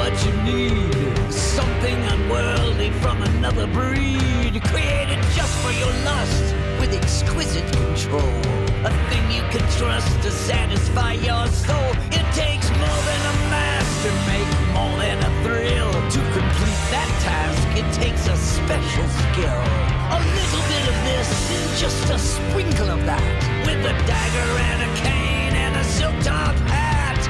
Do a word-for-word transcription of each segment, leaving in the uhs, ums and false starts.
what you need. Something unworldly from another breed, created just for your lust with exquisite control. A thing you can trust to satisfy your soul. It takes more than a master, make more than a thrill. To complete that task, it takes a special skill. A little bit of this, just a sprinkle of that, with a dagger and a cane and a silk top hat.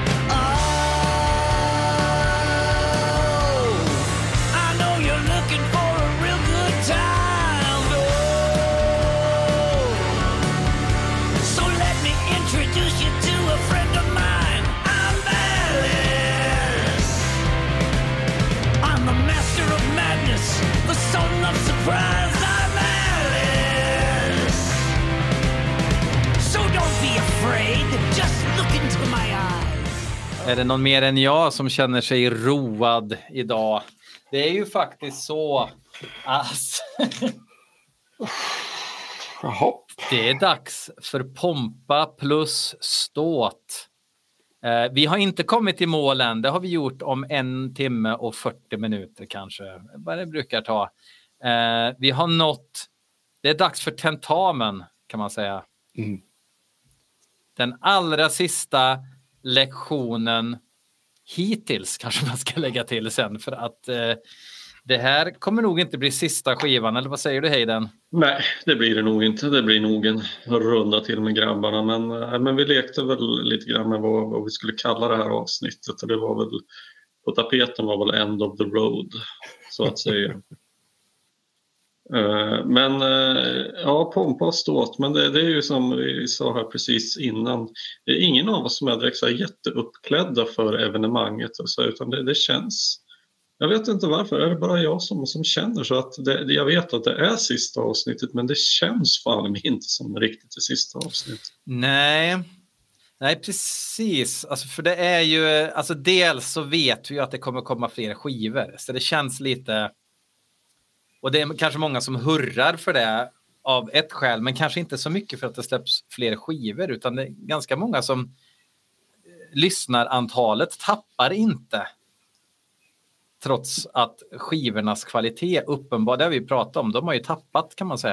Oh, I know you're looking for a real good time. Oh, so let me introduce you to a friend of mine. I'm Alice. I'm the master of madness, the son of surprise. I'm Alice. So don't be afraid, just look into my eyes. Är det någon mer än jag som känner sig road idag? Det är ju faktiskt så att det är dags för pompa plus ståt. Eh, vi har inte kommit i mål än. Det har vi gjort om en timme och fyrtio minuter kanske. Vad det brukar ta. Eh, vi har nått... Det är dags för tentamen kan man säga. Mm. Den allra sista lektionen hittills kanske man ska lägga till sen. För att eh, det här kommer nog inte bli sista skivan. Eller vad säger du, Hayden? Nej, det blir det nog inte. Det blir nog en runda till med grabbarna. Men, äh, men vi lekte väl lite grann med vad, vad vi skulle kalla det här avsnittet. Och det var väl, på tapeten var väl end of the road, så att säga. uh, men uh, ja, pompa och ståt. Men det, det är ju som vi sa här precis innan. Det är ingen av oss som är direkt så här jätteuppklädda för evenemanget. Och så, utan det, det känns... Jag vet inte varför, är det bara jag som, som känner så att det, jag vet att det är sista avsnittet, men det känns fan inte som riktigt det sista avsnittet. Nej, nej precis. Alltså, för det är ju, alltså dels så vet vi ju att det kommer komma fler skivor, så det känns lite, och det är kanske många som hurrar för det av ett skäl, men kanske inte så mycket för att det släpps fler skivor, utan det är ganska många som lyssnar, antalet tappar inte. Trots att skivornas kvalitet uppenbar, det har vi pratat om, de har ju tappat kan man säga.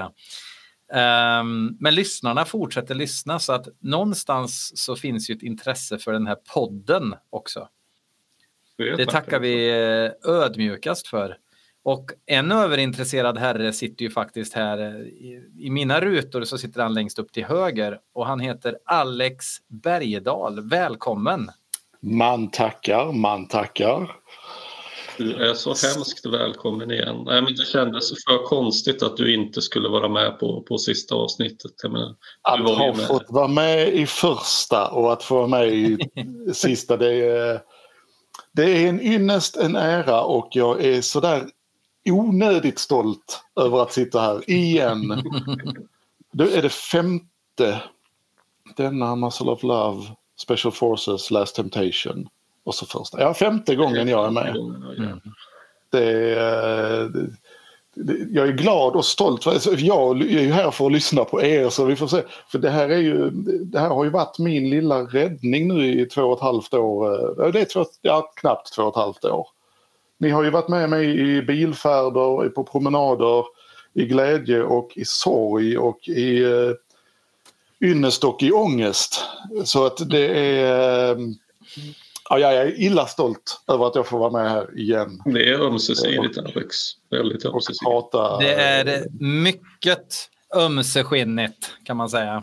Um, men lyssnarna fortsätter lyssna, så att någonstans så finns ju ett intresse för den här podden också. Det, det tackar vi ödmjukast för. Och en överintresserad herre sitter ju faktiskt här i, i mina rutor, så sitter han längst upp till höger och han heter Alex Bergedal. Välkommen! Man tackar, man tackar. Du är så hemskt välkommen igen. Nej, men det kändes för konstigt att du inte skulle vara med på, på sista avsnittet. Jag menar, att ha fått vara med i första och att få vara med i sista, det är, det är en ynnest, en ära, och jag är sådär onödigt stolt över att sitta här igen. Då är det femte, denna Muscle of Love, Special Forces, Last Temptation. Och så första. Ja, femte gången jag är med. Mm. Det, det, det, jag är glad och stolt. Jag är ju här för att lyssna på er, så vi får se. För det här är ju, det här har ju varit min lilla räddning nu i två och ett halvt år. Det är två, ja, knappt två och ett halvt år. Ni har ju varit med mig i bilfärder, på promenader, i glädje och i sorg och i uh, ynnest och i ångest. Så att det är... Uh, Ja, jag är illa stolt över att jag får vara med här igen. Det är ömsesidigt, Alex. Väldigt ömsesidigt. Prata... Det är mycket ömseskinnigt kan man säga.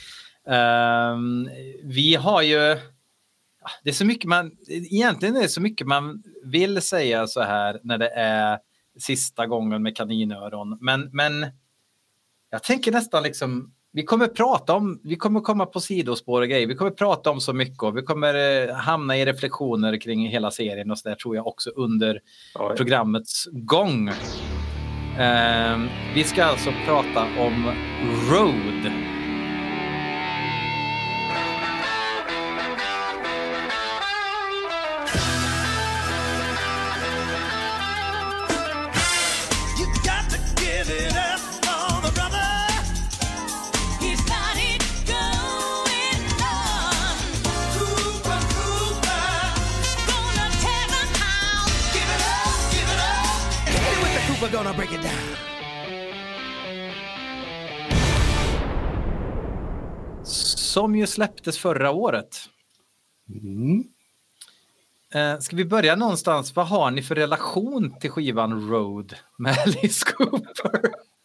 Um, vi har ju... Det är så mycket man... Egentligen är det så mycket man vill säga så här när det är sista gången med kaninöron. Men, men jag tänker nästan liksom... Vi kommer prata om, vi kommer komma på sidospår och grejer. Vi kommer prata om så mycket och vi kommer eh, hamna i reflektioner kring hela serien och så där, tror jag också under Oj. programmets gång. Eh, vi ska alltså prata om Road. gonna break it down. Som ju släpptes förra året. Mm. Eh, ska vi börja någonstans? Vad har ni för relation till skivan Road med Alice Cooper?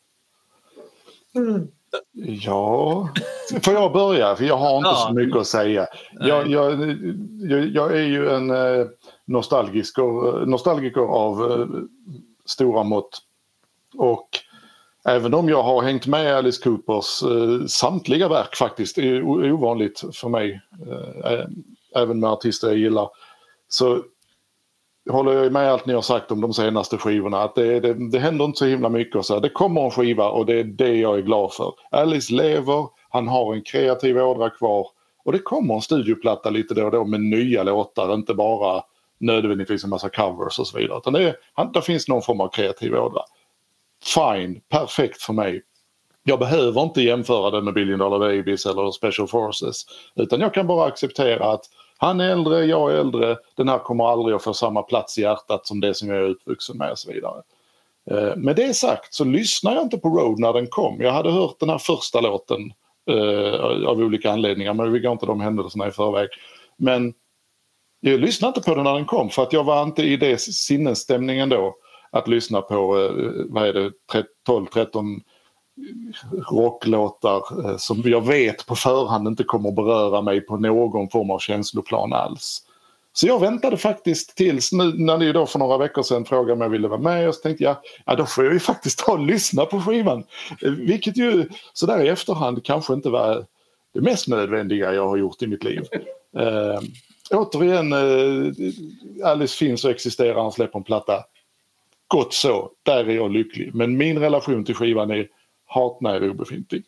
Mm. Ja, får jag börja? För jag har inte ja. så mycket att säga. Jag, jag, jag, jag är ju en eh, nostalgiker, nostalgiker av eh, stora mått. Och även om jag har hängt med Alice Coopers eh, samtliga verk faktiskt, är ovanligt för mig, eh, även med artister jag gillar, så håller jag med allt ni har sagt om de senaste skivorna, att det, det, det händer inte så himla mycket. Och så. Det kommer en skiva och det är det jag är glad för. Alice lever, han har en kreativ ådra kvar och det kommer en studioplatta lite då och då med nya låtar, inte bara nödvändigtvis en massa covers och så vidare. Utan det, är, han, det finns någon form av kreativ ådra. Fine, perfekt för mig. Jag behöver inte jämföra det med Billion Dollar Babies eller Special Forces, utan jag kan bara acceptera att han är äldre, jag är äldre, den här kommer aldrig att få samma plats i hjärtat som det som jag är utvuxen med och så vidare. Eh, med det sagt så lyssnar jag inte på Road när den kom. Jag hade hört den här första låten eh, av olika anledningar, men vi går inte de händelserna i förväg. Men jag lyssnade inte på den när den kom för att jag var inte i det sinnesstämningen då att lyssna på, eh, vad är det, tolv tretton rocklåtar eh, som jag vet på förhand inte kommer att beröra mig på någon form av känsloplan alls. Så jag väntade faktiskt tills nu, när ni då för några veckor sedan frågade om jag ville vara med, och så tänkte jag, ja då får jag ju faktiskt ta och lyssna på skivan. Eh, vilket ju sådär i efterhand kanske inte var det mest nödvändiga jag har gjort i mitt liv. Eh, återigen, eh, Alice finns och existerar, han släpper en platta. Gott så, där är jag lycklig. Men min relation till skivan är hart när obefintlig.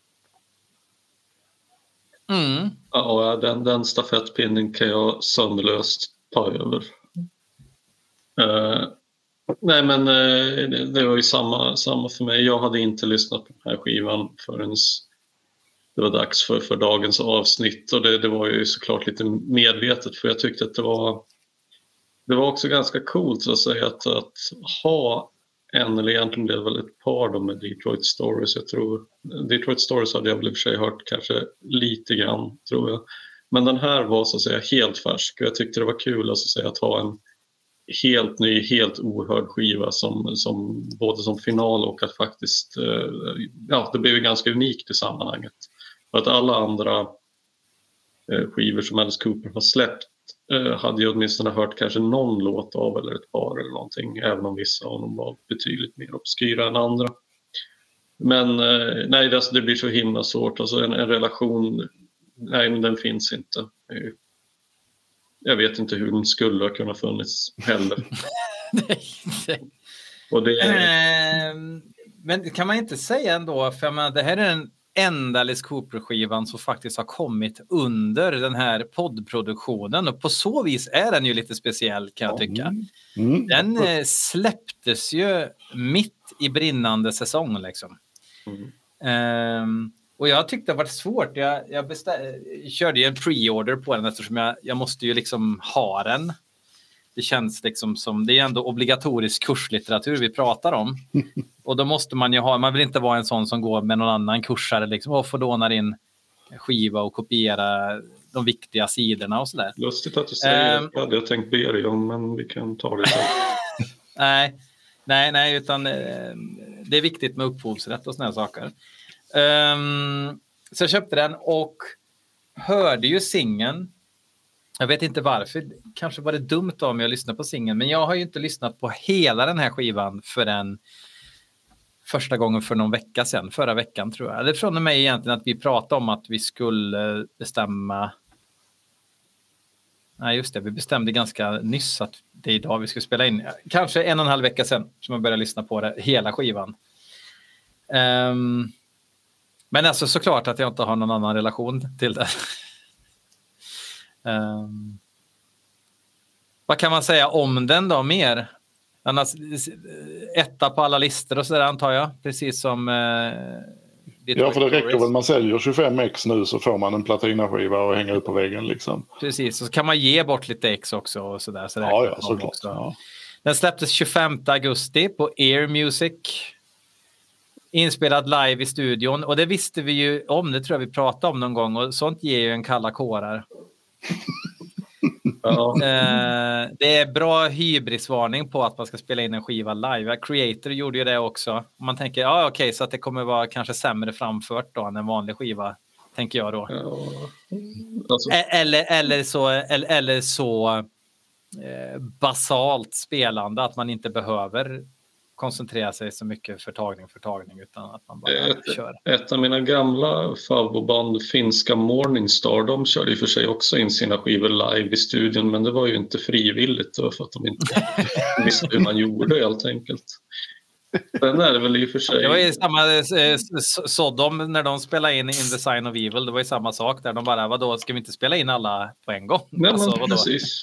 Mm. Ja, den, den stafettpinnen kan jag sönderlöst ta över. Uh, nej men uh, det, det var ju samma, samma för mig. Jag hade inte lyssnat på den här skivan förrän det var dags för, för dagens avsnitt. Och det, det var ju såklart lite medvetet, för jag tyckte att det var det var också ganska coolt så att säga att, att ha en, eller egentligen blev det väl ett par då med Detroit Stories. Jag tror Detroit Stories hade jag väl i och för sig hört kanske lite grann, tror jag. Men den här var så att säga helt färsk och jag tyckte det var kul att, så att, säga, att ha en helt ny, helt ohörd skiva som, som både som final och att faktiskt, ja, det blev ju ganska unikt i sammanhanget. För att alla andra skivor som Alice Cooper har släppt hade jag åtminstone hört kanske någon låt av eller ett par eller någonting, även om vissa av dem var betydligt mer obskyra än andra. Men nej, det, alltså, det blir så himla svårt. Alltså en, en relation, nej men den finns inte. Jag vet inte hur den skulle ha kunnat funnits heller. nej, nej. Och det är... eh, men kan man inte säga ändå, för jag menar, det här är den enda Alice Cooper-skivan som faktiskt har kommit under den här poddproduktionen, och på så vis är den ju lite speciell, kan jag tycka. Mm. Mm. Den eh, släpptes ju mitt i brinnande säsong liksom. Mm. Um, och jag tyckte det var svårt. Jag, jag bestä- körde ju en pre-order på den eftersom jag, jag måste ju liksom ha den. Det känns liksom som, det är ändå obligatorisk kurslitteratur vi pratar om. Och då måste man ju ha, man vill inte vara en sån som går med någon annan kursare liksom, och får låna din skiva och kopiera de viktiga sidorna och sådär. Lustigt att du säger um, det, hade jag tänkt be dig om, men vi kan ta det sen. nej, nej, nej, utan eh, det är viktigt med upphovsrätt och såna här saker. Um, så jag köpte den och hörde ju singeln. Jag vet inte varför, kanske var det dumt av mig att lyssna på singeln, men jag har ju inte lyssnat på hela den här skivan förrän första gången för någon vecka sedan, förra veckan tror jag. Eller från och med egentligen att vi pratade om att vi skulle bestämma, nej just det, vi bestämde ganska nyss att det är idag vi ska spela in. Kanske en och en halv vecka sedan som jag började lyssna på det, hela skivan. Um, men alltså såklart att jag inte har någon annan relation till det. Um, vad kan man säga om den då mer? Annars, etta på alla listor och sådär antar jag. Precis som uh, ja, för det räcker väl, man säljer tjugofem ex nu så får man en platinaskiva och hänga ut på väggen liksom. Precis, och så kan man ge bort lite ex också och sådär. Så ja, ja, såklart. Ja. Den släpptes tjugofemte augusti på Air Music. Inspelad live i studion. Och det visste vi ju om, det tror jag vi pratade om någon gång. Och sånt ger ju en kalla kårar. Ja. Eh, det är bra hybrisvarning på att man ska spela in en skiva live. Creator gjorde ju det också. Man tänker, ja okej, okay, så att det kommer vara kanske sämre framfört då än en vanlig skiva, tänker jag då. Ja. Alltså. Eller, eller så, eller, eller så eh, basalt spelande att man inte behöver koncentrera sig så mycket för tagning för tagning utan att man bara ett, kör. Ett av mina gamla favoritband, finska Morningstar, de körde i för sig också in sina skivor live i studion, men det var ju inte frivilligt då, för att de inte visste hur man gjorde helt enkelt. Den är det väl i för sig. Det var ju samma eh, Sodom när de spelade in In the Sign of Evil, det var ju samma sak där. De bara, vadå, ska vi inte spela in alla på en gång? Nej, alltså, men precis.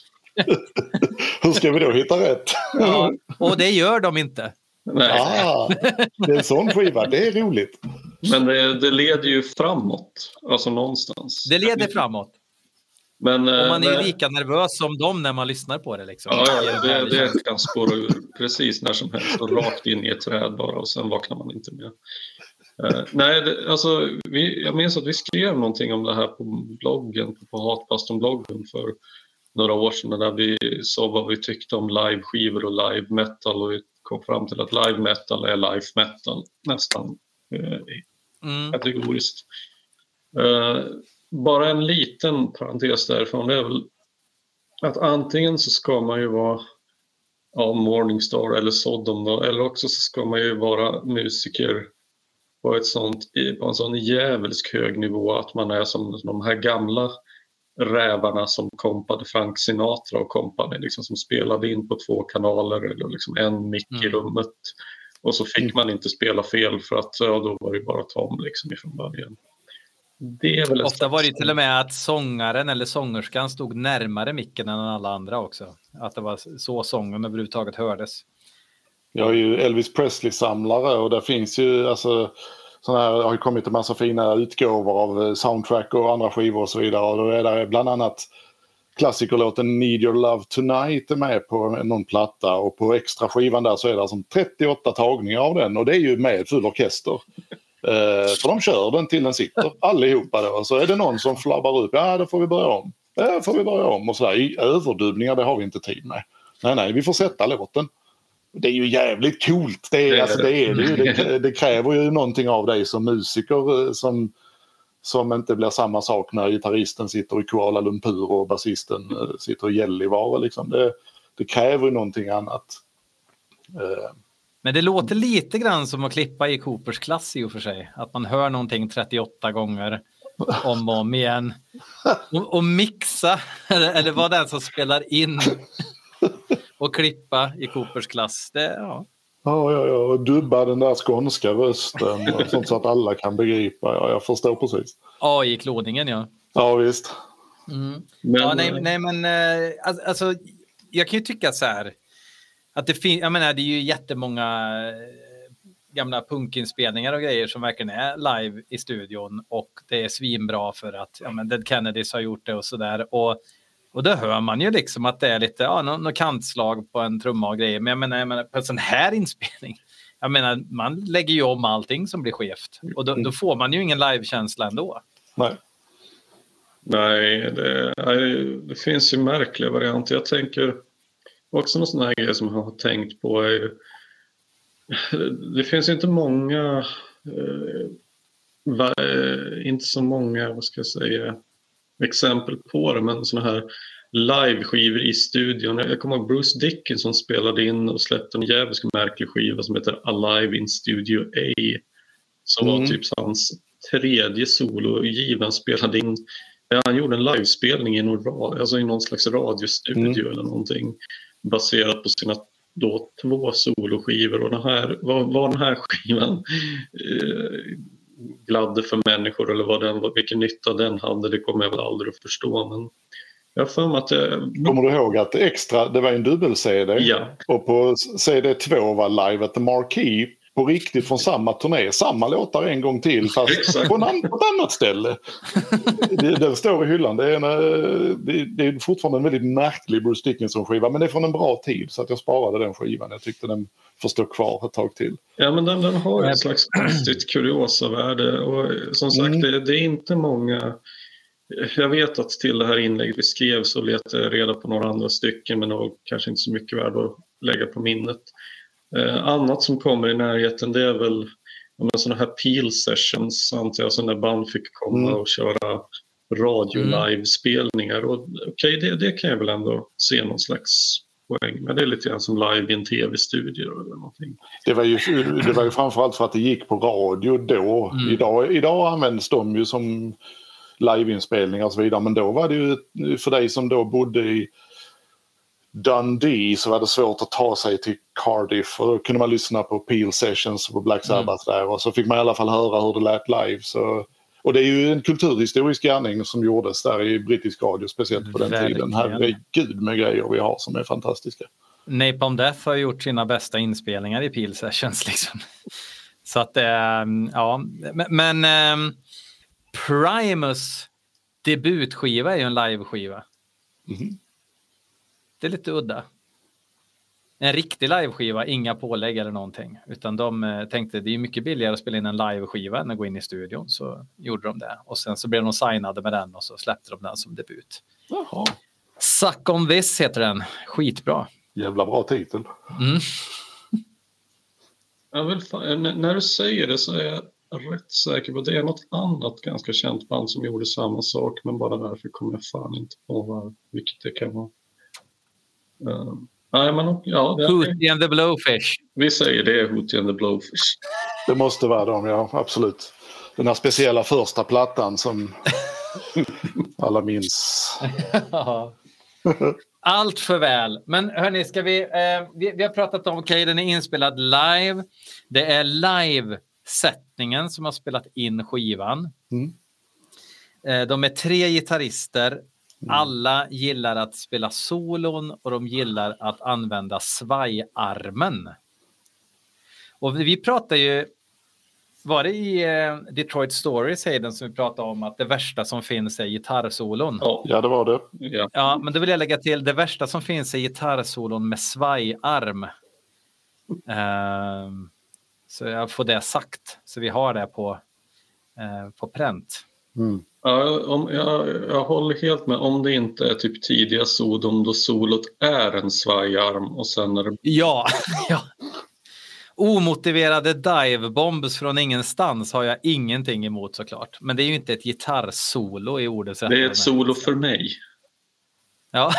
Hur ska vi då hitta rätt? Ja, och det gör de inte. Nej. Ah, det är en sån skiva, det är roligt. Men det, det leder ju framåt, alltså någonstans. Det leder framåt. Men, och man är ju nej. lika nervös som dem när man lyssnar på det. Liksom. Ja, ja det, det kan spåra ur precis när som helst och rakt in i ett träd bara och sen vaknar man inte mer. Uh, nej, det, alltså, vi, jag minns att vi skrev någonting om det här på bloggen, på Hatpaston-bloggen för några år sedan där vi sa vad vi tyckte om live-skivor och live metal och vi kom fram till att live metal är live metal nästan uh, mm. kategoriskt. Uh, bara en liten parentes därifrån, det är väl att antingen så ska man ju vara ja, Morningstar eller Sodom då, eller också så ska man ju vara musiker på, ett sånt, på en sån jävelsk hög nivå att man är som de här gamla rävarna som kompade Frank Sinatra och kompade liksom, som spelade in på två kanaler eller liksom en mick i rummet och så fick man inte spela fel för att ja, då var det bara Tom liksom ifrån början. Det är väl ofta var det till och med att sångaren eller sångerskan stod närmare micken än alla andra också. Att det var så sången överhuvudtaget hördes. Jag är ju Elvis Presley-samlare och där finns ju alltså sådana här, har ju kommit en massa fina utgåvor av soundtrack och andra skivor och så vidare. Och då är det bland annat klassikerlåten Need Your Love Tonight är med på någon platta och på extra skivan där så är det som trettioåtta tagningar av den och det är ju med full orkester. Uh, för de kör den till den sitter allihopa då. Så är det någon som flabbar upp, ja då får vi börja om. Ja får vi börja om och sådär. I överdubbningar det har vi inte tid med. Nej nej, vi får sätta låten. Det är ju jävligt coolt. Det, är, det, alltså, det, är det, ju. Det, det kräver ju någonting av dig som musiker som, som inte blir samma sak när gitarristen sitter i Kuala Lumpur och basisten sitter i Gällivare. Liksom. Det, det kräver ju någonting annat. Uh, Men det låter lite grann som att klippa i Coopers klass i och för sig. Att man hör någonting trettioåtta gånger om och om igen. Och, och mixa, eller, eller vad den som spelar in och klippa i Coopers klass. Det, ja. Ja, ja, ja. Och dubba den där skånska rösten och sånt så att alla kan begripa. Ja, jag förstår precis. A I-klåningen, ja. Ja, visst. Mm. Men, ja, nej, nej, men alltså, jag kan ju tycka så här. Att det finns, jag menar det är ju jättemånga gamla punkinspelningar och grejer som verkligen är live i studion och det är svinbra för att ja men Dead Kennedys har gjort det och sådär och, och då hör man ju liksom att det är lite ja, någon, någon kantslag på en trumma och grejer men jag menar, jag menar på en sån här inspelning jag menar man lägger ju om allting som blir skevt och då, då får man ju ingen livekänsla ändå. Nej. Nej, det, det finns ju märkliga varianter. Jag tänker också någon sån här grej som jag har tänkt på är ju, det finns inte många eh, va, inte så många, vad ska jag säga exempel på det, men såna här live-skivor i studion. Jag kommer ihåg Bruce Dickinson spelade in och släppte en jävligt märklig skiva som heter Alive in Studio A som mm. var typ hans tredje sologiven spelade in. Han gjorde en livespelning i någon, alltså i någon slags radiostudio mm. eller någonting baserat på sina då två soloskivor och den här, vad, vad den här skivan eh, gladde för människor eller vad den, vilken nytta den hade, det kommer jag väl aldrig att förstå men jag har för mig att det... Kommer du ihåg att extra, det var en dubbel-C D ja. Och på C D två var Live at the Marquee på riktigt från samma turné, samma låtar en gång till fast på, en an- på ett annat ställe. det, den står i hyllan. Det är, en, det, det är fortfarande en väldigt märklig Bruce Dickinson-skiva, men det är från en bra tid så att jag sparade den skivan. Jag tyckte den får stå kvar ett tag till. Ja, men den, den har ett slags konstigt kuriosa-värde och som sagt, mm. det, det är inte många. Jag vet att till det här inlägget vi skrev så letade jag reda på några andra stycken, men det var kanske inte så mycket värde att lägga på minnet. Eh, annat som kommer i närheten, det är väl sådana här peel sessions, antar jag, så när band fick komma mm. och köra radio-live-spelningar. Och okej, okay, det, det kan jag väl ändå se någon slags poäng, men det är lite grann som live i en tv-studio eller någonting. Det var ju, det var ju framförallt för att det gick på radio då. Mm. Idag, idag används de ju som liveinspelningar och så vidare, men då var det ju för dig som då bodde i Dundee så var det svårt att ta sig till Cardiff och då kunde man lyssna på Peel Sessions på Black Sabbath mm. där och så fick man i alla fall höra hur det lät live. Så, och det är ju en kulturhistorisk gärning som gjordes där i brittisk radio, speciellt på den Verkligen. tiden. Herregud med grejer vi har som är fantastiska. Napalm Death har gjort sina bästa inspelningar i Peel Sessions liksom. Så att, ähm, ja, men ähm, Primus debutskiva är ju en liveskiva. Mm. Det är lite udda. En riktig liveskiva, inga pålägg eller någonting. Utan de eh, tänkte det är mycket billigare att spela in en liveskiva än att gå in i studion. Så gjorde de det. Och sen så blev de signade med den och så släppte de den som debut. Jaha. Suck on this heter den. Skitbra. Jävla bra titel. Mm. Jag vill fan, när du säger det så är jag rätt säker på att det är något annat ganska känt band som gjorde samma sak. Men bara därför kommer jag fan inte på vad, vilket det kan vara. Uh, nej, men, ja, det Hootie and the Blowfish. Vi säger det är Hootie and the Blowfish. Det måste vara dem, ja, absolut. Den här speciella första plattan som alla minns. Allt för väl. Men hörni, ska vi, eh, vi, vi har pratat om, okej, okay, den är inspelad live. Det är live-sättningen som har spelat in skivan. Mm. Eh, de är tre gitarrister. Mm. Alla gillar att spela solon och de gillar att använda svajarmen. Och vi pratar ju, var det i eh, Detroit Stories Hayden som vi pratade om att det värsta som finns är gitarrsolon? Ja, det var det. Ja, ja, men då vill jag lägga till, det värsta som finns är gitarrsolon med svajarm. Uh, så jag får det sagt, så vi har det på, uh, på pränt. Mm. Ja, om, jag, jag håller helt med. Om det inte är typ tidiga solon då solot är en svajarm och sen är det... Ja, ja. Omotiverade divebombs från ingenstans har jag ingenting emot såklart. Men det är ju inte ett gitarrsolo i ordets rätta. Det är ett solo för mig. Ja.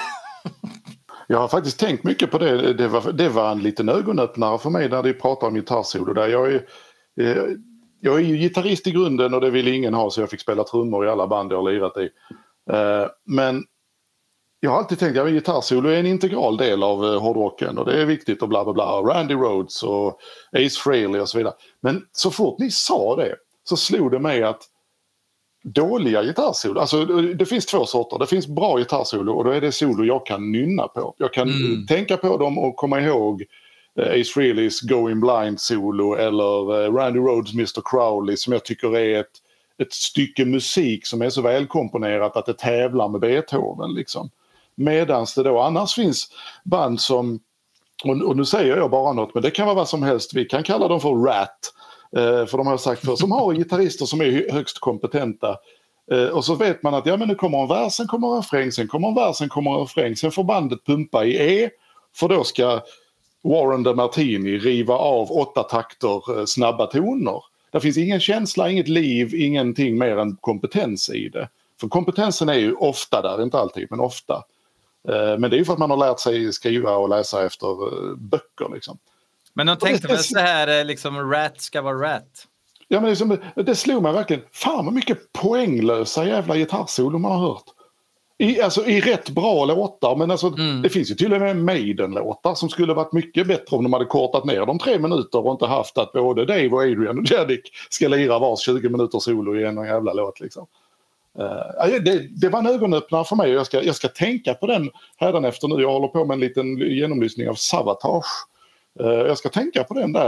Jag har faktiskt tänkt mycket på det. Det var, det var en liten ögonöppnare för mig när de pratar om gitarrsolo. Där jag är... Eh, Jag är ju gitarrist i grunden och det vill ingen ha så jag fick spela trummor i alla band jag har lirat i. Uh, men jag har alltid tänkt att ja, gitarrsolo är en integral del av uh, hårdrocken och det är viktigt och bla bla bla. Randy Rhoads och Ace Frehley och så vidare. Men så fort ni sa det så slog det mig att dåliga gitarrsolo, alltså det finns två sorter. Det finns bra gitarrsolo och då är det solo jag kan nynna på. Jag kan mm. tänka på dem och komma ihåg Ace Frehleys Going Blind solo eller Randy Rhoads mister Crowley som jag tycker är ett, ett stycke musik som är så välkomponerat att det tävlar med Beethoven liksom. Medans det då annars finns band som, och, och nu säger jag bara något men det kan vara vad som helst, vi kan kalla dem för Rat eh, för de har sagt för, som har gitarrister som är högst kompetenta eh, och så vet man att ja men nu kommer en vers, sen kommer en refräng, sen kommer en vers, sen kommer en refräng, sen får bandet pumpa i E för då ska Warren DeMartini riva av åtta takter snabba toner. Det finns ingen känsla, inget liv, ingenting mer än kompetens i det. För kompetensen är ju ofta där, inte alltid, men ofta. Men det är ju för att man har lärt sig skriva och läsa efter böcker liksom. Men de tänkte väl så här, liksom rat ska vara rat. Ja men liksom, det slog mig verkligen, fan vad mycket poänglösa jävla gitarrsolo man har hört. I, alltså, i rätt bra låtar, men alltså, mm. det finns ju till och med Maiden-låtar som skulle varit mycket bättre om de hade kortat ner de tre minuter och inte haft att både Dave och Adrian och Jadick ska lira vars tjugo minuter solo i en jävla låt liksom. Uh, det, det var en ögonöppnare för mig och jag ska, jag ska tänka på den hädanefter nu. Jag håller på med en liten genomlysning av Savatage. Uh, jag ska tänka på den där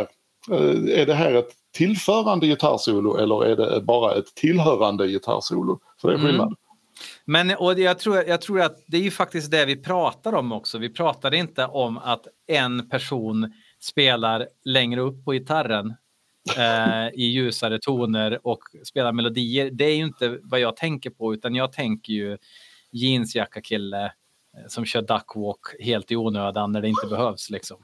Är det här ett tillförande gitarrsolo eller är det bara ett tillhörande gitarrsolo? För det är skillnad. Mm. Men och jag tror, jag tror att det är ju faktiskt det vi pratar om också. Vi pratar inte om att en person spelar längre upp på gitarren eh, i ljusare toner och spelar melodier. Det är ju inte vad jag tänker på, utan jag tänker ju jeansjacka-kille eh, som kör duckwalk helt i onödan när det inte behövs liksom.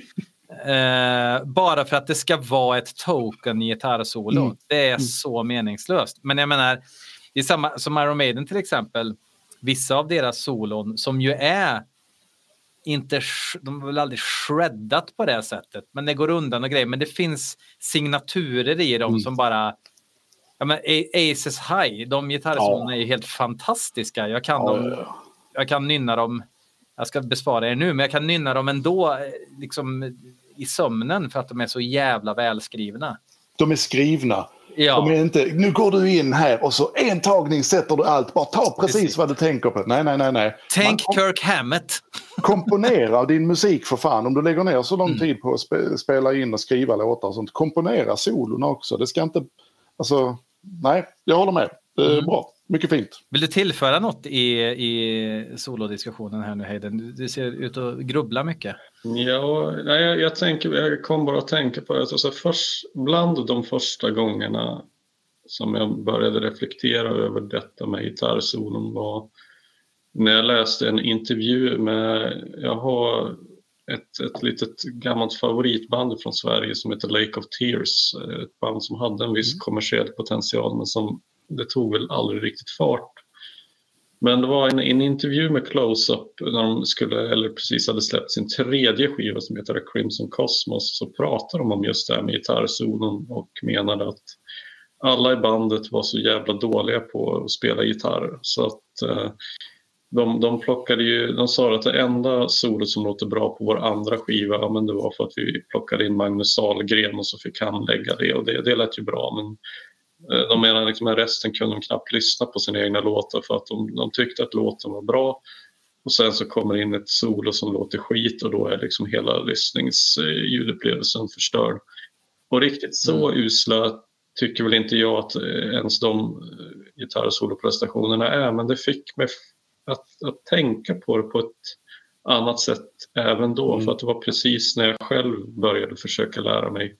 Eh, bara för att det ska vara ett token i gitarrsolo. Mm. Det är så meningslöst. Men jag menar, det är samma som Iron Maiden till exempel. Vissa av deras solon som ju är inte, de har väl aldrig shreddat på det sättet, men det går undan och grejer. Men det finns signaturer i dem mm. som bara, ja men Aces High, de gitarrsolorna ja. är ju helt fantastiska. Jag kan ja, dem, ja. jag kan nynna dem, jag ska bespara er nu, men jag kan nynna dem ändå liksom i sömnen för att de är så jävla välskrivna. De är skrivna. Ja. De är inte, nu går du in här och så en tagning sätter du allt. Bara ta precis, precis. vad du tänker på. Nej, nej, nej. nej. Tänk kom- Kirk Hammett. Komponera din musik för fan. Om du lägger ner så lång mm. tid på att spe- spela in och skriva låtar och sånt. Komponera solorna också. Det ska inte... Alltså, nej, jag håller med. Det är mm. bra. Mycket fint. Vill du tillföra något i, i solodiskussionen här nu, Hayden? Du, du ser ut att grubbla mycket. Ja, nej, jag, jag, tänker, jag kom bara att tänka på det. Alltså, först, bland de första gångerna som jag började reflektera över detta med gitarrsolon var när jag läste en intervju med, jag har ett, ett litet gammalt favoritband från Sverige som heter Lake of Tears. Ett band som hade en viss kommersiell potential men som det tog väl aldrig riktigt fart. Men det var en, en intervju med Close-Up när de skulle, eller precis hade släppt sin tredje skiva som heter Crimson Cosmos, så pratade de om just det här med gitarrsolon och menade att alla i bandet var så jävla dåliga på att spela gitarr så att eh, de, de plockade ju, de sa att det enda solot som låter bra på vår andra skiva, ja, men det var för att vi plockade in Magnus Sahlgren och så fick han lägga det och det, det lät ju bra, men de menar liksom att resten kunde de knappt lyssna på sina egna låtar för att de, de tyckte att låten var bra. Och sen så kommer in ett solo som låter skit och då är liksom hela lyssningsljudupplevelsen förstörd. Och riktigt så mm. usla tycker väl inte jag att ens de gitarrsoloprestationerna är. Men det fick mig att, att tänka på det på ett annat sätt även då. Mm. För att det var precis när jag själv började försöka lära mig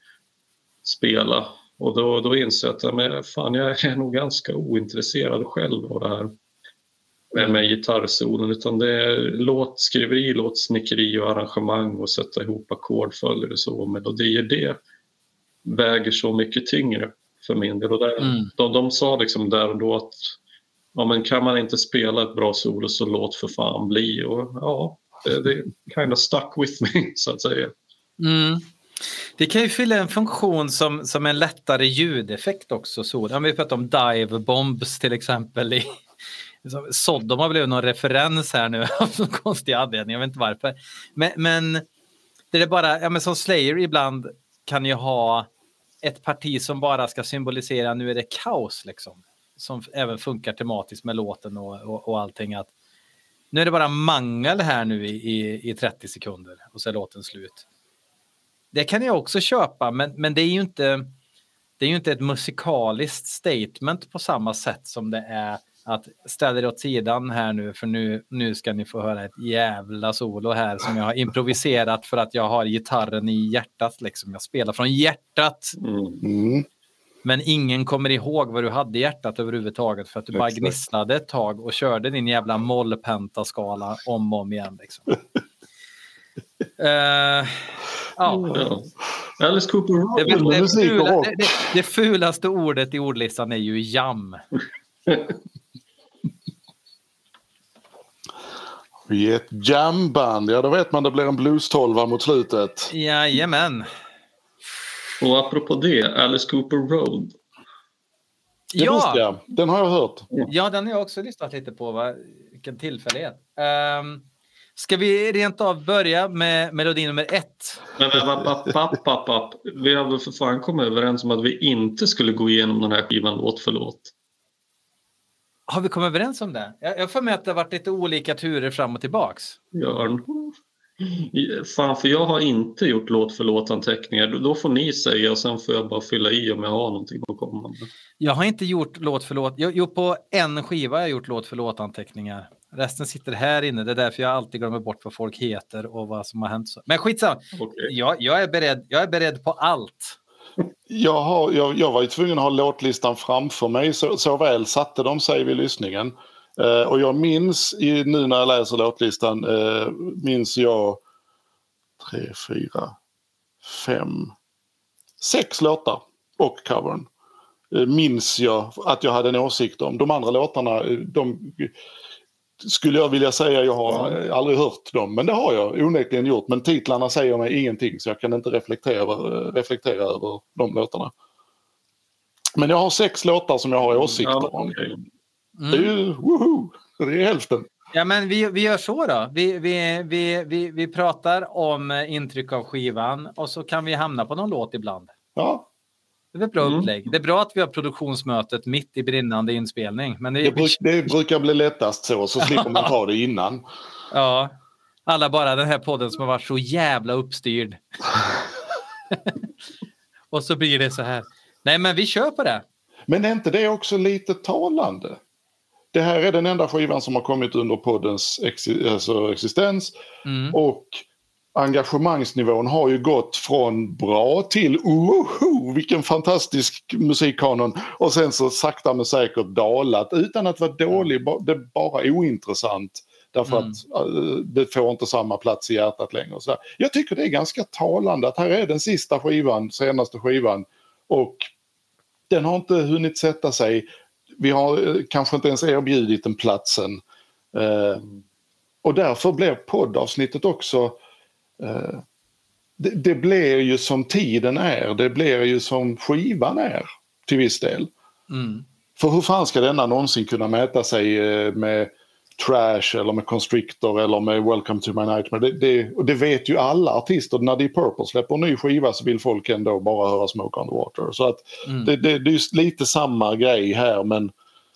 spela. Och då, då inser jag att men fan, jag är nog ganska ointresserad själv av det här med, med gitarrsolon. Utan det är låtskriveri, låtsnickeri och arrangemang och sätta ihop ackordföljder och så. Melodier, det väger så mycket tyngre för min del. Och där, mm. de, de sa liksom där och då att ja, men kan man inte spela ett bra solo så låt för fan bli. Och ja, det, det kind of stuck with me så att säga. Mm. Det kan ju fylla en funktion som, som en lättare ljudeffekt också. Så. Ja, vi pratar om dive bombs till exempel. I, Sodom har blivit någon referens här nu av någon konstig anledning. Jag vet inte varför. Men, men det är bara, ja, men som Slayer ibland kan ju ha ett parti som bara ska symbolisera nu är det kaos liksom. Som även funkar tematiskt med låten och, och, och allting. Att nu är det bara mangel här nu i, i, i trettio sekunder och så är låten slut. Det kan jag också köpa, men, men det är ju inte det är ju inte ett musikaliskt statement på samma sätt som det är att ställa er åt sidan här nu, för nu, nu ska ni få höra ett jävla solo här som jag har improviserat för att jag har gitarren i hjärtat liksom. Jag spelar från hjärtat. Mm. Men ingen kommer ihåg vad du hade i hjärtat överhuvudtaget för att du bara gnisslade ett tag och körde din jävla mollpentaskala om och om igen liksom. uh, Ja. Ja. Alice Cooper det, det, det, fula, det, det, det fulaste ordet i ordlistan är ju jam. Vi är ett jamband. Ja, då vet man det blir en blues-tolva mot slutet. Jajamän. Och apropå det, Alice Cooper Road. Det ja, jag. Den har jag hört. Ja, den har jag också lyssnat lite på. Va? Vilken tillfällighet. Um, Ska vi rent av börja med melodi nummer ett? Men, men, papp, papp, papp, papp. Vi har väl för fan kommit överens om att vi inte skulle gå igenom den här skivan låt för låt. Har vi kommit överens om det? Jag, jag får med att det har varit lite olika turer fram och tillbaks. Björn. Fan, för jag har inte gjort låt för låtanteckningar. Då får ni säga och sen får jag bara fylla i om jag har någonting att komma med. Jag har inte gjort låt för låt. Jag, jo, på en skiva har jag gjort låt för låtanteckningar. Resten sitter här inne. Det är därför jag alltid glömmer bort vad folk heter och vad som har hänt. Så. Men skitsamma. Okay. Jag, jag, är beredd, jag är beredd på allt. Jag, har, jag, jag var ju tvungen att ha låtlistan framför mig. Så, så väl satte de sig vid lyssningen. Uh, och jag minns i, nu när jag läser låtlistan uh, minns jag tre, fyra, fem, sex låtar och covern. Uh, minns jag att jag hade en åsikt om. De andra låtarna, de skulle jag vilja säga, jag har mm. aldrig hört dem, men det har jag onekligen gjort. Men titlarna säger mig ingenting så jag kan inte reflektera, reflektera över de låtarna. Men jag har sex låtar som jag har åsikter mm. om. Okay. Mm. Det är ju, woho, det är hälften. Ja, men vi, vi gör så då. Vi, vi, vi, vi, vi pratar om intryck av skivan och så kan vi hamna på någon låt ibland. Ja. Det är ett bra Mm. upplägg. Det är bra att vi har produktionsmötet mitt i brinnande inspelning. Men det, Det, bruk, det brukar bli lättast så, så slipper man ta det innan. Ja, alla bara den här podden som har varit så jävla uppstyrd. Och så blir det så här. Nej, men vi kör på det. Men är inte det också lite talande? Det här är den enda skivan som har kommit under poddens ex- alltså existens. Mm. Och engagemangsnivån har ju gått från bra till oho, vilken fantastisk musikkanon. Och sen så sakta men säkert dalat utan att vara dålig. Det är bara ointressant. Därför Mm. att uh, det får inte samma plats i hjärtat längre. Så jag tycker det är ganska talande att här är den sista skivan, senaste skivan. Och den har inte hunnit sätta sig. Vi har uh, kanske inte ens erbjudit den platsen. Uh, och därför blev poddavsnittet också uh, det, det blir ju som tiden är. Det blir ju som skivan är till viss del. Mm. För hur fan ska denna någonsin kunna mäta sig uh, med Trash eller med Constrictor eller med Welcome to my nightmare. Det, det, och det vet ju alla artister. När Deep Purple släpper en ny skiva så vill folk ändå bara höra Smoke on the Water. Så att Mm. det, det, det är just lite samma grej här, men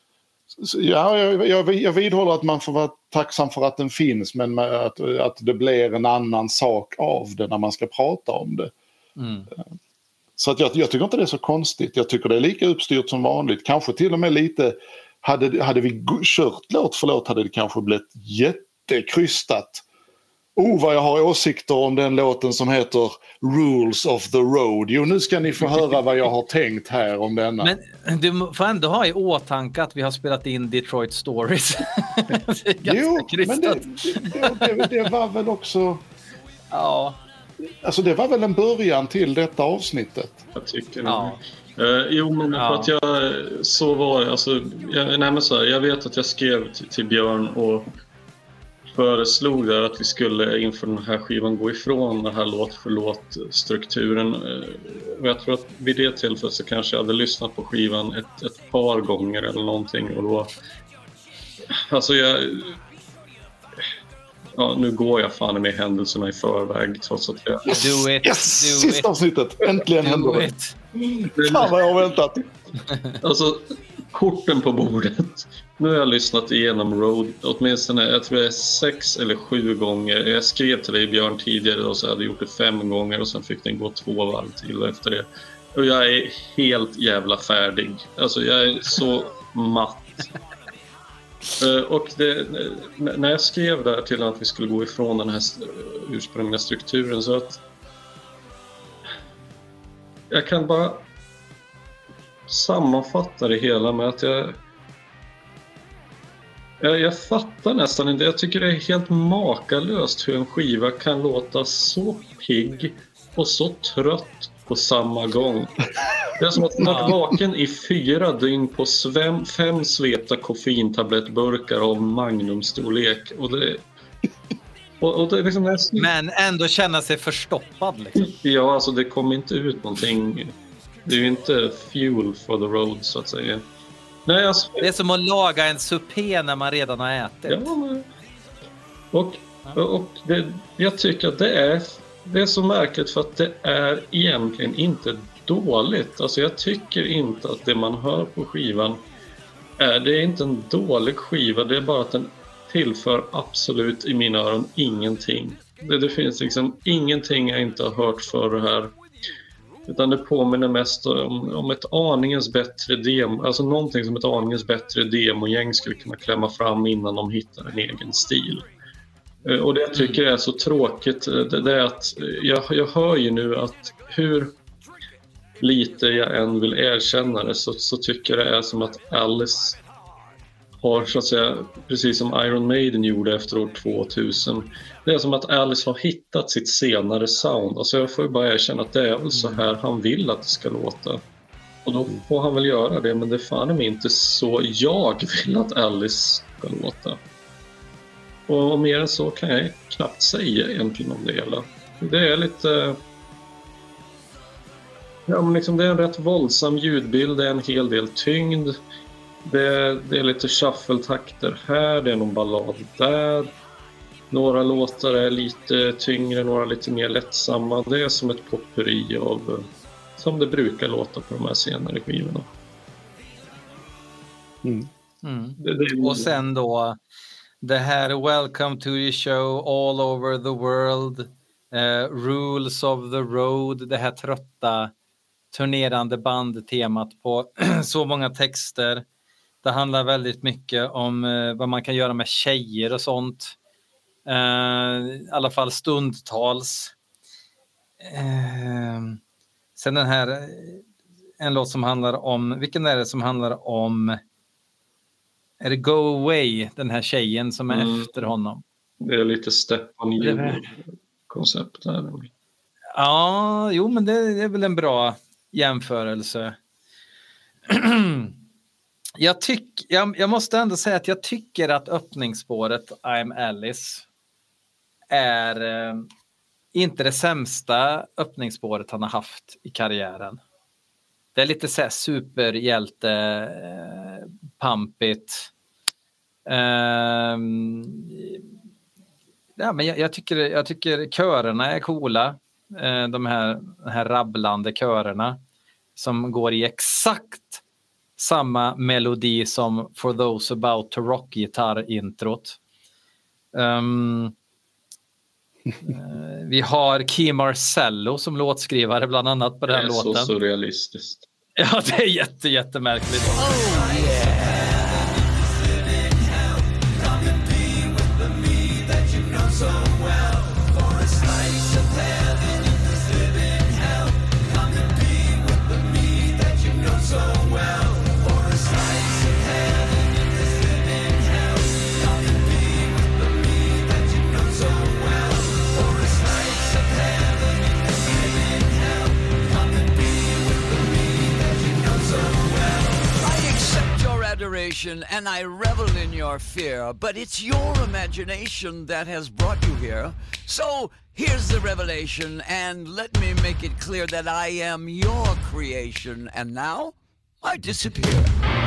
ja, jag, jag, jag vidhåller att man får vara tacksam för att den finns, men att, att det blir en annan sak av det när man ska prata om det. Mm. Så att jag, jag tycker inte det är så konstigt. Jag tycker det är lika uppstyrt som vanligt. Kanske till och med lite. Hade, hade vi kört låt för låt hade det kanske blivit jättekrystat. Oh, vad jag har åsikter om den låten som heter Rules of the Road. Jo, nu ska ni få höra vad jag har tänkt här om denna. Men du får ändå ha i åtanke att vi har spelat in Detroit Stories. Det är ganska jo, krystat. men det, det, det, det var väl också... Ja. Alltså det var väl en början till detta avsnittet. Jag tycker Ja. Uh, jo, men Ja. för att jag, så var det. Alltså, jag, nej, men så här, jag vet att jag skrev till, till Björn och föreslog där att vi skulle inför den här skivan gå ifrån den här låt för låt-strukturen. Uh, och jag tror att vid det tillfället så kanske jag hade lyssnat på skivan ett, ett par gånger eller någonting. Och då, alltså jag... Ja, nu går jag fan med händelserna i förväg trots att jag... Do it, Yes! do Sista it, avsnittet. Äntligen händer do det. it. Fan vad jag har väntat. Alltså, korten på bordet. Nu har jag lyssnat igenom Road åtminstone, jag tror det är sex eller sju gånger. Jag skrev till dig, Björn, tidigare och så hade jag gjort det fem gånger och sen fick den gå två varv till efter det. Och jag är helt jävla färdig. Alltså jag är så matt. Uh, och det, när jag skrev där till att vi skulle gå ifrån den här ursprungliga strukturen så att jag kan bara sammanfatta det hela med att jag jag, jag fattar nästan inte. Jag tycker det är helt makalöst hur en skiva kan låta så pigg och så trött på samma gång. Det är som att man varit vaken i fyra dygn på svem, fem svepta koffeintablettburkar av magnumstorlek. Och det, och, och det är liksom här... Men ändå känna sig förstoppad. Liksom. Ja, alltså det kommer inte ut någonting. Det är ju inte fuel for the road, så att säga. Nej, alltså... Det är som att laga en supé när man redan har ätit. Ja, men... Och, och det, jag tycker att det är, det är så märkligt för att det är egentligen inte dåligt. Alltså jag tycker inte att det man hör på skivan är, det är inte en dålig skiva. Det är bara att den tillför absolut i mina öron ingenting. Det, det finns liksom ingenting jag inte har hört för det här. Utan det påminner mest om, om ett aningens bättre demo. Alltså någonting som ett aningens bättre demogäng skulle kunna klämma fram innan de hittar en egen stil. Och det jag tycker är så tråkigt, det, det är att jag, jag hör ju nu att hur lite jag än vill erkänna det så, så tycker jag det är som att Alice har, så att säga, precis som Iron Maiden gjorde efter år tvåtusen. Det är som att Alice har hittat sitt senare sound. Alltså jag får ju bara erkänna att det är väl så här han vill att det ska låta. Och då får han väl göra det, men det är fan inte så jag vill att Alice ska låta. Och mer än så kan jag knappt säga egentligen om det hela. Det är lite... Ja, men liksom det är en rätt våldsam ljudbild, det är en hel del tyngd. Det, det är lite shuffle-takter här, det är någon ballad där. Några låtar är lite tyngre, några lite mer lättsamma. Det är som ett potpurri av, som det brukar låta på de här senare skivorna. Mm. Mm. Det, det... Och sen då det här Welcome to the show, All over the world, uh, Rules of the road, det här trötta turnerande bandtemat på så många texter. Det handlar väldigt mycket om uh, vad man kan göra med tjejer och sånt. Uh, I alla fall stundtals. Uh, sen den här, en låt som handlar om, vilken är det som handlar om, är det Go Away, den här tjejen som är mm. efter honom? Det är lite Stefan Joel-koncept där. Ja, jo men det, det är väl en bra jämförelse. jag, tyck, jag, jag måste ändå säga att jag tycker att öppningsspåret I'm Alice är eh, inte det sämsta öppningsspåret han har haft i karriären. Det är lite så här superhjälte, eh, pampigt. Eh, ja, men jag, jag, tycker, jag tycker körerna är coola. Eh, de här, de här rabblande körerna som går i exakt samma melodi som For Those About to Rock gitarrintrot. Um, uh, vi har Key Marcello som låtskrivare bland annat på den här låten. Det är så surrealistiskt. Ja, det är jätte, jättemärkligt. Oh, yeah. And I revel in your fear, but it's your imagination that has brought you here. So here's the revelation, and let me make it clear that I am your creation, and now I disappear.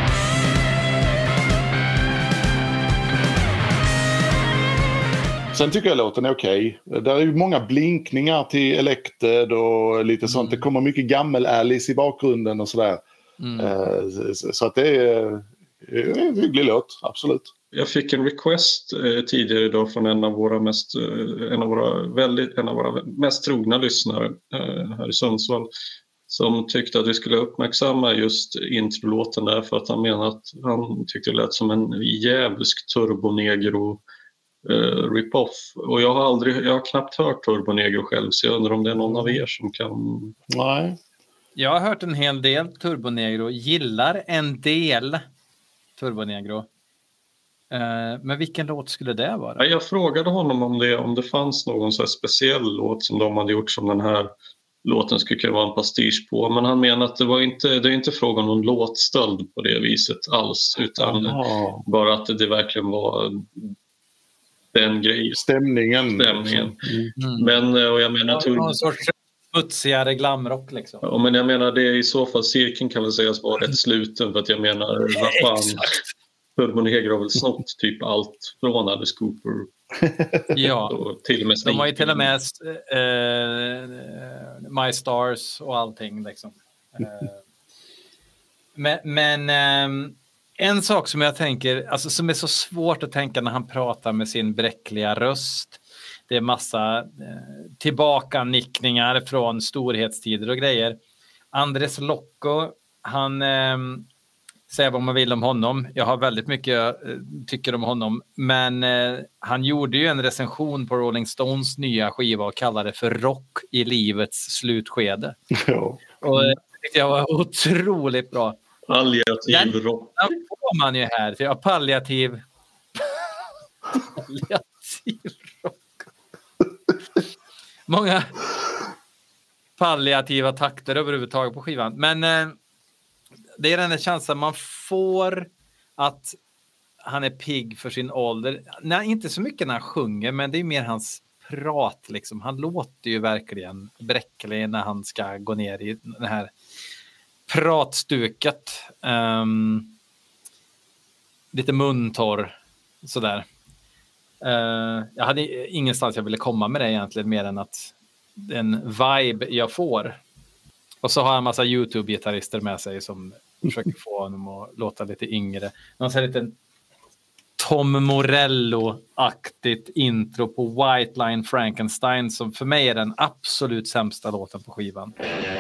Sen tycker jag låten är okej. Okay. Där är ju många blinkningar till Elected och lite sånt. Mm. Det kommer mycket gammel Alice i bakgrunden och sådär. Mm. Uh, så att det är en hygglig låt, absolut. Jag fick en request eh, tidigare idag från en av våra mest, eh, en av våra väldigt, en av våra mest trogna lyssnare eh, här i Sundsvall, som tyckte att vi skulle uppmärksamma just introlåten där, för att han menar att han tyckte det lät som en jävlisk Turbonegro eh, rip-off. Och jag har aldrig, jag har knappt hört Turbonegro själv, så jag undrar om det är någon av er som kan... Nej. Jag har hört en hel del Turbonegro, gillar en del Turbonegro. Uh, men vilken låt skulle det vara? Jag frågade honom om det, om det fanns någon så här speciell låt som de hade gjort som den här låten skulle kunna vara en pastisch på. Men han menar att det var inte, det är inte frågan om någon låtstöld på det viset alls. Utan Aha. bara att det verkligen var den grejen. Stämningen. Stämningen. Mm. Men, och jag menar... Ja, någon sorts smutsigare glamrock liksom. Ja, men jag menar det är i så fall, cirkeln kan väl sägas vara rätt sluten, för att jag menar, vad fan, Turbonegro har väl snott typ allt från Alice Cooper. Ja, till och med de har ju till och med uh, My Stars och allting liksom. Uh, men men um, en sak som jag tänker, alltså som är så svårt att tänka när han pratar med sin bräckliga röst, Det är massa eh, tillbaka-nickningar från storhetstider och grejer. Andres Locco, han eh, säger vad man vill om honom. Jag har väldigt mycket jag eh, tycker om honom. Men eh, han gjorde ju en recension på Rolling Stones nya skiva och kallade det för rock i livets slutskede. Ja. Och det tyckte jag var otroligt bra. Palliativ rock. Den får man ju här. Ja, palliativ. palliativ rock. Många palliativa takter överhuvudtaget på skivan. Men eh, det är den där känslan man får att han är pigg för sin ålder. Nej, inte så mycket när han sjunger, men det är mer hans prat. Liksom. Han låter ju verkligen bräcklig när han ska gå ner i det här pratstuket. Um, lite muntorr. Sådär. Uh, jag hade ingenstans jag ville komma med det egentligen, mer än att den vibe jag får. Och så har jag en massa YouTube-gitarrister med sig som försöker få honom att låta lite yngre. Någon sån här liten Tom Morello-aktigt intro på White Line Frankenstein som för mig är den absolut sämsta låten på skivan.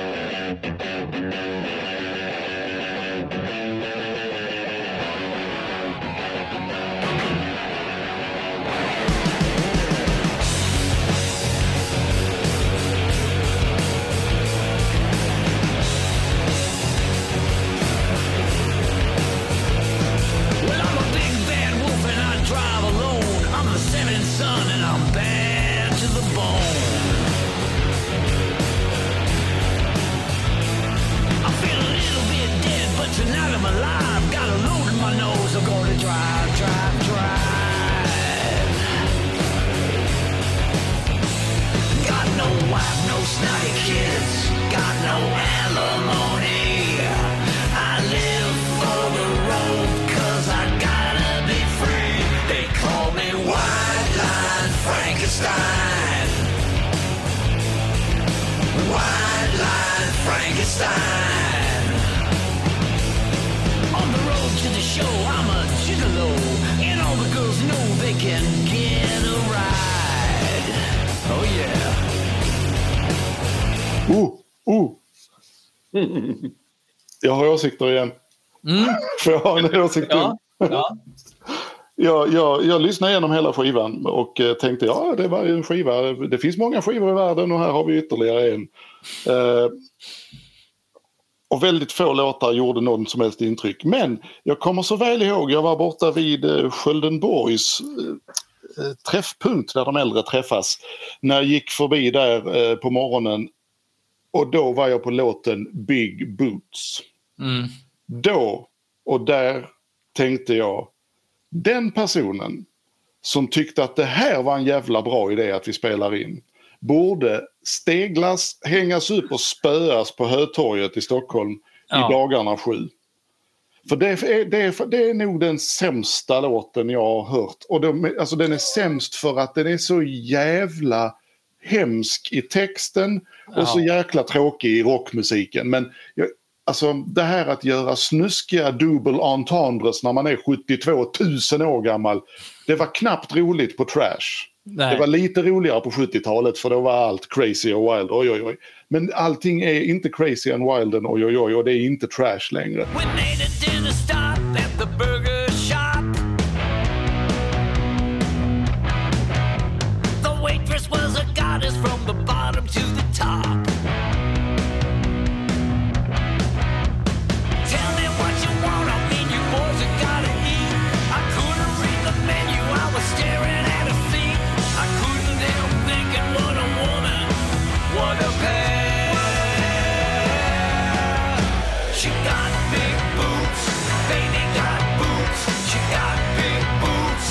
Oh, oh. Jag har åsikter igen. Mm. För jag har en åsikt ja, ja. jag, jag, jag lyssnade igenom hela skivan och tänkte, ja, det var en skiva. Det finns många skivor i världen och här har vi ytterligare en. Uh, och väldigt få låtar gjorde någon som helst intryck. Men jag kommer så väl ihåg, jag var borta vid uh, Sköldenborgs uh, träffpunkt där de äldre träffas. När jag gick förbi där uh, på morgonen. Och då var jag på låten Big Boots. Mm. Då och där tänkte jag, den personen som tyckte att det här var en jävla bra idé att vi spelar in, borde steglas, hängas upp och spöas på Hötorget i Stockholm ja. i dagarna sju. För det är, det, är, det är nog den sämsta låten jag har hört. Och de, alltså den är sämst för att den är så jävla hemsk i texten och ja. så jäkla tråkig i rockmusiken. Men jag, alltså det här att göra snuskiga double entendres när man är sjuttiotvå tusen år gammal, det var knappt roligt på Trash. Nej. Det var lite roligare på sjuttiotalet för då var allt crazy och wild. Oj, oj, oj. Men allting är inte crazy and wild and oj, oj, oj, och det är inte Trash längre. From the bottom to the top. Tell me what you want, I mean you boys are gotta eat. I couldn't read the menu, I was staring at her feet. I couldn't help thinking what a woman, what a pair. She got big boots, baby got boots. She got big boots.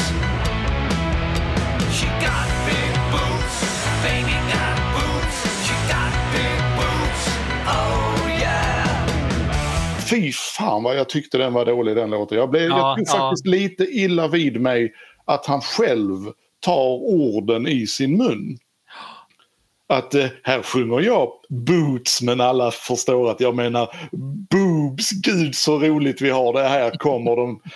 She got big boots. Baby got boots, she got big boots, oh yeah. Fy fan vad jag tyckte den var dålig, den låten. Jag blev ja, jag tog ja. faktiskt lite illa vid mig att han själv tar orden i sin mun. Att eh, här sjunger jag boots, men alla förstår att jag menar boobs. Gud så roligt vi har det här, kommer de.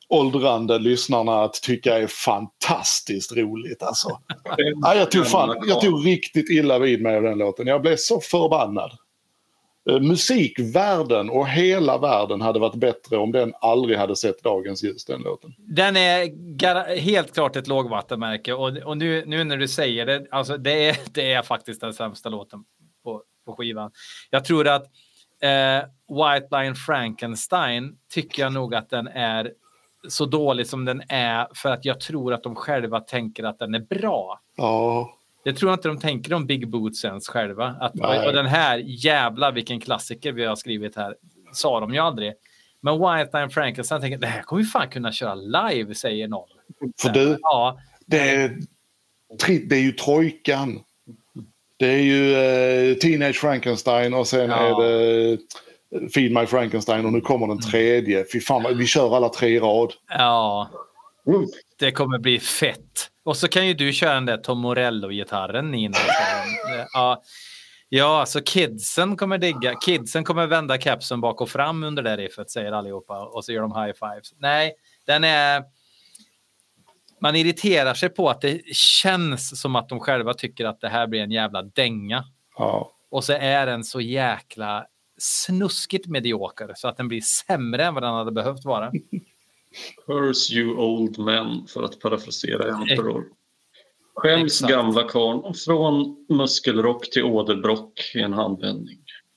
åldrande lyssnarna att tycka är fantastiskt roligt. Alltså. Ja, jag, tog fan, jag tog riktigt illa vid mig av den låten. Jag blev så förbannad. Musikvärlden och hela världen hade varit bättre om den aldrig hade sett dagens ljus, den låten. Den är gar- helt klart ett lågvattenmärke och, och nu, nu när du säger det, alltså det är, det är faktiskt den sämsta låten på, på skivan. Jag tror att eh, White Lion Frankenstein tycker jag nog att den är så dålig som den är för att jag tror att de själva tänker att den är bra. Ja. Jag tror inte de tänker om Big Boots ens själva. Att, och, och den här jävla vilken klassiker vi har skrivit här sa de ju aldrig. Men White Lion Frankenstein tänker det här kommer vi fan kunna köra live, säger någon. För du, ja. det, är, det är ju Trojkan. Det är ju uh, Teenage Frankenstein och sen ja. är det Feed My Frankenstein och nu kommer den tredje. Fy fan, vi kör alla tre i rad. Ja, det kommer bli fett. Och så kan ju du köra den där Tom Morello-gitarren in. Ja, ja, så kidsen kommer digga. Kidsen kommer vända kapsen bak och fram under det riffet, säger allihopa. Och så gör de high fives. Nej, den är... Man irriterar sig på att det känns som att de själva tycker att det här blir en jävla dänga. Ja. Och så är den så jäkla snuskigt medioker så att den blir sämre än vad den hade behövt vara. Curse you old men, för att parafrasera Emperor. Skäms Exakt. gamla karn från muskelrock till åderbrock i en handvändning.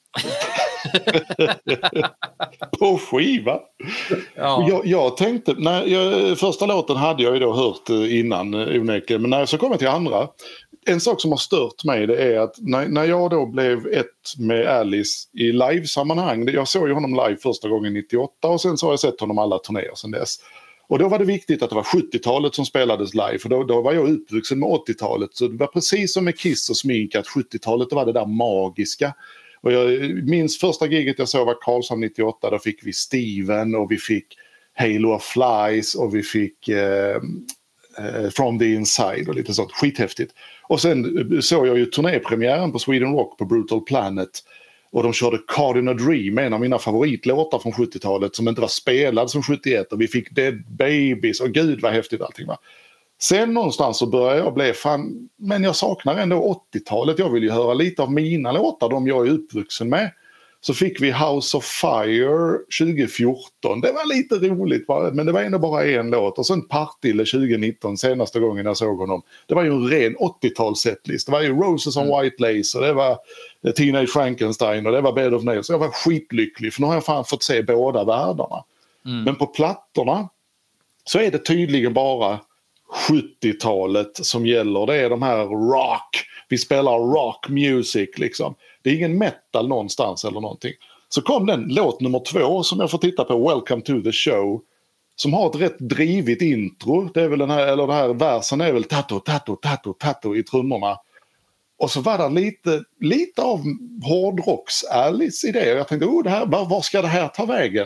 På skiva. Ja. Jag, jag tänkte, när jag, första låten hade jag ju då hört innan onekligen, men när jag så kom till andra, en sak som har stört mig det är att när, när jag då blev ett med Alice i live-sammanhang, jag såg ju honom live första gången nittioåtta och sen så har jag sett honom alla turnéer sedan dess. Och då var det viktigt att det var sjuttiotalet som spelades live, för då, då var jag uppvuxen med åttiotalet, så det var precis som med Kiss och smink att sjuttiotalet var det där magiska. Och jag minns första giget jag såg var Karlshamn nittioåtta, då fick vi Steven och vi fick Halo of Flies och vi fick eh, eh, From the Inside och lite sånt, skithäftigt. Och sen såg jag ju turnépremiären på Sweden Rock på Brutal Planet och de körde Cardinal Dream, en av mina favoritlåtar från sjuttiotalet som inte var spelad som sjuttioett och vi fick Dead Babies och gud vad häftigt allting var. Sen någonstans så började jag bli fan, men jag saknar ändå åttiotalet. Jag vill ju höra lite av mina låtar, de jag är uppvuxen med. Så fick vi House of Fire tjugo fjorton. Det var lite roligt, men det var ändå bara en låt. Och sen Partille tjugo nitton, senaste gången jag såg honom. Det var ju en ren åttiotalssetlist. Det var ju Roses on White Lace och det var Teenage Frankenstein och det var Bed of Nails. Jag var skitlycklig för nu har jag fan fått se båda världarna. Mm. Men på plattorna så är det tydligen bara sjuttiotalet som gäller. Det är de här rock. Vi spelar rock music liksom. Det är ingen metal någonstans eller någonting. Så kom den låt nummer två som jag får titta på, Welcome to the Show, som har ett rätt drivigt intro. Det är väl den här, eller den här versen är väl tato, tato, tato, tato i trummorna. Och så var det lite, lite av hårdrocks Alice i det. Jag tänkte, oh, det här, var, var ska det här ta vägen?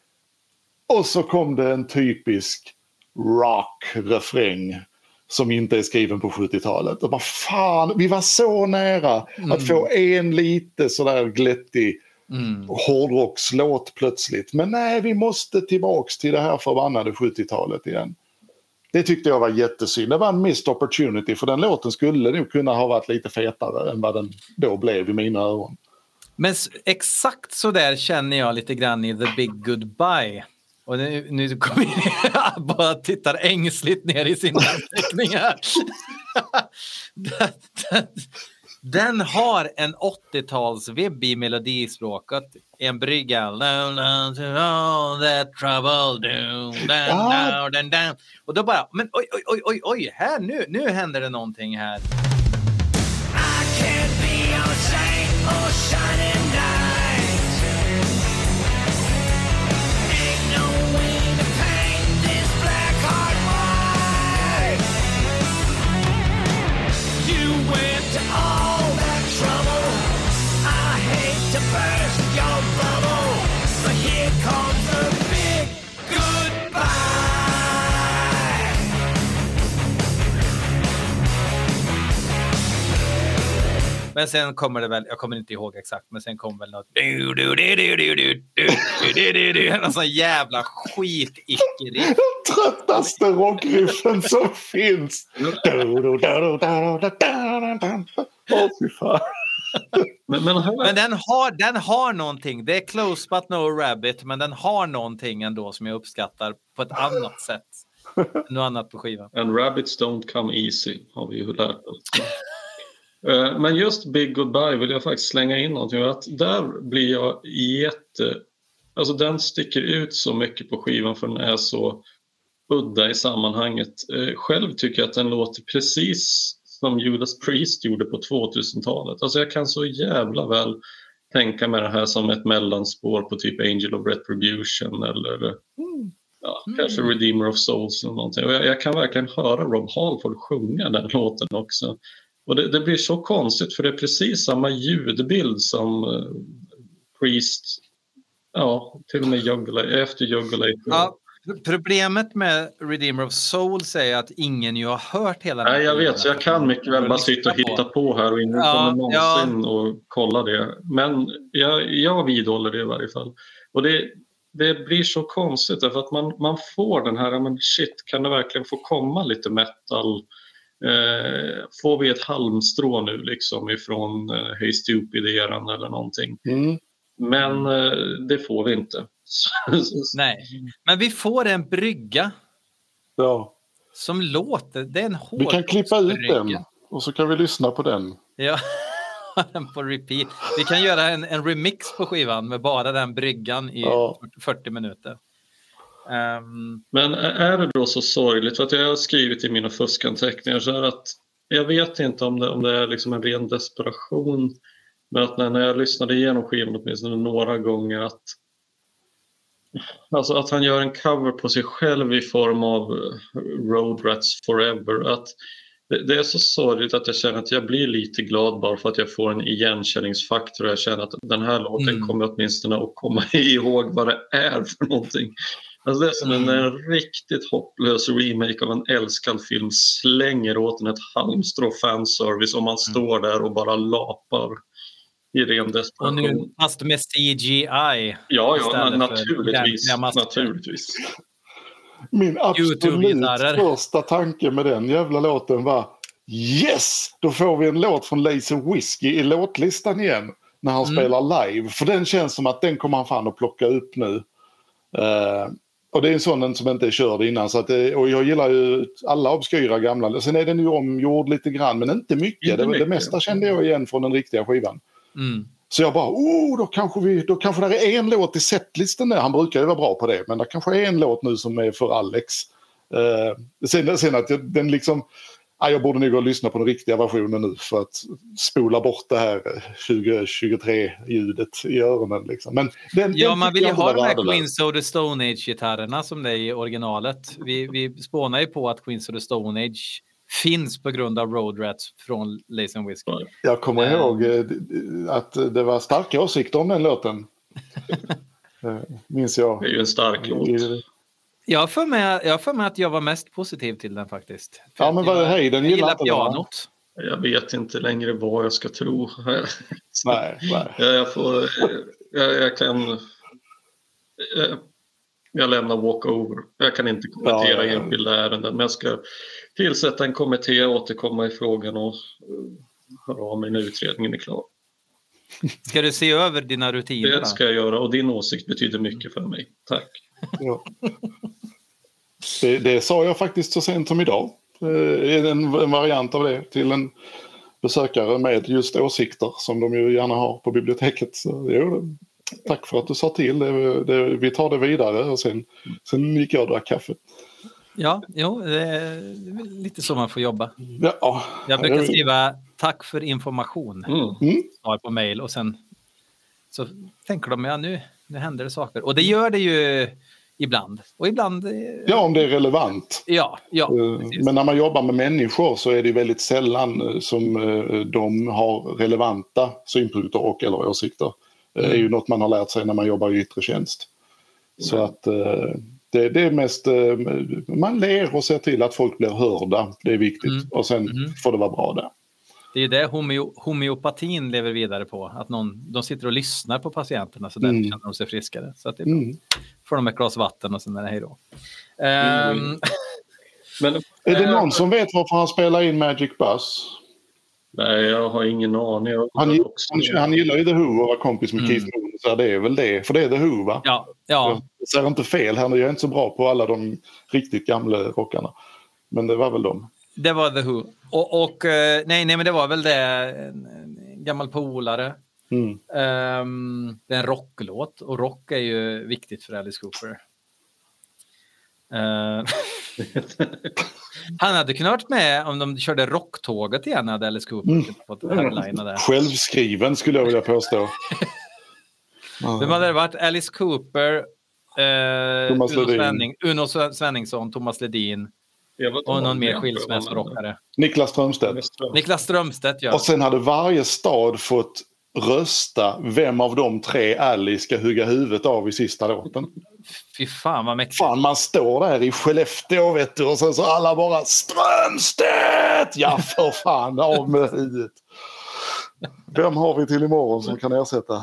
Och så kom det en typisk rock-refräng som inte är skriven på sjuttiotalet. Och bara fan, vi var så nära mm. att få en lite sådär glättig mm. hårdrockslåt plötsligt. Men nej, vi måste tillbaks till det här förbannade sjuttiotalet igen. Det tyckte jag var jättesynd. Det var en missed opportunity, för den låten skulle nog kunna ha varit lite fetare än vad den då blev i mina öron. Men exakt så där känner jag lite grann i The Big Goodbye. Och nu, nu kommer jag bara tittar ängsligt ner i sina anteckningar. den, den, den har en åttiotalsvibb i melodispråket. En brygga. Och då bara, men oj, oj, oj, oj, oj, här nu, nu händer det någonting här. I can't be outside or shining down. Men sen kommer det väl, jag kommer inte ihåg exakt, men sen kommer väl något du du du du du du du du du en sån jävla skit-icke-riff. Den tröttaste rockriffen som finns. Åh, fy fan. Men, men, här... men den har, den har någonting. Det är Close But No Rabbit, men den har någonting ändå som jag uppskattar på ett annat sätt. Något annat på skivan. And rabbits don't come easy, har vi ju lärt oss. Men just Big Goodbye vill jag faktiskt slänga in någonting. Att där blir jag jätte... Alltså den sticker ut så mycket på skivan för den är så udda i sammanhanget. Själv tycker jag att den låter precis som Judas Priest gjorde på tvåtusentalet. Alltså jag kan så jävla väl tänka mig det här som ett mellanspår på typ Angel of Retribution eller ja, mm. kanske Redeemer of Souls eller någonting. Och jag, jag kan verkligen höra Rob Halford sjunga den låten också. Och det, det blir så konstigt för det är precis samma ljudbild som uh, Priest, ja, till och med Juggler, efter Juggler. Ja, problemet med Redeemer of Souls är att ingen ju har hört hela den. Nej, jag vet, så jag kan mycket väl bara sitta och hitta på här och ingen ja, kommer någonsin ja. och kolla det. Men jag, jag vidhåller det i varje fall. Och det, det blir så konstigt därför att man, man får den här, men shit, kan det verkligen få komma lite metal? Eh, får vi ett halmstrå nu liksom ifrån eh, Hey Stupid-eran eller någonting? Mm. Men eh, det får vi inte. Nej, men vi får en brygga ja. som låter, det är en hård vi kan klippa ut brygga. Den och så kan vi lyssna på den. Ja, den på repeat. Vi kan göra en, en remix på skivan med bara den bryggan i ja. fyrtio minuter. Um, men är det då så sorgligt? För att jag har skrivit i mina fuskanteckningar så är att jag vet inte om det, om det är liksom en ren desperation, men att när, när jag lyssnade igenom skivan åtminstone några gånger att alltså att han gör en cover på sig själv i form av Road Rats Forever, att det, det är så sorgligt att jag känner att jag blir lite glad bara för att jag får en igenkänningsfaktor och jag känner att den här låten mm. kommer åtminstone att komma ihåg vad det är för någonting. Alltså det är som en, en riktigt hopplös remake av en älskad film slänger åt en ett halmstrå fanservice om man mm. står där och bara lapar i ren desperation. Och nu fast med C G I. Ja, ja, naturligtvis. naturligtvis. Min absolut första tanke med den jävla låten var yes! Då får vi en låt från Lazy Whiskey i låtlistan igen när han mm. spelar live. För den känns som att den kommer han fan att plocka upp nu. Uh, och det är en sån som inte är körd innan. Så att det, och jag gillar ju alla obskyra gamla. Sen är den ju omgjord lite grann, men inte mycket. Inte det, mycket. Det mesta kände jag igen från den riktiga skivan. Mm. Så jag bara, oh, då kanske vi, då kanske det är en låt i setlisten där. Han brukar ju vara bra på det, men det kanske är en låt nu som är för Alex. Uh, sen, sen att jag, den liksom, ja, jag borde nog gå och lyssna på den riktiga versionen nu för att spola bort det här tjugo tjugotre-ljudet i öronen. Liksom. Men den, ja, den man vill ju ha de här Queens of the Stone Age-gitarrerna som det är i originalet. Vi, vi spånar ju på att Queens of the Stone Age finns på grund av Road Rats från Lazy Whiskey. Jag kommer um, ihåg att det var starka åsikter om den låten. Minns jag. Det är ju en stark låt. Jag för mig, jag för mig att jag var mest positiv till den faktiskt. För ja, men vad är hej, den jag gillar inte pianot. Jag vet inte längre vad jag ska tro. nej, nej. Jag, får, jag, jag kan... Jag, jag lämnar walkover. Jag kan inte kommentera ja, ja. enskilda ärenden, men jag ska tillsätta en kommitté och återkomma i frågan och höra av mig när utredningen är klar. Ska du se över dina rutiner? Det ska jag göra och din åsikt betyder mycket för mig. Tack. Ja. Det, det sa jag faktiskt så sent som idag. En, en variant av det till en besökare med just åsikter som de ju gärna har på biblioteket. Så, jo, tack för att du sa till. Det, det, vi tar det vidare och sen, sen gick jag och drack kaffe. Ja, jo, det är lite så man får jobba. Ja, jag brukar skriva tack för information mm. på mejl och sen så tänker de ja nu, nu händer det saker. Och det gör det ju ibland. Och ibland... Ja, om det är relevant. Ja, ja. Precis. Men när man jobbar med människor så är det väldigt sällan som de har relevanta synpunkter och eller åsikter. Det är ju något man har lärt sig när man jobbar i yttre tjänst. Så mm. att det, det är mest... Man ler och ser till att folk blir hörda. Det är viktigt. Mm. Och sen mm. får det vara bra där. Det är ju det homeo, homeopatin lever vidare på. Att någon, de sitter och lyssnar på patienterna så därför mm. känner de sig friskare. Så att det är bra. Mm. Får de ett glas vatten och sen är det hej då. Mm. Um, Men, är det någon som vet varför han spelar in Magic Bus? Nej, jag har ingen aning. Han, han, han gillar ju The Who och var kompis med mm. Keith Moon, så det är väl det. För det är The Who, va? Ja. ja. Jag säger inte fel här, jag är inte så bra på alla de riktigt gamla rockarna. Men det var väl de. Det var The Who. Och, och nej, nej, men det var väl det. En, en gammal polare. Mm. Um, det är en rocklåt. Och rock är ju viktigt för Alice Cooper. Uh, han hade kunnat varit med om de körde rocktåget igen, hade Alice Cooper mm. fått headlina där. Självskriven skulle jag vilja påstå. Vem hade det varit? Alice Cooper, uh, Uno, Svenning, Uno Svenningsson, Thomas Ledin och någon mer skilsmässorockare. Niklas Strömstedt. Niklas Strömstedt, ja. Och sen hade varje stad fått rösta vem av de tre Alice ska hugga huvudet av i sista låten. Fy fan vad mäktigt. Fan, man står där i Skellefteå, vet du, och sen så alla bara Strömstedt! Ja, för fan, av med huvudet. Vem har vi till imorgon som kan ersätta?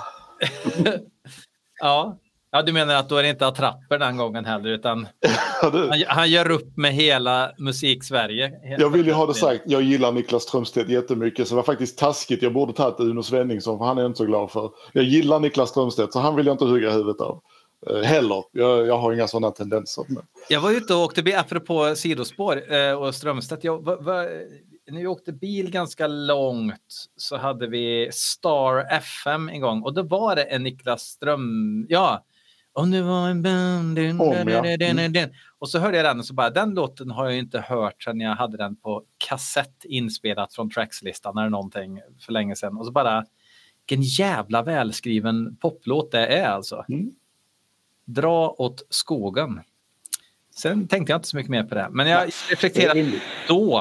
ja. ja, du menar att då är det inte attrapper den gången heller, utan han, han gör upp med hela musik-Sverige. Jag vill ju ha det sagt, jag gillar Niklas Strömstedt jättemycket, så det var faktiskt taskigt. Jag borde tagit Uno Svenningsson, för han är jag inte så glad för. Jag gillar Niklas Strömstedt, så han vill jag inte hugga huvudet av. Uh, heller. Jag, jag har inga sådana tendenser. Men... Jag var ute och åkte bil, apropå sidospår uh, och Strömstedt. Jag, va, va, när jag åkte bil ganska långt så hade vi Star F M en gång. Och då var det en Niklas Ström... Ja, och nu var en band... Om, ja. mm. Och så hörde jag den och så bara, den låten har jag inte hört sedan jag hade den på kassett inspelat från Trackslistan eller någonting för länge sedan. Och så bara, vilken jävla välskriven poplåt det är alltså. Mm. Dra åt skogen. Sen tänkte jag inte så mycket mer på det. Men jag reflekterade då.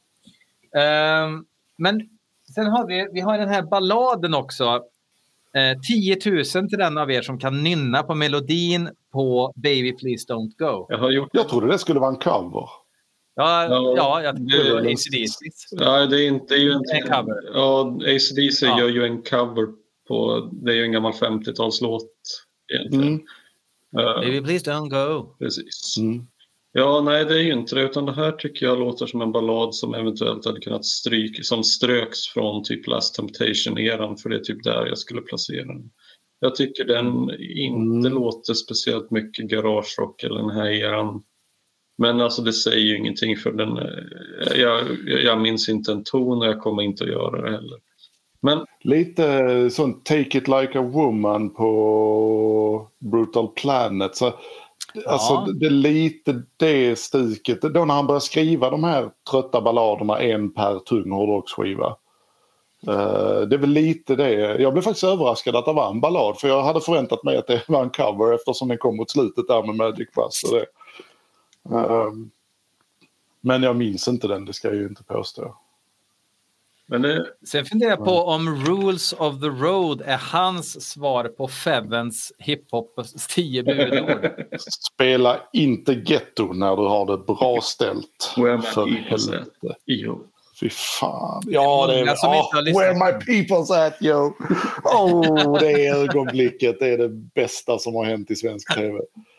Um, men sen har vi, vi har den här balladen också. Uh, tio tusen till den av er som kan nynna på melodin på Baby Please Don't Go. Jag, har gjort... jag trodde det skulle vara en cover. Ja, ja, ja jag tycker det var A C D C. Ja, det är inte... Det är ju en, en cover. Ja, A C D C ja. gör ju en cover på... Det är ju en gammal femtiotalslåt egentligen. Mm. Uh, Baby Please Don't Go. Precis. Mm. Ja, nej, det är ju inte det, utan det här tycker jag låter som en ballad som eventuellt hade kunnat stryka, som ströks från typ Last Temptation-eran, för det är typ där jag skulle placera den. Jag tycker den inte mm. låter speciellt mycket garage rock eller den här eran. Men alltså det säger ju ingenting, för den, jag, jag minns inte en ton och jag kommer inte att göra det heller. Men... Lite sån Take It Like a Woman på Brutal Planet. Så, ja. Alltså det är lite det stuket. Då när han börjar skriva de här trötta balladerna en per tung hårdrocksskiva. Uh, det är väl lite det. Jag blev faktiskt överraskad att det var en ballad. För jag hade förväntat mig att det var en cover eftersom den kom mot slutet där med Magic Bus. Och det. Uh, men jag minns inte den, det ska jag ju inte påstå. Men det... Sen funderar jag på om Rules of the Road är hans svar på Fevens hiphop tio budord. Spela inte ghetto när du har det bra ställt. För helvete. Jo. Fy fan. Ja, det är det. Oh, where my people's at, yo. Oh, det ögonblicket. Det är det bästa som har hänt i svensk tv.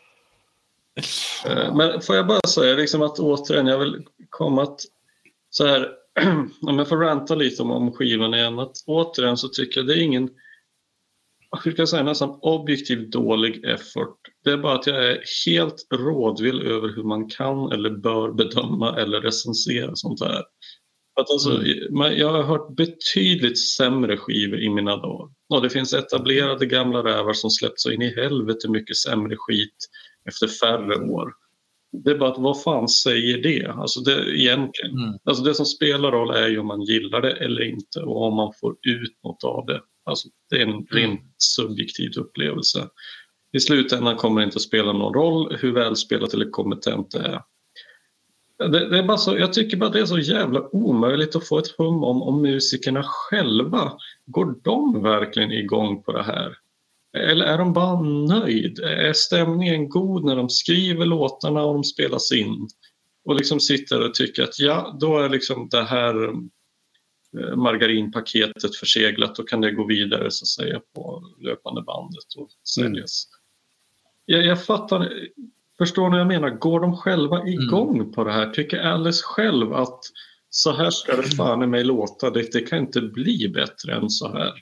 Men får jag bara säga liksom att återigen, jag vill komma att så här, om jag får ranta lite om, om skivan igen, att återigen så tycker jag det är ingen, hur ska jag säga, nästan objektivt dålig effort. Det är bara att jag är helt rådvill över hur man kan eller bör bedöma eller recensera sånt här. Att alltså, mm. Jag har hört betydligt sämre skivor i mina dagar. Och det finns etablerade gamla rävar som släppt så in i helvete mycket sämre skit efter färre år. Det är bara att vad fan säger det? Alltså det egentligen. Mm. Alltså det som spelar roll är ju om man gillar det eller inte och om man får ut något av det. Alltså det är en mm. rent subjektiv upplevelse. I slutändan kommer det inte att spela någon roll hur välspelat eller kompetent det är. Det, det är bara så, jag tycker bara det är så jävla omöjligt att få ett hum om om musikerna själva. Går de verkligen igång på det här? Eller är de bara nöjd? Är stämningen god när de skriver låtarna och de spelas in? Och liksom sitter och tycker att ja, då är liksom det här margarinpaketet förseglat, och kan det gå vidare så att säga på löpande bandet och säljas. Mm. Jag, jag fattar, förstår ni vad jag menar? Går de själva igång mm. på det här? Tycker Alice själv att så här ska det fan i mig låta, det, det kan inte bli bättre än så här.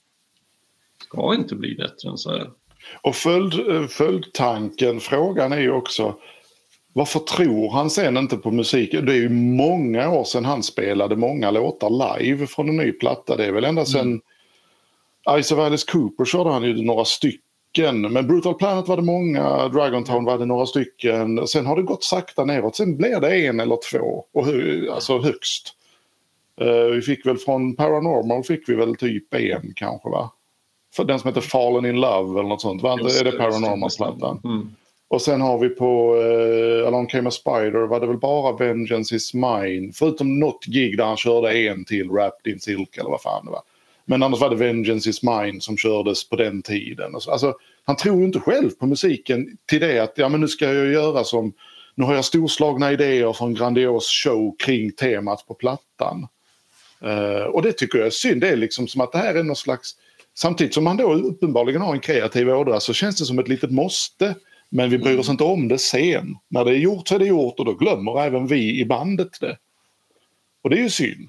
Ska inte bli bättre än så här. Och följd, följdtanken, frågan är ju också, varför tror han sen inte på musik? Det är ju många år sedan han spelade många låtar live från en ny platta. Det är väl ända sedan mm. Ice of Alice Cooper körde han ju några stycken. Men Brutal Planet var det många, Dragon Town var det några stycken. Sen har det gått sakta neråt. Sen blev det en eller två, och hö- alltså högst. Uh, vi fick väl från Paranormal fick vi väl typ en kanske, va? För den som heter Fallen in Love eller något sånt. Va? Är det Paranormal-plattan? Mm. Och sen har vi på uh, Along Came a Spider var det väl bara Vengeance is Mine. Förutom något gig där han körde en till, Wrapped in Silk eller vad fan det var. Men annars var det Vengeance is Mine som kördes på den tiden. Alltså, han tror ju inte själv på musiken till det att ja, men nu ska jag göra som, nu har jag storslagna idéer för en grandios show kring temat på plattan. Uh, och det tycker jag är synd. Det är liksom som att det här är någon slags, samtidigt som man då uppenbarligen har en kreativ ådra, så känns det som ett litet måste. Men vi bryr oss inte om det sen. När det är gjort så är det gjort, och då glömmer även vi i bandet det. Och det är ju synd.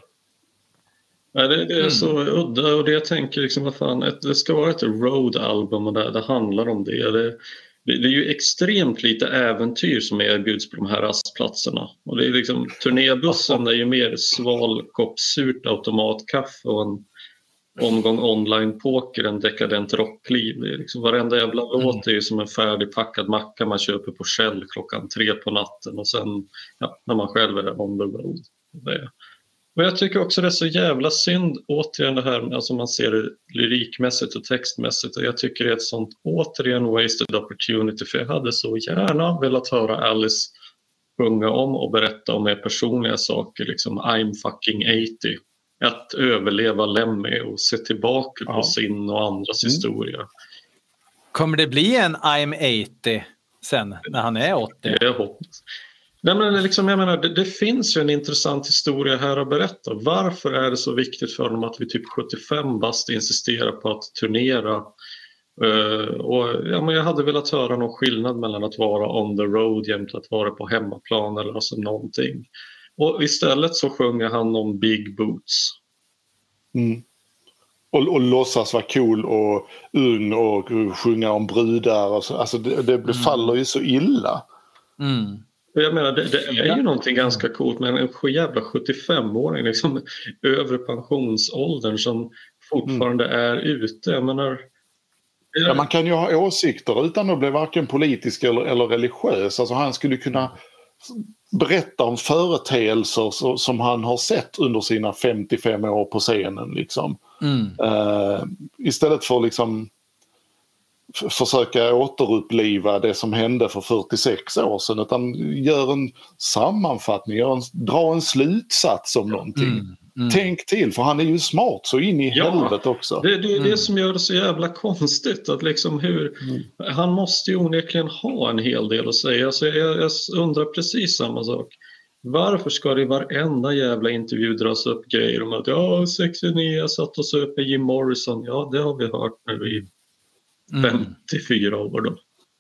Ja, det, det är mm. så udda, och det jag tänker liksom, vad fan, ett, det ska vara ett road-album och det, det handlar om det. Det, det. Det är ju extremt lite äventyr som erbjuds på de här rastplatserna. Och det är liksom, turnébussen är ju mer sval kopp surt automatkaffe och en omgång online-poker, en dekadent rockliv. Det är liksom, varenda jävla mm. låt är ju som en färdigpackad macka man köper på Shell klockan tre på natten, och sen ja, när man själv är on the road. Det. Och jag tycker också det är så jävla synd, återigen det här, alltså man ser det lyrikmässigt och textmässigt, och jag tycker det är ett sånt återigen wasted opportunity, för jag hade så gärna velat höra Alice sjunga om och berätta om mer personliga saker, liksom I'm fucking eighty. Att överleva Lemmy och se tillbaka ja. på sin och andras mm. historia. Kommer det bli en I'm eighty sen när han är åttio? Det är hoppas. Nej, men liksom, jag menar, det, det finns ju en intressant historia här att berätta. Varför är det så viktigt för dem att vi typ sjuttiofem bast insisterar på att turnera? Uh, och, ja, men jag hade velat höra någon skillnad mellan att vara on the road jämt att vara på hemmaplan eller alltså någonting. Och istället så sjunger han om Big Boots. Mm. Och, och låtsas vara cool och ung och sjunga om brudar. Och så. Alltså det, det mm. faller ju så illa. Mm. Jag menar, det, det är ju någonting ganska coolt med en jävla sjuttiofem-åring liksom, över pensionsåldern som fortfarande mm. är ute. Jag menar, ja, man kan ju ha åsikter utan att bli varken politisk eller, eller religiös. Alltså han skulle kunna berätta om företeelser som han har sett under sina femtiofem år på scenen. Liksom. Mm. Uh, istället för liksom f- försöka återuppliva det som hände för fyrtiosex år sedan, utan gör en sammanfattning, gör en, dra en slutsats om någonting. Mm. Mm. Tänk till, för han är ju smart så in i ja, helvete också. Det, det är mm. det som gör det så jävla konstigt. Att liksom hur, mm. Han måste ju onekligen ha en hel del att säga. Så jag, jag undrar precis samma sak. Varför ska det i varenda jävla intervju dras upp grejer om att ja, sextionio jag satt och söp med Jim Morrison. Ja, det har vi hört nu i mm. femtiofyra år då.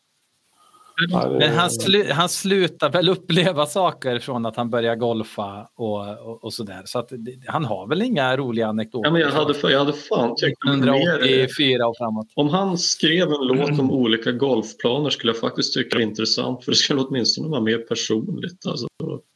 Men han, slu, han slutar väl uppleva saker från att han börjar golfa och, och, och sådär. Så att det, han har väl inga roliga anekdoter. Ja, men jag hade, jag hade fan tyckt etthundraåttiofyra och framåt. Om han skrev en låt om olika golfplaner skulle jag faktiskt tycka det är intressant. För det skulle åtminstone vara mer personligt. Alltså.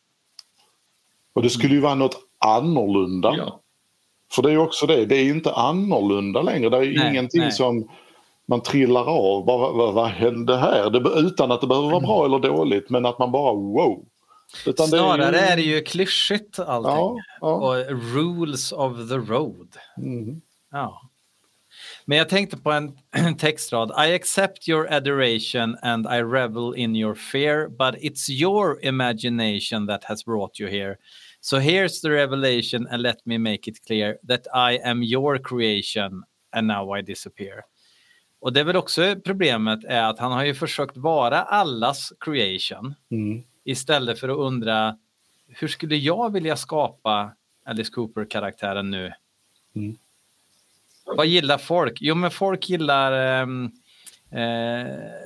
Och det skulle ju vara något annorlunda. Ja. För det är ju också det. Det är ju inte annorlunda längre. Det är ju nej, ingenting nej. som man trillar av. Vad, vad, vad hände här? Det, utan att det behöver vara bra eller dåligt. Men att man bara wow. Utan snarare det är, ju... är det ju klyschigt allting. Ja, ja. Och rules of the road. Mm. Ja. Men jag tänkte på en textrad. I accept your adoration and I revel in your fear. But it's your imagination that has brought you here. So here's the revelation and let me make it clear that I am your creation and now I disappear. Och det är väl också problemet är att han har ju försökt vara allas creation mm. istället för att undra hur skulle jag vilja skapa Alice Cooper-karaktären nu. Mm. Vad gillar folk? Jo, men folk gillar um, eh,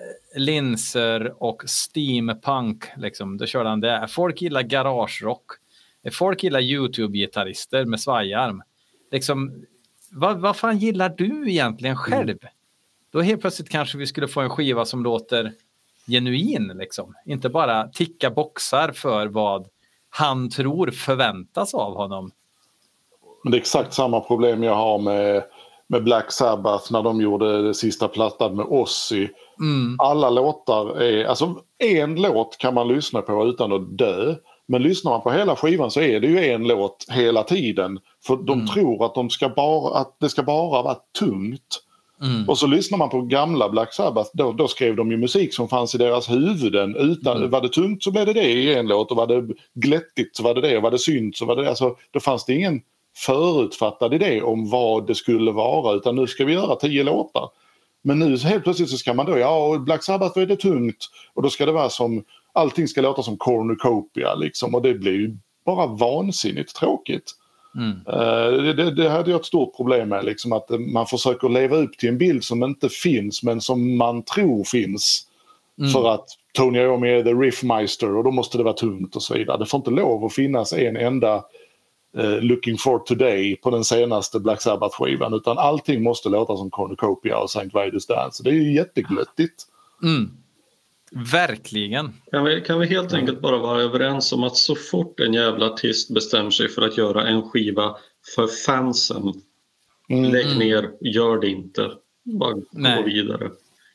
linser och steampunk. Liksom. Då kör han det. Folk gillar garagerock. Folk gillar YouTube-gitarrister med svajarm. Liksom, vad, vad fan gillar du egentligen själv? Mm. Då helt plötsligt kanske vi skulle få en skiva som låter genuin. Liksom. Inte bara ticka boxar för vad han tror förväntas av honom. Men det är exakt samma problem jag har med, med Black Sabbath när de gjorde det sista plattan med Ozzy. Mm. Alla låtar är... Alltså en låt kan man lyssna på utan att dö. Men lyssnar man på hela skivan så är det ju en låt hela tiden. För de mm. tror att, de ska bara, att det ska bara vara tungt. Mm. Och så lyssnar man på gamla Black Sabbath, då, då skrev de ju musik som fanns i deras huvuden. Utan, mm. Var det tungt så blev det det i en låt, och var det glättigt så var det det, och var det synt så var det det. Alltså, då fanns det ingen förutfattad idé om vad det skulle vara, utan nu ska vi göra tio låtar. Men nu helt plötsligt så ska man då, ja, Black Sabbath är det tungt, och då ska det vara som, allting ska låta som cornucopia liksom, och det blir ju bara vansinnigt tråkigt. Mm. Uh, det, det hade jag ett stort problem med, liksom, att man försöker leva upp till en bild som inte finns men som man tror finns. Mm. För att Tony Iommi är the riffmeister och då måste det vara tungt och så vidare. Det får inte lov att finnas en enda uh, Looking for Today på den senaste Black Sabbath-skivan, utan allting måste låta som cornucopia och Saint Vitus Dance. Det är ju jätteglöttigt. Mm. Verkligen. Kan vi, kan vi helt mm. enkelt bara vara överens om att så fort en jävla artist bestämmer sig för att göra en skiva för fansen, mm. lägg ner, gör det inte. Bara Nej. gå vidare.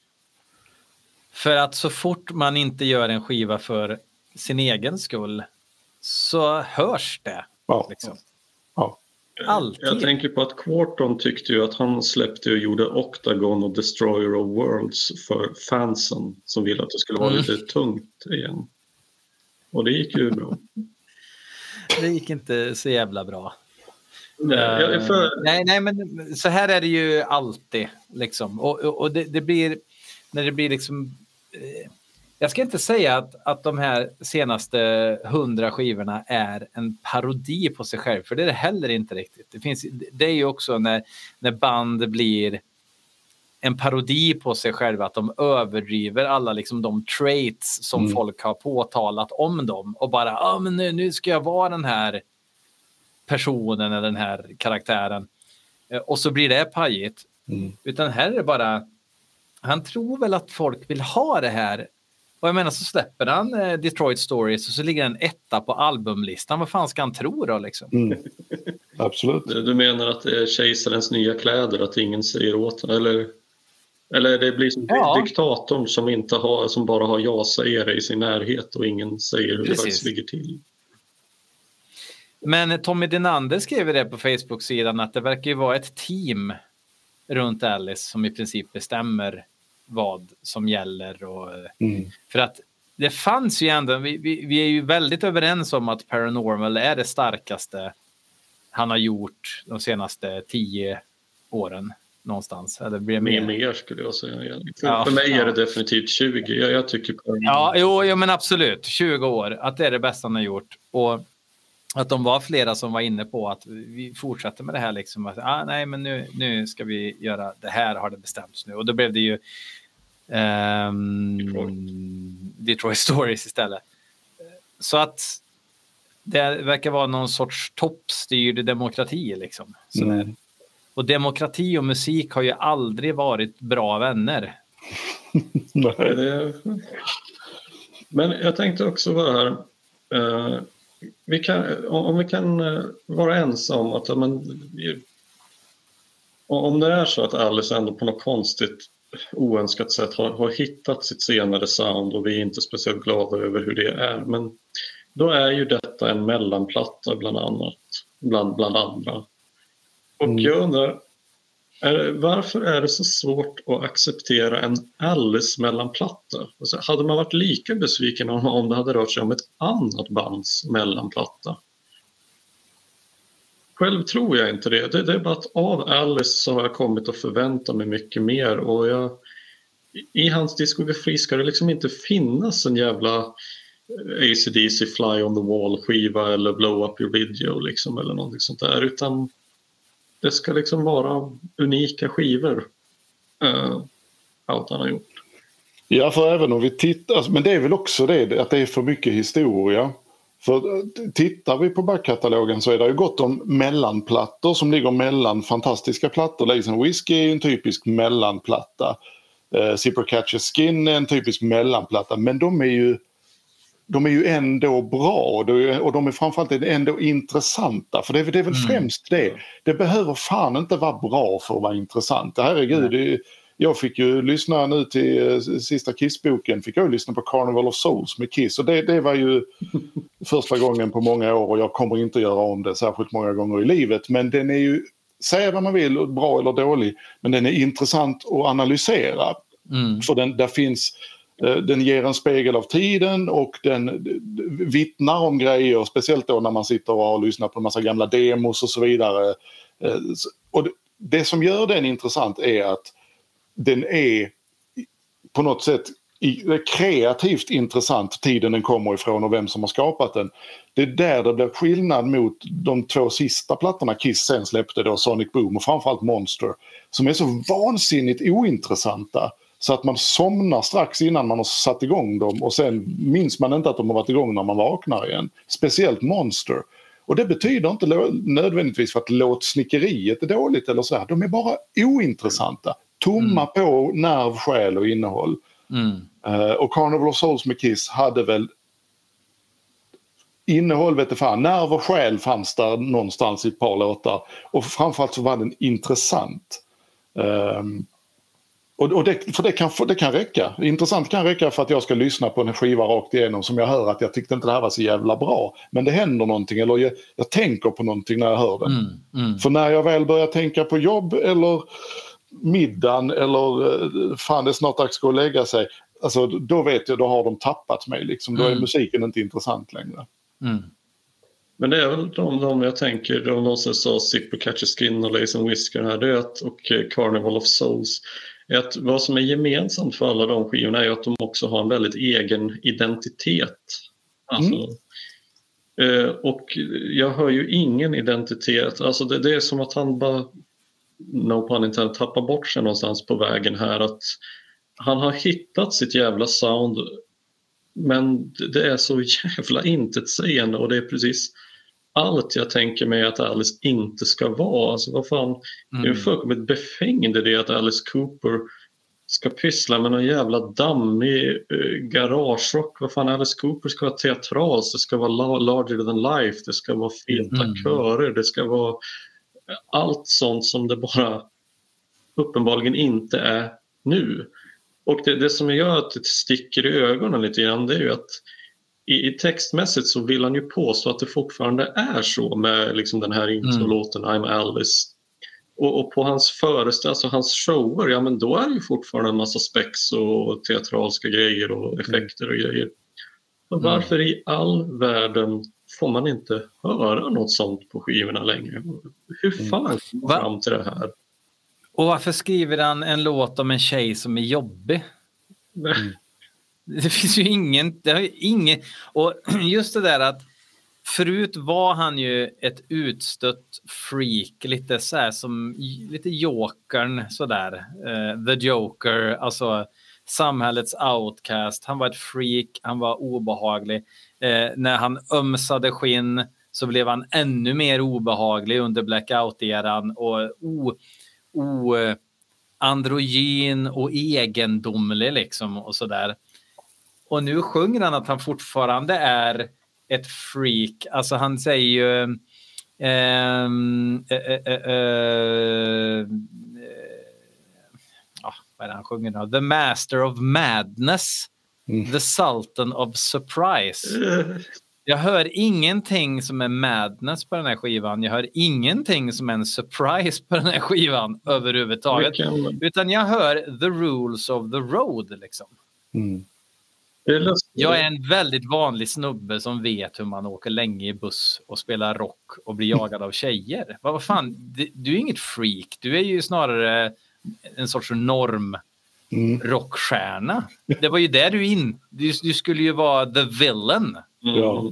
För att så fort man inte gör en skiva för sin egen skull så hörs det. Ja. Liksom. Ja. Alltid. Jag tänker på att Quarton tyckte ju att han släppte och gjorde Octagon och Destroyer of Worlds för fansen som ville att det skulle vara mm. lite tungt igen. Och det gick ju bra. Det gick inte så jävla bra. Nej, jag är för... nej, nej, men så här är det ju alltid. Liksom. Och, och, och det, det blir, när det blir liksom... Eh, jag ska inte säga att, att de här senaste hundra skivorna är en parodi på sig själv. För det är det heller inte riktigt. Det, finns, det är ju också när, när band blir en parodi på sig själva. Att de överdriver alla liksom, de traits som mm. folk har påtalat om dem. Och bara, ja ah, men nu, nu ska jag vara den här personen eller den här karaktären. Och så blir det pajigt. Mm. Utan här är det bara... Han tror väl att folk vill ha det här. Och jag menar, så släpper han eh, Detroit Stories och så ligger en etta på albumlistan. Vad fan ska han tro då liksom? Mm. Absolut. Du, du menar att det är kejsarens nya kläder, att ingen säger åt honom? Eller, eller det blir som ja. diktatorn som, inte har, som bara har ja-sägare i sin närhet och ingen säger hur Precis. det faktiskt ligger till. Men Tommy Dinander skrev det på Facebook-sidan att det verkar ju vara ett team runt Alice som i princip bestämmer vad som gäller. Och, mm. För att det fanns ju ändå, vi, vi, vi är ju väldigt överens om att Paranormal är det starkaste han har gjort de senaste tio åren någonstans. Eller blir det mer? mer skulle jag säga. För, ja, för mig är det ja. definitivt tjugo. Jag, jag tycker ja, jo, jo, men absolut. tjugo år. Att det är det bästa han har gjort. Och att de var flera som var inne på att vi fortsätter med det här liksom. Att, ah, nej, men nu, nu ska vi göra det här, har det bestämts nu. Och då blev det ju um, Detroit. Detroit Stories istället. Så att det verkar vara någon sorts toppstyrd demokrati liksom. Så mm. Och demokrati och musik har ju aldrig varit bra vänner. Nej, det... Men jag tänkte också vara här... Uh... Vi kan, om vi kan vara ensamma att men, om det är så att Alice ändå på något konstigt oönskat sätt har, har hittat sitt senare sound och vi är inte speciellt glada över hur det är, men då är ju detta en mellanplatta bland annat, bland, bland andra. Och mm. jag undrar, är, varför är det så svårt att acceptera en Alice mellanplatta? Alltså, hade man varit lika besviken om, om det hade rört sig om ett annat bands mellanplatta? Själv tror jag inte det. det. Det är bara att av Alice så har jag kommit att förvänta mig mycket mer. Och jag, i hans diskografi ska det liksom inte finnas en jävla A C D C Fly on the Wall skiva eller Blow Up Your Video liksom, eller någonting sånt där, utan det ska liksom vara unika skivor. Uh, allt han har gjort. Ja, för även om vi tittar, alltså, men det är väl också det att det är för mycket historia. För tittar vi på backkatalogen så är det ju gott om mellanplattor som ligger mellan fantastiska plattor. Liksom Whiskey är en typisk mellanplatta. Uh, Zipper Catcher Skin är en typisk mellanplatta. Men de är ju, de är ju ändå bra och de är framförallt ändå intressanta. För det är, det är väl främst det. Det behöver fan inte vara bra för att vara intressant. Herregud, det är, jag fick ju lyssna nu till uh, sista Kiss-boken. Fick jag ju lyssna på Carnival of Souls med Kiss. Och det, det var ju första gången på många år. Och jag kommer inte göra om det särskilt många gånger i livet. Men den är ju, säga vad man vill, bra eller dålig. Men den är intressant att analysera. Mm. För den, där finns, uh, den ger en spegel av tiden. Och den vittnar om grejer. Speciellt då när man sitter och har lyssnat på en massa gamla demos och så vidare. Uh, och det, det som gör den intressant är att den är på något sätt kreativt intressant, tiden den kommer ifrån och vem som har skapat den. Det är där det blir skillnad mot de två sista plattorna Kiss sen släppte då, Sonic Boom och framförallt Monster, som är så vansinnigt ointressanta så att man somnar strax innan man har satt igång dem och sen minns man inte att de har varit igång när man vaknar igen. Speciellt Monster. Och det betyder inte nödvändigtvis för att låtsnickeriet är dåligt eller så här. De är bara ointressanta. Tomma mm. på nerv, själ och innehåll. Mm. Uh, och Carnival of Souls med Kiss hade väl innehåll, vet du fan, nerv och själ fanns där någonstans i ett par låtar. Och framförallt så var den intressant. Um, och och det, för det kan, det kan räcka. Intressant kan räcka för att jag ska lyssna på en skiva rakt igenom som jag hör att jag tyckte inte det här var så jävla bra. Men det händer någonting eller jag, jag tänker på någonting när jag hör den. Mm. Mm. För när jag väl börjar tänka på jobb eller middagen eller fan det är snart dags att gå och lägga sig, alltså då vet jag, då har de tappat mig liksom, då är mm. musiken inte intressant längre. Mm. Men det är väl de, de jag tänker, de någonsin sa Zipper Catcher Skin och Lace and Whisker här, det är att, och Carnival of Souls, är att vad som är gemensamt för alla de skivorna är att de också har en väldigt egen identitet. Alltså mm. eh, och jag hör ju ingen identitet, alltså det, det är som att han bara, no pun intended, tappar bort sig någonstans på vägen här, att han har hittat sitt jävla sound men det är så jävla intetsägande och det är precis allt jag tänker mig att Alice inte ska vara. Alltså vad fan, mm. det är fullkomligt befängd det att Alice Cooper ska pyssla med någon jävla dammig uh, garagerock. Vad fan, Alice Cooper ska vara teatral, det ska vara larger than life, det ska vara feta mm. körer, det ska vara allt sånt som det bara uppenbarligen inte är nu. Och det, det som gör att det sticker i ögonen lite grann, det är ju att i, i textmässigt så vill han ju påstå att det fortfarande är så med liksom den här introlåten mm. I'm Alice. Och, och på hans föreställning, alltså hans shower, ja men då är det ju fortfarande en massa spex och teatralska grejer och effekter och grejer. Och varför mm. i all världen får man inte höra något sånt på skivorna längre? Hur fan kommer man fram till det här? Och varför skriver han en låt om en tjej som är jobbig? Mm. Det finns ju ingen, det har ju ingen... Och just det där att förut var han ju ett utstött freak, lite så här som lite jokern sådär, uh, the joker, alltså samhällets outcast. Han var ett freak, han var obehaglig. Uh, när han ömsade skinn så blev han ännu mer obehaglig under blackout-eran och o, o, androgyn och egendomlig liksom och sådär. Och nu sjunger han att han fortfarande är ett freak. Alltså han säger ju ähm, äh, äh, äh, äh, äh, vad är det han sjunger nu? The Master of Madness. Mm. The Sultan of Surprise. Mm. Jag hör ingenting som är madness på den här skivan. Jag hör ingenting som är en surprise på den här skivan överhuvudtaget. Vilken... Utan jag hör the rules of the road liksom. Mm. Jag är en väldigt vanlig snubbe som vet hur man åker länge i buss och spelar rock och blir jagad av tjejer. Vad fan, du är inget freak. Du är ju snarare en sorts norm Mm. rockstjärna. Det var ju där du in... Du, du skulle ju vara the villain. Mm. Ja.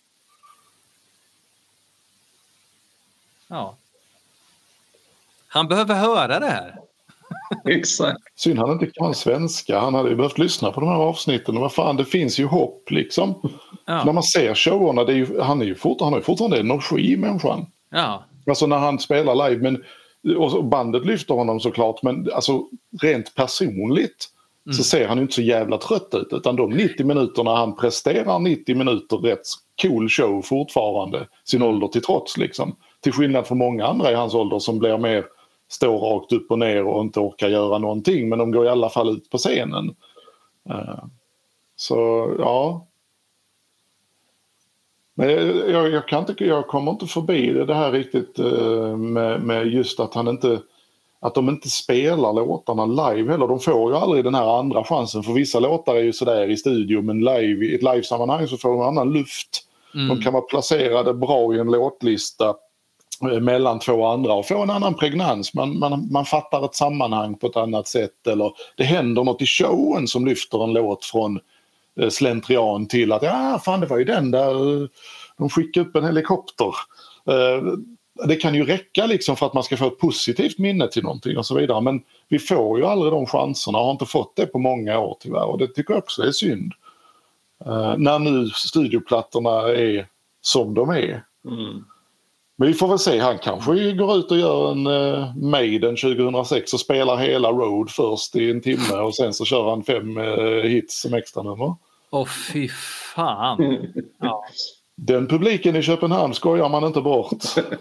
Ja. Han behöver höra det här. Exakt. Synd han inte kan svenska. Han hade ju behövt lyssna på de här avsnitten. Och vad fan, det finns ju hopp liksom. Ja. När man ser showerna, det är ju, han är ju fort, han har ju fortfarande energi, människan. Ja. Alltså när han spelar live, men, och bandet lyfter honom såklart, men alltså rent personligt Mm. så ser han ju inte så jävla trött ut. Utan de nittio minuterna han presterar nittio minuter rätt cool show fortfarande, sin ålder till trots liksom. Till skillnad från många andra i hans ålder som blir mer står rakt upp och ner och inte orkar göra någonting, men de går i alla fall ut på scenen. Uh, så ja. Men jag, jag, jag, kan inte, jag kommer inte förbi det, det här riktigt uh, med, med just att han inte att de inte spelar låtarna live heller. De får ju aldrig den här andra chansen, för vissa låtar är ju sådär i studio, men live, i ett livesammanhang så får de en annan luft. Mm. De kan vara placerade bra i en låtlista mellan två andra och få en annan pregnans. Man, man, man fattar ett sammanhang på ett annat sätt, eller det händer något i showen som lyfter en låt från eh, slentrian till att ja, fan det var ju den där de skickade upp en helikopter. Eh, det kan ju räcka liksom för att man ska få ett positivt minne till någonting och så vidare, men vi får ju aldrig de chanserna och har inte fått det på många år tyvärr, och det tycker jag också är synd. Eh, när nu studioplattorna är som de är. Mm. Men vi får väl se, han kanske går ut och gör en uh, Maiden tjugohundrasex och spelar hela Road först i en timme och sen så kör han fem uh, hits som extra nummer. Åh fy fan. Ja. Den publiken i Köpenhamn skojar man inte bort.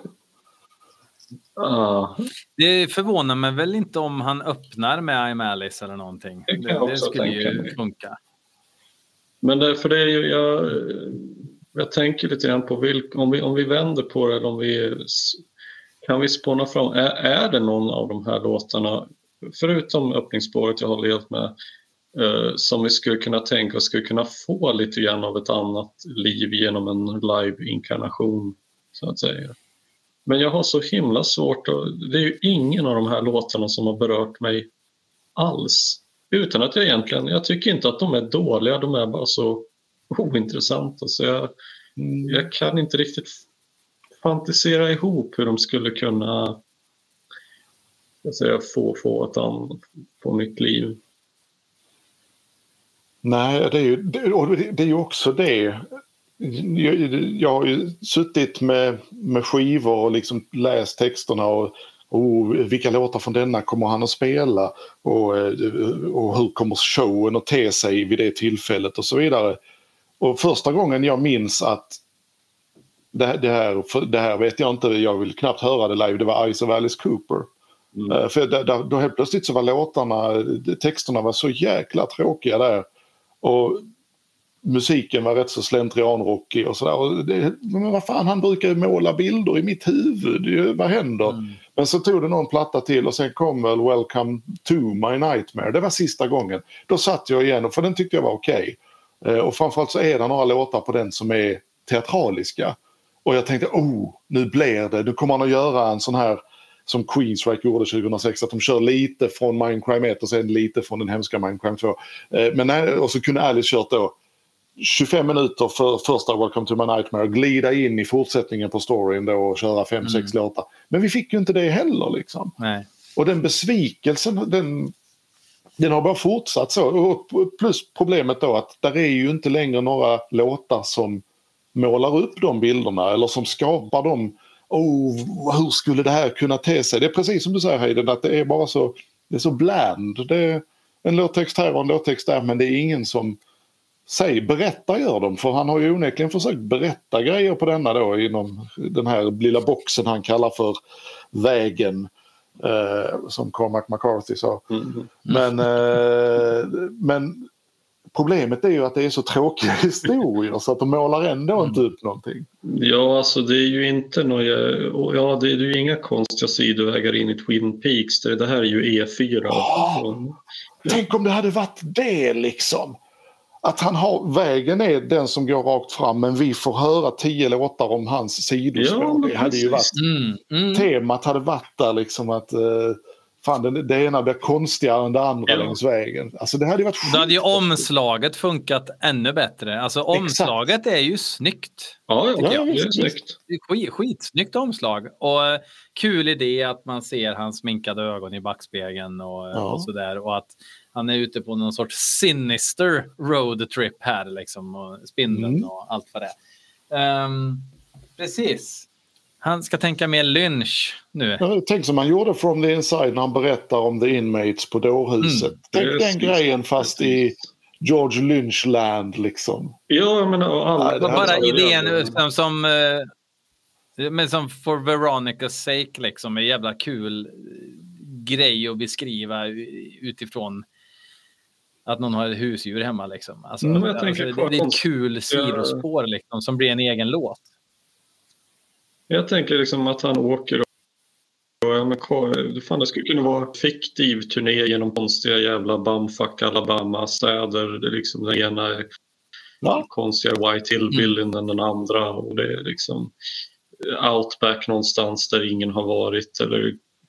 uh. Det förvånar mig väl inte om han öppnar med I'm Alice eller någonting. Det, det, det skulle ju funka. Men det, för det är ju... Jag... Jag tänker lite grann på vilk, om, vi, om vi vänder på det, eller om vi, kan vi spåna fram, är, är det någon av de här låtarna, förutom öppningsspåret jag har levt med, eh, som vi skulle kunna tänka och skulle kunna få lite grann av ett annat liv genom en live-inkarnation, så att säga. Men jag har så himla svårt, och det är ju ingen av de här låtarna som har berört mig alls. Utan att jag egentligen, jag tycker inte att de är dåliga, de är bara så ointressanta, så jag, mm. jag kan inte riktigt fantisera ihop hur de skulle kunna jag säga, få, få ett annat på nytt liv. Nej, det är ju, det, och det är ju också det. Jag, jag har ju suttit med, med skivor och liksom läst texterna och och vilka låtar från denna kommer han att spela och, och hur kommer showen att te sig vid det tillfället och så vidare. Och första gången jag minns att det, det, här, det här vet jag inte, jag vill knappt höra det live, det var Eyes of Alice Cooper. Mm. För där, då helt plötsligt så var låtarna, texterna var så jäkla tråkiga där. Och musiken var rätt så slentrianrockig och sådär. Men vad fan, han brukar måla bilder i mitt huvud. Vad händer? Mm. Men så tog det någon platta till och sen kom väl Welcome to My Nightmare. Det var sista gången. Då satt jag igen, för den tyckte jag var okej. Okay. Och framförallt så är det några låtar på den som är teatraliska. Och jag tänkte, oh, nu blir det. Nu kommer han att göra en sån här som Queensryche gjorde tjugohundrasex, att de kör lite från Mindcrime ett och sen lite från den hemska Mindcrime två. Men nej, och så kunde Alice kört då tjugofem minuter för första Welcome to My Nightmare, glida in i fortsättningen på storyn då och köra fem, mm. sex låtar. Men vi fick ju inte det heller liksom. Nej. Och den besvikelsen, den, den har bara fortsatt så. Och plus problemet då att där är ju inte längre några låtar som målar upp de bilderna eller som skapar dem. Oh, hur skulle det här kunna te sig? Det är precis som du säger, Hayden, att det är bara så, det är så bland. Det är en låttext här och en låttext där, men det är ingen som säg, berätta gör de, för han har ju onekligen försökt berätta grejer på denna då inom den här lilla boxen han kallar för vägen, eh, som Cormac McCarthy sa. Mm. Men, eh, men problemet är ju att det är så tråkiga historier så att de målar ändå mm. inte upp någonting. Ja, alltså det är ju inte några, ja, det är ju inga konstiga sidovägar in i Twin Peaks, det, det här är ju E fyra. Oh, tänk om det hade varit det liksom. Att han har, vägen är den som går rakt fram, men vi får höra tio låtar om hans sidospår. Ja, det hade ju varit, mm, mm. temat hade varit där liksom att, fan det, det ena blir konstigare än det andra Ja. längs vägen. Alltså det hade ju varit Då hade ju skit. omslaget funkat ännu bättre. Alltså omslaget är ju snyggt. Ja, ja, Ja, det är visst, snyggt. Det är Skit, skitsnyggt omslag. Och eh, kul idé att man ser hans sminkade ögon i backspegeln och, Ja. och sådär. Och att han är ute på någon sorts sinister road trip här liksom. Och spindeln Mm. och allt vad det är. Um, precis. Han ska tänka mer lynch nu. Ja, tänk som han gjorde From the Inside när han berättar om The Inmates på dårhuset. Mm. Tänk Precis. den grejen fast i George Lynch-land liksom. Ja, jag menar, och alla, Ja, det här Bara är idén som, som, eh, men som For Veronica's sake liksom är jävla kul grej att beskriva utifrån att någon har ett husdjur hemma liksom. Alltså, Mm, jag alltså, tänker det, på det är ett konst- kul sidospår liksom som blir en egen låt. Jag tänker liksom att han åker och ja, men, fan, det skulle kunna vara en fiktiv turné genom konstiga jävla Bumfuck Alabama-städer. Det är liksom den ena är Ja. konstiga White Hillbillyn än den andra och det är liksom outback någonstans där ingen har varit eller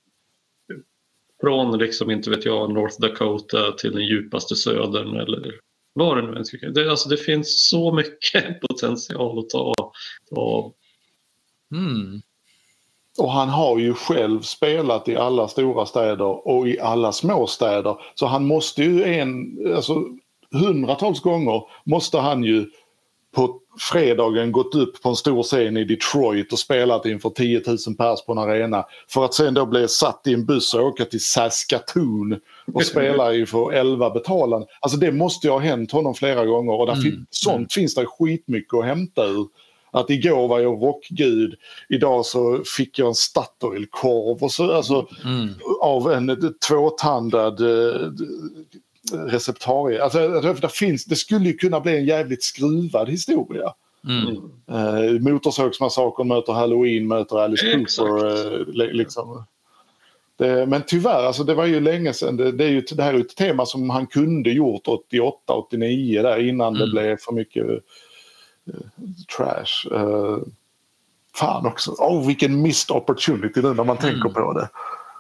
från liksom, inte vet jag, North Dakota till den djupaste södern eller vad det nu än tycker. Det, alltså, det finns så mycket potential att ta av. Mm. Och han har ju själv spelat i alla stora städer och i alla små städer. Så han måste ju en, alltså hundratals gånger måste han ju på fredagen gått upp på en stor scen i Detroit och spelat inför tio tusen pers på en arena. För att sen då bli satt i en buss och åka till Saskatoon och spela inför elva betalande. Alltså det måste ju ha hänt honom flera gånger och där Mm. fin- sånt finns det skitmycket att hämta ur. Att igår var jag rockgud, idag så fick jag en Statoil-korv och så, alltså, Mm. av en tvåtandad eh, receptarie. Alltså, det, finns, det skulle ju kunna bli en jävligt skruvad historia. Mm. Eh, Motorsågsmassakern möter Halloween, möter Alice Exakt. Cooper. Eh, li- liksom. det, men tyvärr, alltså, det var ju länge sedan. Det, det, är ju, det här är ju ett tema som han kunde gjort åttioåtta åttionio där innan Mm. det blev för mycket trash. Uh, fan också. Oh, vilken missed opportunity nu när man Mm. tänker på det.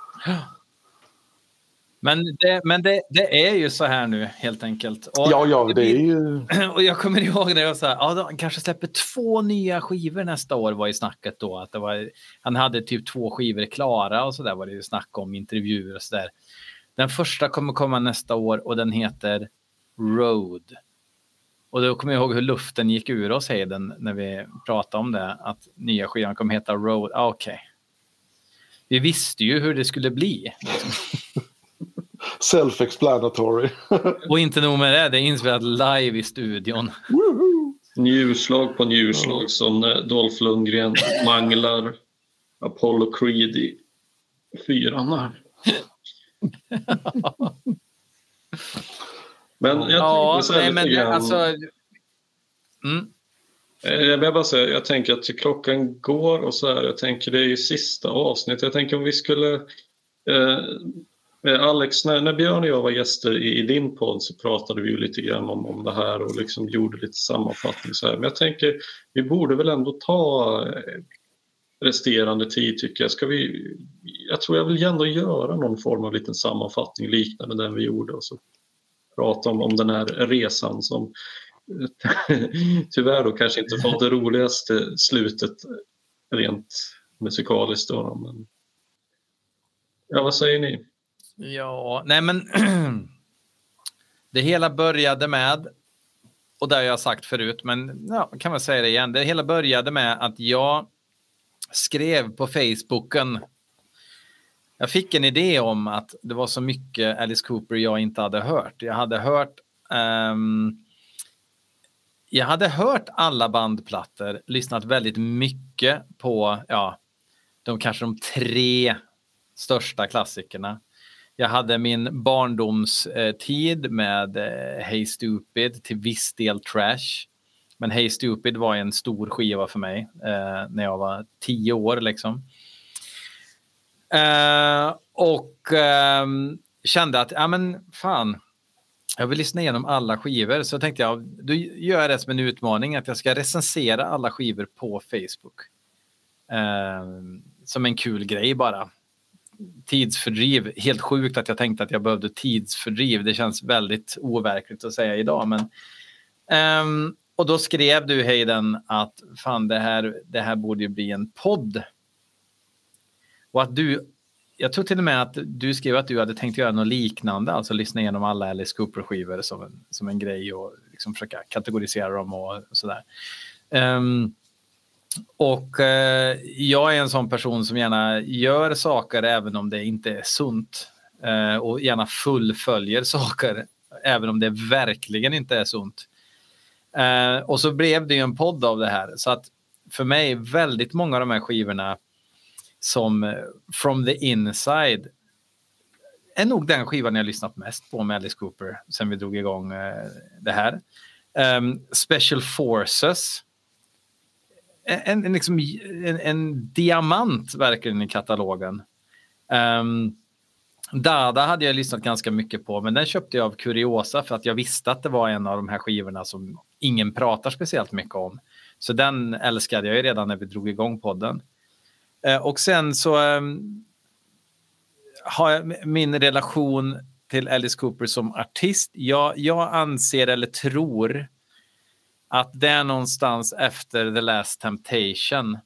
Men, det, men det, det är ju så här nu helt enkelt. Och Ja, ja, det är ju... Och jag kommer ihåg när jag var så här, ja, de kanske släpper två nya skivor nästa år var i snacket då. Att det var, han hade typ två skivor klara och så där var det ju snack om intervjuer och så där. Den första kommer komma nästa år och den heter Road. Och då kommer jag ihåg hur luften gick ur oss Hayden när vi pratade om det. Att nya skivan kommer heta Road. Ah, okej. Okay. Vi visste ju hur det skulle bli. Self-explanatory. Och inte nog med det, det är inspelat live i studion. Njurslag på njurslag som när Dolph Lundgren manglar Apollo Creed i fyran här. Men jag Ja, tänkte så här nej, lite men grann. alltså... Mm. Jag vill bara säga, jag tänker att klockan går och så här, jag tänker det är ju sista avsnitt. Jag tänker om vi skulle eh, Alex, när, när Björn och jag var gäster i, i din podd så pratade vi ju lite grann om, om det här och liksom gjorde lite sammanfattning så här. Men jag tänker, vi borde väl ändå ta resterande tid tycker jag. Ska vi, jag tror jag vill ändå göra någon form av liten sammanfattning liknande den vi gjorde och så prata om, om den här resan som tyvärr då kanske inte fått det roligaste slutet rent musikaliskt då, men ja, vad säger ni? Ja, nej men det hela började med, och det har jag sagt förut, men ja, kan man säga det igen. Det hela började med att jag skrev på Facebooken. Jag fick en idé om att det var så mycket Alice Cooper jag inte hade hört. Jag hade hört um, jag hade hört alla bandplattor, lyssnat väldigt mycket på ja, de kanske de tre största klassikerna. Jag hade min barndomstid med eh, Hey Stupid, till viss del Trash. Men Hey Stupid var en stor skiva för mig eh, när jag var tio år liksom. Eh, och eh, kände att, ja men fan, jag vill lyssna igenom alla skivor. Så tänkte jag, då gör jag det som en utmaning att jag ska recensera alla skivor på Facebook. Eh, som en kul grej bara. tidsfördriv. Helt sjukt att jag tänkte att jag behövde tidsfördriv. Det känns väldigt overkligt att säga idag. Men, um, och då skrev du, Hayden, att fan, det här, det här borde ju bli en podd. Och att du, jag tror till och med att du skrev att du hade tänkt göra något liknande. Alltså lyssna igenom alla Alice Cooper-skivor som en, som en grej och liksom försöka kategorisera dem och sådär. Um, och uh, jag är en sån person som gärna gör saker även om det inte är sunt. Uh, och gärna fullföljer saker även om det verkligen inte är sunt. Uh, och så blev det ju en podd av det här. Så att för mig, väldigt många av de här skivorna som uh, From the Inside är nog den skivan jag lyssnat mest på med Alice Cooper sen vi drog igång uh, det här. Um, Special Forces, en, en, liksom, en, en diamant verkligen i katalogen. Um, Dada hade jag lyssnat ganska mycket på, men den köpte jag av kuriosa för att jag visste att det var en av de här skivorna som ingen pratar speciellt mycket om. Så den älskade jag ju redan när vi drog igång podden. Uh, och sen så um, har jag min relation till Alice Cooper som artist. Jag, jag anser eller tror att det är någonstans efter The Last Temptation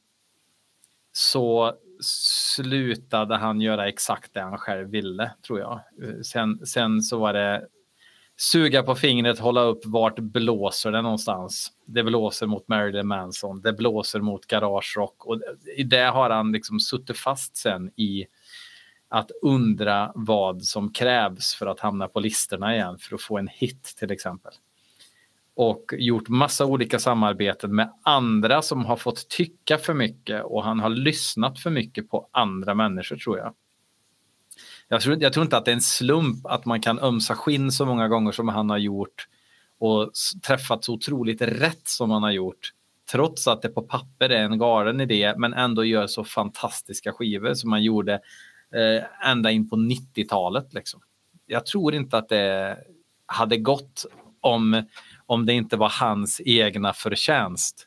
så slutade han göra exakt det han själv ville, tror jag. Sen, sen så var det suga på fingret, hålla upp vart blåser det någonstans. Det blåser mot Marilyn Manson, det blåser mot Garage Rock, och i det har han liksom suttit fast sen i att undra vad som krävs för att hamna på listorna igen, för att få en hit till exempel. Och gjort massa olika samarbeten med andra som har fått tycka för mycket, och han har lyssnat för mycket på andra människor, tror jag. Jag tror, jag tror inte att det är en slump att man kan ömsa skinn så många gånger som han har gjort och träffat så otroligt rätt som han har gjort, trots att det på papper är en galen idé, men ändå gör så fantastiska skivor som man gjorde eh, ända in på nittiotalet liksom. Jag tror inte att det hade gått om om det inte var hans egna förtjänst.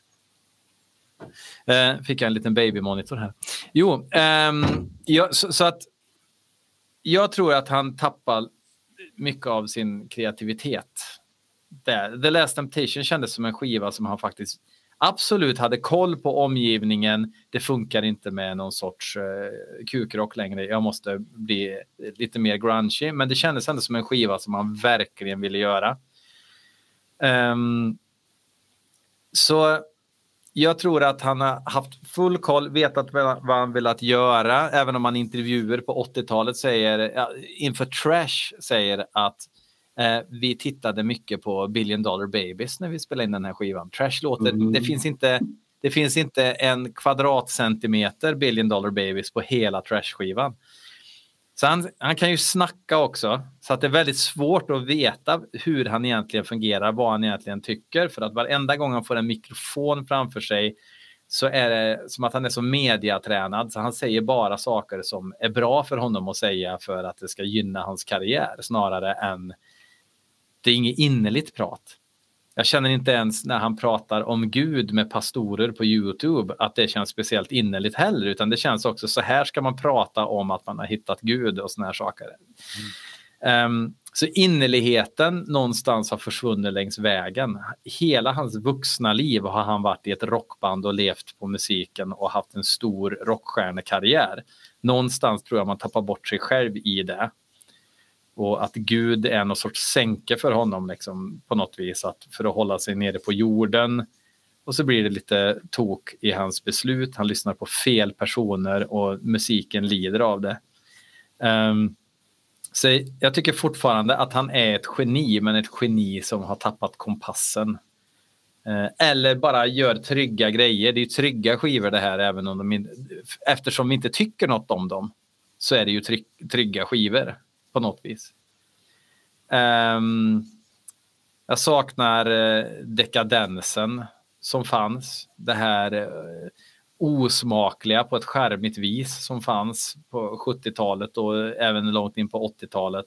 Eh, fick jag en liten babymonitor här. Jo, ehm, jag, så, så att jag tror att han tappar mycket av sin kreativitet. Där. The Last Temptation kändes som en skiva som han faktiskt absolut hade koll på omgivningen. Det funkar inte med någon sorts eh, kukrock längre. Jag måste bli lite mer grungy. Men det kändes ändå som en skiva som han verkligen ville göra. Um, så jag tror att han har haft full koll, vetat vad han velat göra, även om han intervjuer på åttiotalet säger, ja, inför Trash säger att eh, vi tittade mycket på Billion Dollar Babies när vi spelade in den här skivan. Trash låter, mm. det finns inte det finns inte en kvadratcentimeter Billion Dollar Babies på hela Trash-skivan. Så han, han kan ju snacka också, så att det är väldigt svårt att veta hur han egentligen fungerar, vad han egentligen tycker, för att varenda gång han får en mikrofon framför sig så är det som att han är så mediatränad, så han säger bara saker som är bra för honom att säga för att det ska gynna hans karriär, snarare än det är inget innerligt prat. Jag känner inte ens när han pratar om Gud med pastorer på YouTube att det känns speciellt innerligt heller, utan det känns också så här ska man prata om att man har hittat Gud och såna här saker. Mm. Um, så innerligheten någonstans har försvunnit längs vägen. Hela hans vuxna liv har han varit i ett rockband och levt på musiken och haft en stor rockstjärnekarriär. Någonstans tror jag man tappar bort sig själv i det. Och att Gud är någon sorts sänke för honom liksom, på något vis, att för att hålla sig nere på jorden. Och så blir det lite tok i hans beslut. Han lyssnar på fel personer och musiken lider av det. Um, så jag tycker fortfarande att han är ett geni, men ett geni som har tappat kompassen. Uh, eller bara gör trygga grejer. Det är ju trygga skivor det här, även om de inte, eftersom vi inte tycker något om dem så är det ju try- trygga skivor. På något vis. Um, jag saknar uh, dekadensen som fanns. Det här uh, osmakliga på ett skärmigt vis som fanns på sjuttiotalet och även långt in på åttiotalet.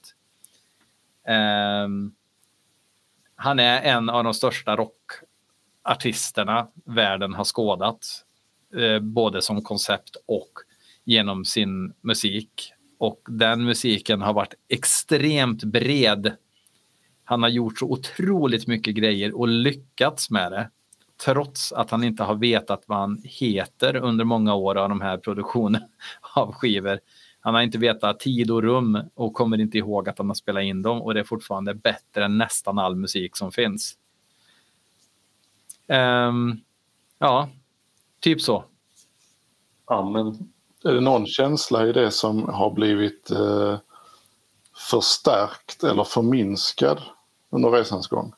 Um, han är en av de största rockartisterna världen har skådat. Uh, både som koncept och genom sin musik. Och den musiken har varit extremt bred. Han har gjort så otroligt mycket grejer och lyckats med det. Trots att han inte har vetat vad han heter under många år av de här produktionerna av skivor. Han har inte vetat tid och rum och kommer inte ihåg att han har spelat in dem. Och det är fortfarande bättre än nästan all musik som finns. Um, ja, typ så. Amen. Är det någon känsla i det som har blivit eh, förstärkt eller förminskad under resans gång?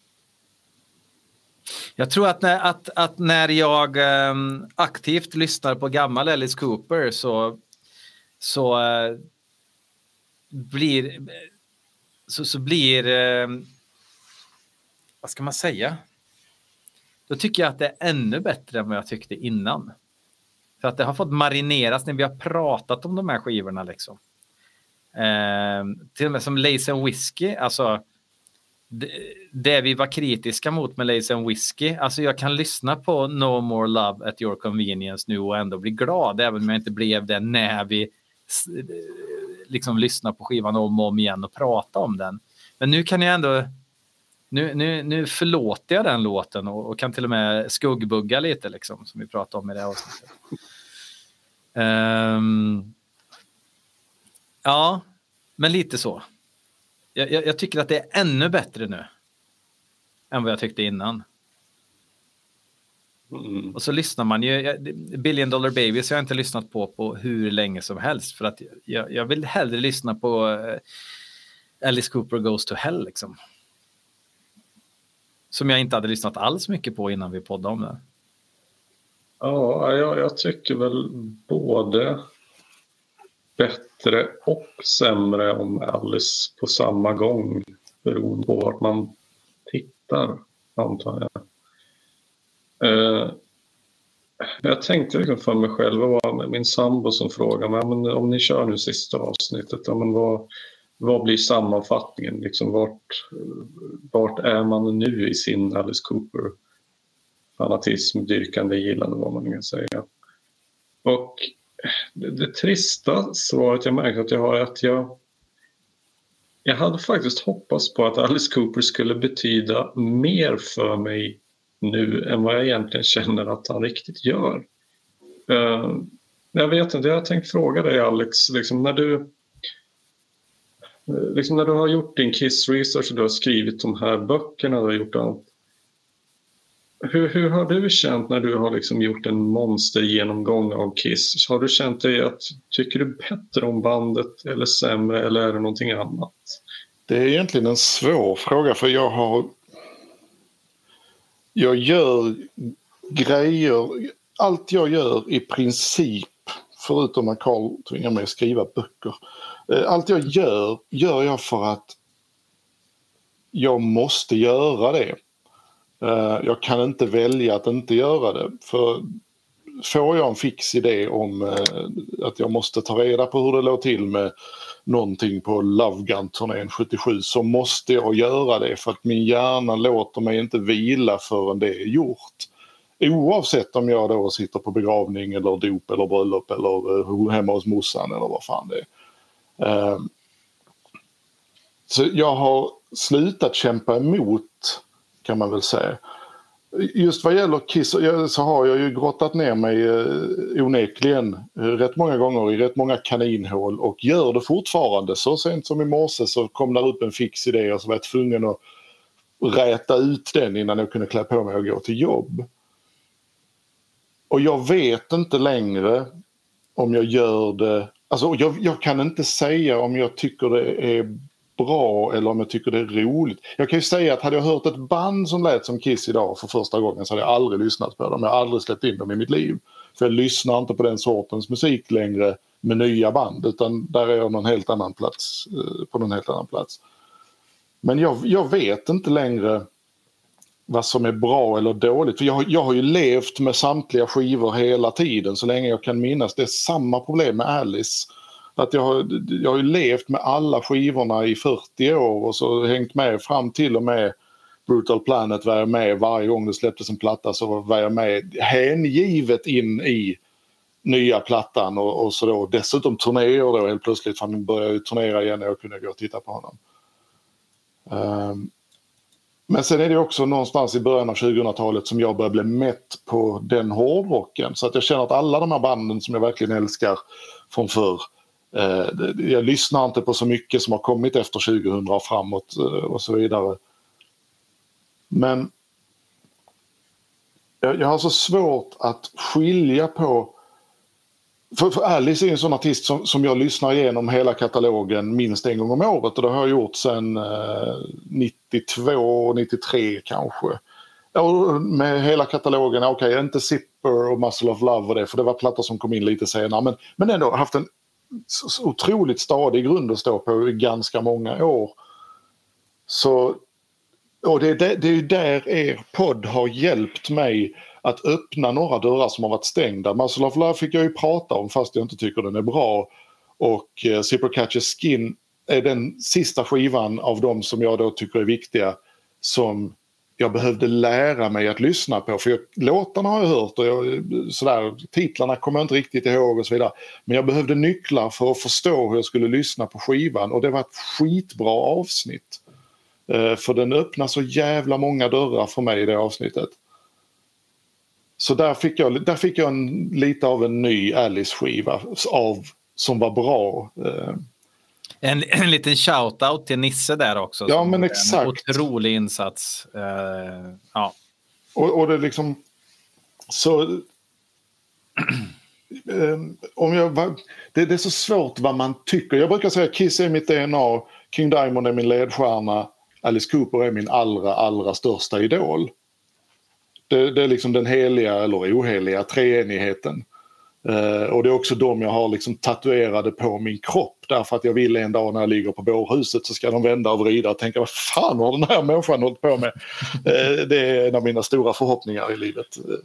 Jag tror att när, att, att när jag eh, aktivt lyssnar på gammal Alice Cooper så, så eh, blir så, så blir eh, vad ska man säga? Då tycker jag att det är ännu bättre än vad jag tyckte innan. För att det har fått marineras när vi har pratat om de här skivorna liksom. Eh, till och med som Lace and Whiskey, alltså det, det vi var kritiska mot med Lace and Whiskey, alltså jag kan lyssna på No More Love at Your Convenience nu och ändå bli glad, även om jag inte blev det när vi liksom lyssnar på skivan om och om igen och pratar om den. Men nu kan jag ändå nu, nu, nu förlåter jag den låten och, och kan till och med skuggbugga lite liksom, som vi pratade om i det här avsnittet. Um, ja, men lite så. Jag, jag, jag tycker att det är ännu bättre nu än vad jag tyckte innan. Mm. Och så lyssnar man ju, jag, Billion Dollar Baby så jag har inte lyssnat på på hur länge som helst, för att jag, jag vill hellre lyssna på uh, Alice Cooper Goes to Hell liksom. Som jag inte hade lyssnat alls mycket på innan vi poddade om det. Ja, jag, jag tycker väl både bättre och sämre om Alice på samma gång, beroende på vart man tittar, antar jag. Uh, jag tänkte liksom för mig själv, det var min sambo som frågade mig, men om ni kör nu sista avsnittet, ja, men vad, vad blir sammanfattningen? Liksom vart, vart är man nu i sin Alice Cooper fanatism, dyrkande, gillande, vad man kan säga. Och det, det trista svaret jag märkte att jag har är att jag jag hade faktiskt hoppats på att Alice Cooper skulle betyda mer för mig nu än vad jag egentligen känner att han riktigt gör. Uh, jag vet inte, jag har tänkt fråga dig Alex, liksom när du liksom när du har gjort din Kiss research och du har skrivit de här böckerna, du har gjort allt. Hur, hur har du känt när du har liksom gjort en monstergenomgång av Kiss? Har du känt dig att, tycker du bättre om bandet eller sämre, eller är det någonting annat? Det är egentligen en svår fråga, för jag har jag gör grejer, allt jag gör i princip, förutom att Carl tvingar mig att skriva böcker, allt jag gör, gör jag för att jag måste göra det. Jag kan inte välja att inte göra det, för får jag en fix idé om att jag måste ta reda på hur det låg till med någonting på Love Gun-turnén sjuttiosju, så måste jag göra det, för att min hjärna låter mig inte vila förrän det är gjort. Oavsett om jag då sitter på begravning eller dop eller bröllop eller hemma hos morsan eller vad fan det är. Så jag har slutat kämpa emot, kan man väl säga. Just vad gäller Kiss så har jag ju grottat ner mig onekligen rätt många gånger i rätt många kaninhål, och gör det fortfarande. Så sent som i morse så kom där upp en fix idé och så var jag tvungen att räta ut den innan jag kunde klä på mig och gå till jobb. Och jag vet inte längre om jag gör det, alltså jag, jag kan inte säga om jag tycker det är bra eller om jag tycker det är roligt. Jag kan ju säga att hade jag hört ett band som lät som Kiss idag för första gången så hade jag aldrig lyssnat på dem. Jag har aldrig släppt in dem i mitt liv. För jag lyssnar inte på den sortens musik längre med nya band, utan där är jag någon helt annan plats, på någon helt annan plats. Men jag, jag vet inte längre vad som är bra eller dåligt. För jag, jag har ju levt med samtliga skivor hela tiden så länge jag kan minnas. Det är samma problem med Alice. Att jag har, jag har ju levt med alla skivorna i fyrtio år och så hängt med fram till och med Brutal Planet, var jag med varje gång det släpptes en platta, så var jag med hängivet in i nya plattan och, och så då dessutom turnéer då helt plötsligt, för han började ju turnera igen och jag kunde gå och titta på honom. Um, men sen är det också någonstans i början av tjugohundratalet som jag började bli mätt på den hårdrocken, så att jag känner att alla de här banden som jag verkligen älskar från förr, uh, jag lyssnar inte på så mycket som har kommit efter tjugohundra och framåt uh, och så vidare. Men jag, jag har så svårt att skilja på. För, för Alice är en sån artist som, som jag lyssnar igenom hela katalogen minst en gång om året, och det har jag gjort sedan eh, nittiotvå nittiotre kanske. Och med hela katalogen, okej, okay, inte Zipper och Muscle of Love och det, för det var plattor som kom in lite senare, men, men ändå haft en så, så otroligt stadig grund att stå på i ganska många år. Så, och det, det, det är ju där er podd har hjälpt mig att öppna några dörrar som har varit stängda. Muscle of Love fick jag ju prata om fast jag inte tycker den är bra. Och uh, Zipper Catches Skin är den sista skivan av dem som jag då tycker är viktiga som jag behövde lära mig att lyssna på. För jag, låtarna har jag hört och jag, sådär, titlarna kommer jag inte riktigt ihåg och så vidare. Men jag behövde nycklar för att förstå hur jag skulle lyssna på skivan, och det var ett skitbra avsnitt. Uh, för den öppnar så jävla många dörrar för mig i det avsnittet. Så där fick jag, där fick jag en, lite av en ny Alice-skiva av, som var bra. En, en liten shout-out till Nisse där också. Ja, men exakt. En otrolig insats. Uh, ja. Och, och det liksom... Så... um, om jag, det, det är så svårt vad man tycker. Jag brukar säga Kiss är mitt D N A, King Diamond är min ledstjärna, Alice Cooper är min allra, allra största idol. Det, det är liksom den heliga eller oheliga treenigheten. Uh, och det är också de jag har liksom tatuerade på min kropp, därför att jag vill en dag när jag ligger på bårhuset så ska de vända och vrida och tänka, vad fan har den här människan hållit på med? uh, det är en av mina stora förhoppningar i livet. Uh,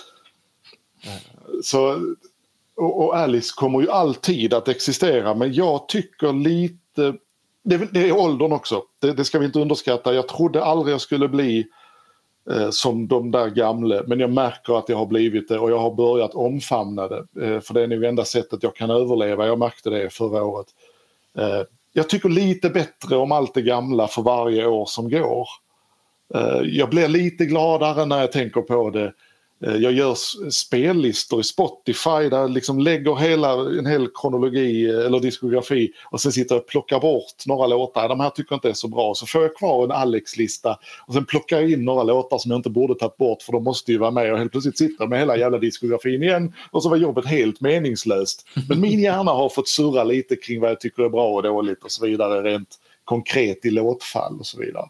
så, och, och Alice kommer ju alltid att existera, men jag tycker lite, det, det är åldern också, det, det ska vi inte underskatta. Jag trodde aldrig jag skulle bli Eh, som de där gamla, men jag märker att jag har blivit det och jag har börjat omfamna det, eh, för det är nog enda sättet jag kan överleva. Jag märkte det förra året. Eh, jag tycker lite bättre om allt det gamla för varje år som går. Eh, jag blir lite gladare när jag tänker på det. Eh, jag gör spellistor i Spotify där jag liksom lägger hela, en hel kronologi eller diskografi och sen sitter jag och plockar bort några låtar. De här tycker jag inte är så bra. Så får jag kvar en Alex-lista och sen plockar jag in några låtar som jag inte borde tagit bort, för de måste ju vara med, och helt plötsligt sitter med hela jävla diskografin igen och så var jobbet helt meningslöst. Men min hjärna har fått surra lite kring vad jag tycker är bra och dåligt och så vidare, rent konkret i låtfall och så vidare.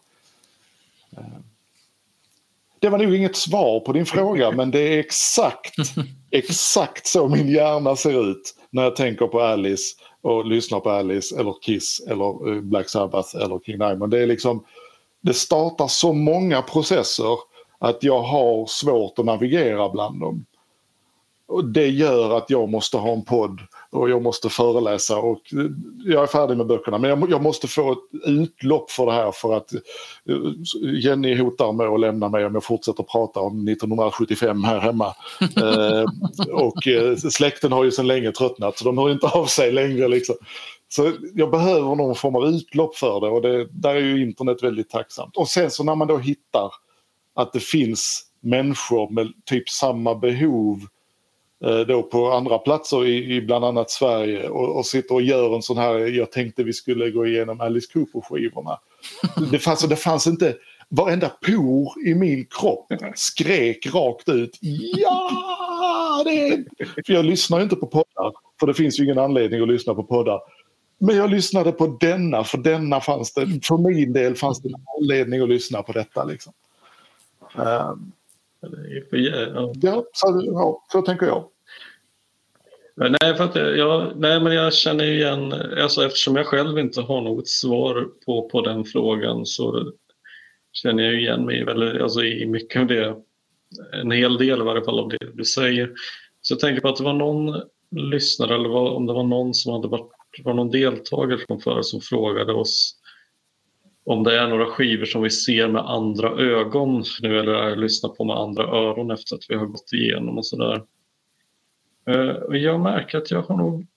Det var nog inget svar på din fråga, men det är exakt, exakt så min hjärna ser ut när jag tänker på Alice och lyssnar på Alice eller Kiss eller Black Sabbath eller King Diamond. Det är liksom, det startar så många processer att jag har svårt att navigera bland dem. Och det gör att jag måste ha en podd och jag måste föreläsa, och jag är färdig med böckerna, men jag, jag måste få ett utlopp för det här, för att Jenny hotar med att lämna mig om jag fortsätter prata om nittonhundrasjuttiofem här hemma. eh, och eh, släkten har ju sedan länge tröttnat, så de hör inte av sig längre liksom. Så jag behöver någon form av utlopp för det, och det, där är ju internet väldigt tacksamt. Och sen så när man då hittar att det finns människor med typ samma behov då på andra platser i, i bland annat Sverige, och, och sitter och gör en sån här, jag tänkte vi skulle gå igenom Alice Cooper-skivorna. Det fanns, det fanns inte, varenda por i min kropp skrek rakt ut, ja! Det är... För jag lyssnar inte på poddar, för det finns ju ingen anledning att lyssna på poddar. Men jag lyssnade på denna, för denna fanns det, för min del fanns det en anledning att lyssna på detta liksom. Um, ja, så, ja, så tänker jag. Nej, för att jag, nej, men jag känner igen, alltså eftersom jag själv inte har något svar på, på den frågan, så känner jag igen mig väldigt, alltså i mycket av det, en hel del i varje fall av det du säger. Så jag tänker på att det var någon lyssnare, eller var, om det var någon som hade varit, var någon deltagare från förr som frågade oss om det är några skivor som vi ser med andra ögon nu, eller lyssnar på med andra öron efter att vi har gått igenom och sådär. Uh, och jag märker att jag har nog...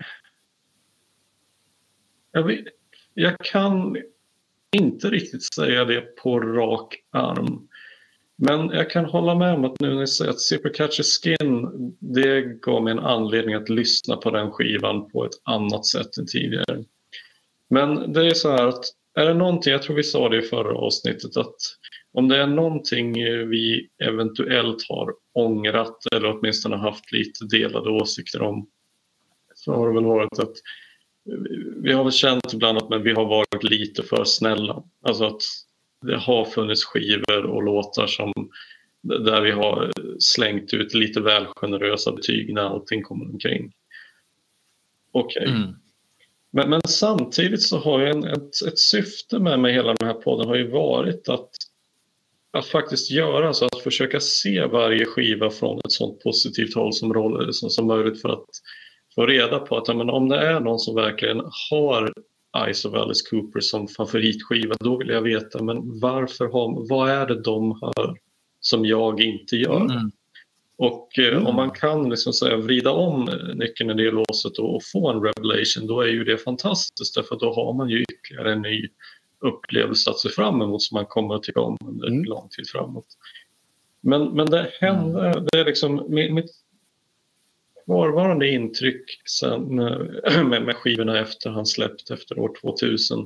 Jag, vet, jag kan inte riktigt säga det på rak arm. Men jag kan hålla med om att nu när jag säger att Zipper Catcher Skin, det gav mig en anledning att lyssna på den skivan på ett annat sätt än tidigare. Men det är så här att, är det någonting, jag tror vi sa det i förra avsnittet, att om det är någonting vi eventuellt har ångrat eller åtminstone haft lite delade åsikter om, så har det väl varit att vi har väl känt ibland att men vi har varit lite för snälla. Alltså att det har funnits skivor och låtar som, där vi har slängt ut lite väl generösa betyg när allting kommer omkring. Okej. Okay. Mm. Men, men samtidigt så har jag en, ett, ett syfte med, med hela den här podden har ju varit att, att faktiskt göra så att försöka se varje skiva från ett sånt positivt håll som, roll, som, som möjligt för att få reda på att men om det är någon som verkligen har Eyes of Alice Cooper som favoritskiva, då vill jag veta men varför har, vad är det de har som jag inte gör? Mm. Och eh, mm. om man kan liksom säga, vrida om nyckeln i det låset och, och få en revelation, då är ju det fantastiskt, därför då har man ju ytterligare en ny upplevelse att se fram emot som man kommer att tycka om under mm. lång tid framåt. Men, men det händer, mm. det är liksom mitt kvarvarande intryck sen, med, med skivorna efter han släppt efter år tvåtusen.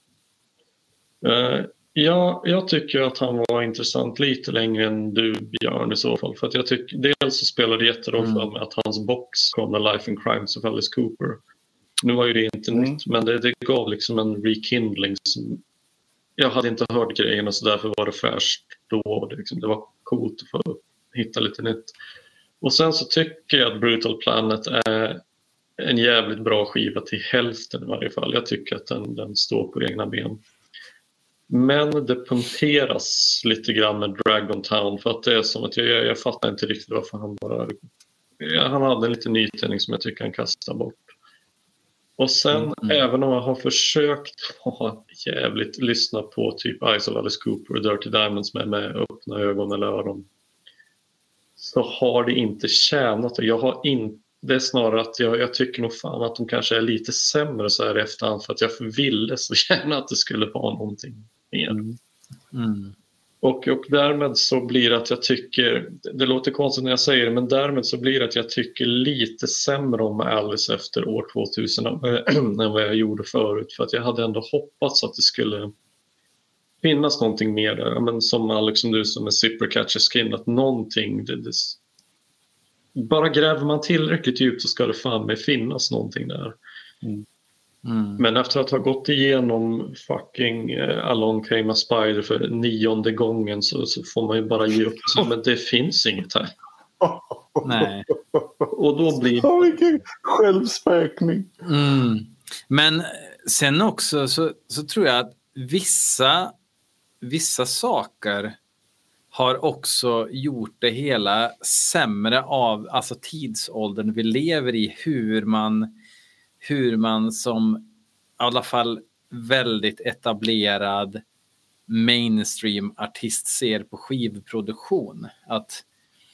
Uh, ja, jag tycker att han var intressant lite längre än du, Björn, i så fall. För att jag tycker, dels så spelade det jätteroll för mig att hans box kom med Life and Crimes of Alice Cooper. Nu var ju det inte mm. nytt, men det, det gav liksom en rekindling. Som, jag hade inte hört grejerna så därför var det fräscht då. Det, liksom, det var coolt att få hitta lite nytt. Och sen så tycker jag att Brutal Planet är en jävligt bra skiva till hälften i varje fall. Jag tycker att den, den står på egna ben. Men det punkteras lite grann med Dragon Town för att det är som att jag, jag, jag fattar inte riktigt varför han bara... Ja, han hade en liten nytändning som jag tycker han kastar bort. Och sen mm. även om jag har försökt ha jävligt lyssna på typ Eyes of Alice Cooper och Dirty Diamonds med, med öppna ögon eller öron, så har det inte tjänat. Jag har in, det är snarare att jag, jag tycker nog fan att de kanske är lite sämre så här i efterhand för att jag ville så gärna att det skulle vara någonting mer. Mm. Mm. Och, och därmed så blir det att jag tycker, det låter konstigt när jag säger det, men därmed så blir det att jag tycker lite sämre om Alice efter år tvåtusen än vad jag gjorde förut. För att jag hade ändå hoppats att det skulle finnas någonting mer där. Men som Alex, som du som är Zipper Catcher Skin, att någonting, det, det, bara gräver man tillräckligt djupt så ska det fan med finnas någonting där. Mm. Mm. Men efter att ha gått igenom fucking uh, Along Came a Spider för nionde gången så, så får man ju bara ge upp. Så, men det finns inget här. Nej. Och då blir oh, vilken självspäkning. Mm. Men sen också så, så tror jag att vissa vissa saker har också gjort det hela sämre av alltså tidsåldern vi lever i, hur man hur man som i alla fall väldigt etablerad mainstream artist ser på skivproduktion. Att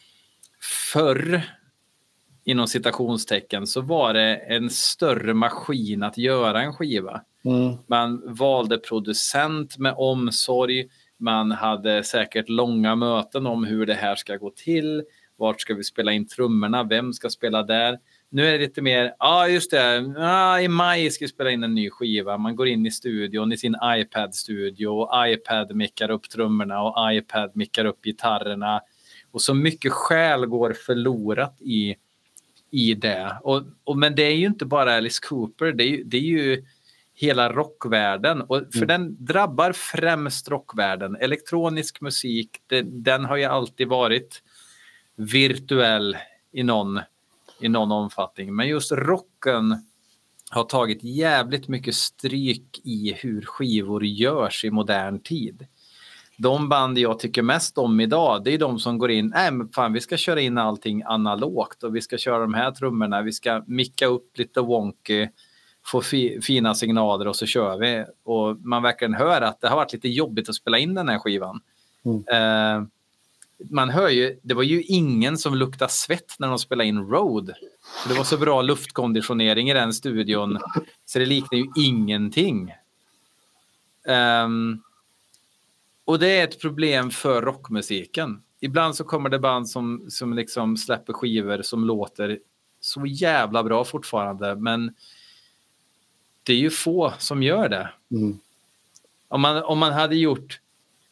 förr, inom citationstecken, så var det en större maskin att göra en skiva. Mm. Man valde producent med omsorg. Man hade säkert långa möten om hur det här ska gå till. Vart ska vi spela in trummorna? Vem ska spela där? Nu är det lite mer, ja ah, just det, ah, i maj ska vi spela in en ny skiva. Man går in i studion, i sin iPad-studio, och iPad mickar upp trummorna och iPad mickar upp gitarrerna. Och så mycket själ går förlorat i, i det. Och, och, men det är ju inte bara Alice Cooper, det är ju, det är ju hela rockvärlden. Och för mm. den drabbar främst rockvärlden. Elektronisk musik, det, den har ju alltid varit virtuell i någon i någon omfattning. Men just rocken har tagit jävligt mycket stryk i hur skivor görs i modern tid. De band jag tycker mest om idag, det är de som går in, nej men fan, vi ska köra in allting analogt och vi ska köra de här trummorna, vi ska micka upp lite wonky, få fi- fina signaler och så kör vi. Och man verkligen hör att det har varit lite jobbigt att spela in den här skivan. Mm. Eh, man hör ju, det var ju ingen som luktade svett när de spelade in Road. Det var så bra luftkonditionering i den studion så det liknar ju ingenting. Um, och det är ett problem för rockmusiken. Ibland så kommer det band som, som liksom släpper skivor som låter så jävla bra fortfarande, men det är ju få som gör det. Mm. Om man, om man hade gjort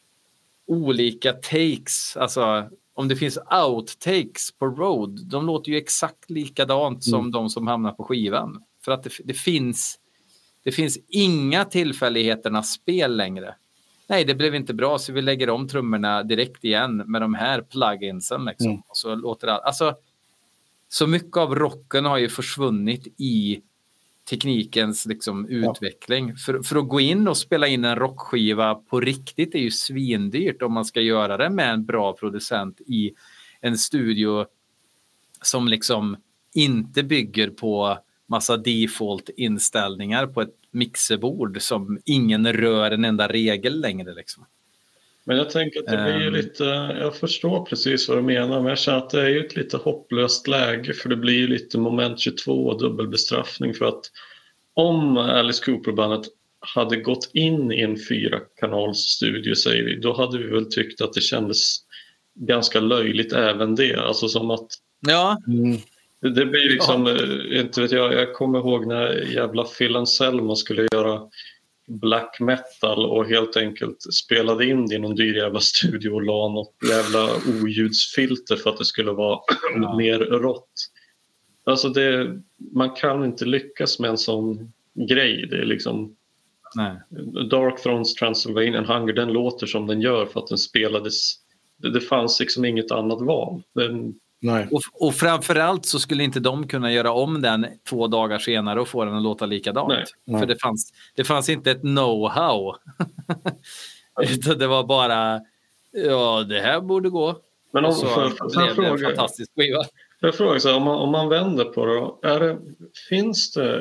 olika takes, alltså om det finns outtakes på Road, de låter ju exakt likadant som mm. de som hamnar på skivan. För att det, det finns det finns inga tillfälligheternas spel längre. Nej, det blev inte bra så vi lägger om trummorna direkt igen med de här pluginsen liksom. Mm. Och så låter det, alltså så mycket av rocken har ju försvunnit i teknikens liksom utveckling. Ja. För, för att gå in och spela in en rockskiva på riktigt är ju svindyrt om man ska göra det med en bra producent i en studio som liksom inte bygger på massa default-inställningar på ett mixerbord som ingen rör en enda regel längre liksom. Men jag tänker att det blir ju lite, jag förstår precis vad du menar, men jag känner att det är ju ett lite hopplöst läge för det blir ju lite moment tjugotvå och dubbelbestraffning för att om Alice Cooper-bandet hade gått in i en fyra kanalsstudio säger vi, då hade vi väl tyckt att det kändes ganska löjligt även det, alltså som att ja. Mm. Det blir liksom, ja. inte vet jag, jag kommer ihåg när jävla Phil Anselmo skulle göra black metal och helt enkelt spelade in det i någon dyr jävla studio och la något jävla oljudsfilter för att det skulle vara ja. mer rått. Alltså det, man kan inte lyckas med en sån grej. Det är liksom Nej. Dark Thrones Transylvanian Hunger, den låter som den gör för att den spelades, det, det fanns liksom inget annat val. Den, Nej. Och, och framförallt så skulle inte de kunna göra om den två dagar senare och få den att låta likadant. Nej. Nej. För det fanns, det fanns inte ett know-how. Utan det var bara, ja det här borde gå. Men om, och så för, för, blev för det fråga, en fantastisk skiva. Jag frågar så här, om, man, om man vänder på det, då, är det, finns det...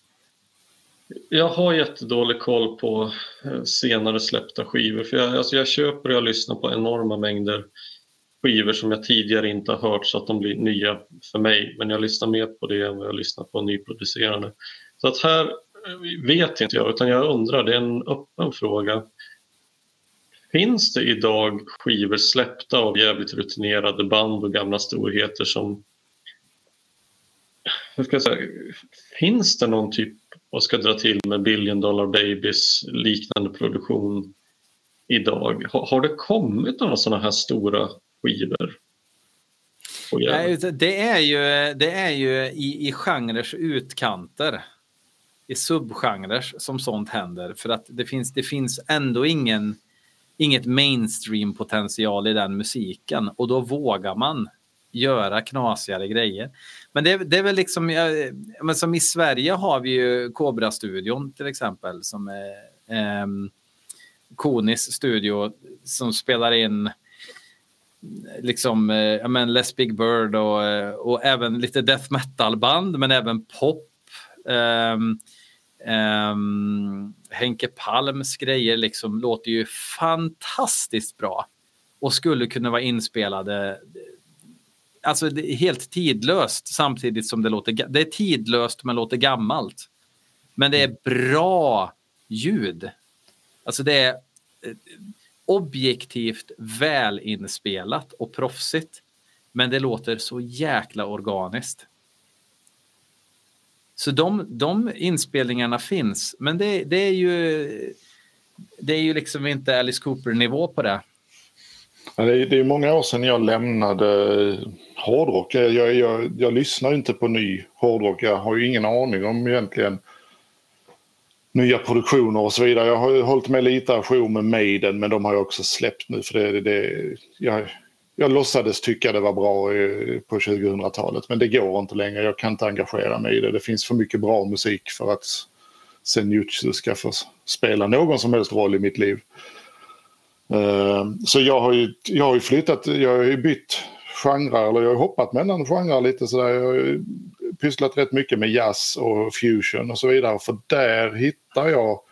Jag har jättedålig koll på senare släppta skivor. För jag, alltså jag köper och jag lyssnar på enorma mängder skivor som jag tidigare inte har hört så att de blir nya för mig. Men jag lyssnar mer på det än vad jag lyssnar på nyproducerande. Så att här vet inte jag, utan jag undrar, det är en öppen fråga. Finns det idag skivor släppta av jävligt rutinerade band och gamla storheter som... Hur ska jag säga? Finns det någon typ, vad ska dra till med Billion Dollar Babies liknande produktion idag? Har, har det kommit några sådana här stora skivor? Nej, det är ju, det är ju i, i genres utkanter, i subgenres som sånt händer. För att det finns, det finns ändå ingen, inget mainstream-potential i den musiken. Och då vågar man göra knasigare grejer. Men det, det är väl liksom, ja, men som i Sverige har vi ju Cobra-studion till exempel, som är eh, Konis studio som spelar in liksom eh, men Les Big Bird och, och även lite death metal band, men även pop. Eh, eh, Henke Palms grejer liksom låter ju fantastiskt bra och skulle kunna vara inspelade. Alltså det är helt tidlöst samtidigt som det låter, det är tidlöst men låter gammalt. Men det är bra ljud. Alltså det är objektivt välinspelat och proffsigt. Men det låter så jäkla organiskt. Så de, de inspelningarna finns. Men det, det är ju det är ju liksom inte Alice Cooper-nivå på det. Ja, det, är, det är många år sedan jag lämnade hårdrock. Jag, jag, jag, jag lyssnar inte på ny hårdrock. Jag har ju ingen aning om egentligen nya produktioner och så vidare. Jag har ju hållit med lite ajour med Maiden, men de har ju också släppt nu. För det, det, jag, jag låtsades tycka det var bra på tjugohundratalet, men det går inte längre. Jag kan inte engagera mig i det. Det finns för mycket bra musik för att Senjutsu ska få spela någon som helst roll i mitt liv. Uh, så jag har ju jag har ju flyttat, jag har ju bytt genrer, eller jag har hoppat mellan genrer lite sådär. Jag har ju pysslat rätt mycket med jazz och fusion och så vidare, för där hittar jag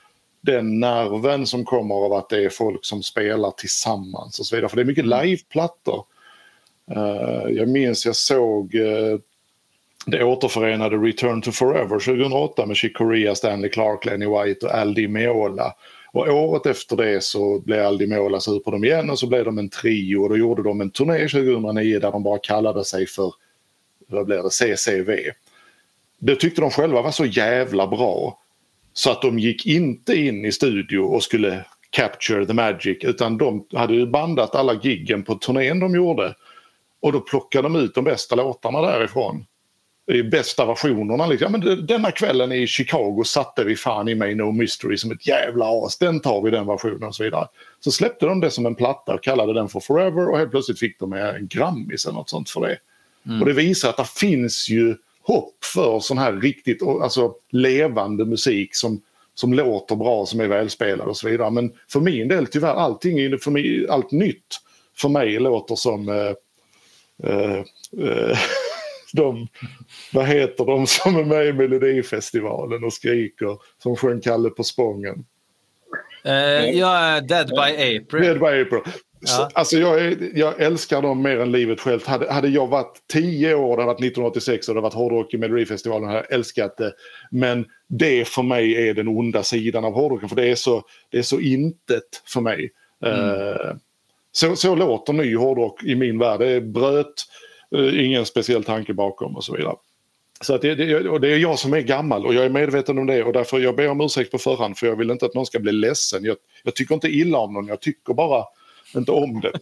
den nerven som kommer av att det är folk som spelar tillsammans och så vidare. För det är mycket liveplattor. Uh, jag minns jag såg uh, det återförenade Return to Forever tjugohundraåtta med Chick Corea, Stanley Clarke, Lenny White och Al Di Meola. Och året efter det så blev Al Di Meola sur på dem igen och så blev de en trio och då gjorde de en turné tjugohundranio där de bara kallade sig för, vad blev det, C C V. Det tyckte de själva var så jävla bra så att de gick inte in i studio och skulle capture the magic, utan de hade ju bandat alla giggen på turnén de gjorde och då plockade de ut de bästa låtarna därifrån. I bästa versionerna liksom. Men denna kvällen i Chicago satte vi fan i mig No Mystery som ett jävla as. Den tar vi, den versionen och så vidare. Så släppte de det som en platta och kallade den för Forever och helt plötsligt fick de en Grammis eller något sånt för det. Mm. Och det visar att det finns ju hopp för sån här riktigt alltså, levande musik som, som låter bra, som är välspelad och så vidare. Men för min del tyvärr allting, för mig, allt nytt för mig låter som uh, uh, uh, de, vad heter de som är med i Melodifestivalen och skriker som sjöng Kalle på Spången? Uh, ja, Dead by April. Dead by April. Ja. Alltså jag, är, jag älskar dem mer än livet självt. Hade, hade jag varit tio år, det hade varit nittonhundraåttiosex och det hade varit hårdrock i Melodifestivalen, hade jag älskat det. Men det för mig är den onda sidan av hårdrocken, för det är så, det är så intet för mig. Mm. Uh, så, så låter ny hårdrock i min värld. Det är bröt, uh, ingen speciell tanke bakom och så vidare. Så att det, det, och det är jag som är gammal och jag är medveten om det och därför jag ber om ursäkt på förhand, för jag vill inte att någon ska bli ledsen. Jag, jag tycker inte illa om någon, jag tycker bara inte om det.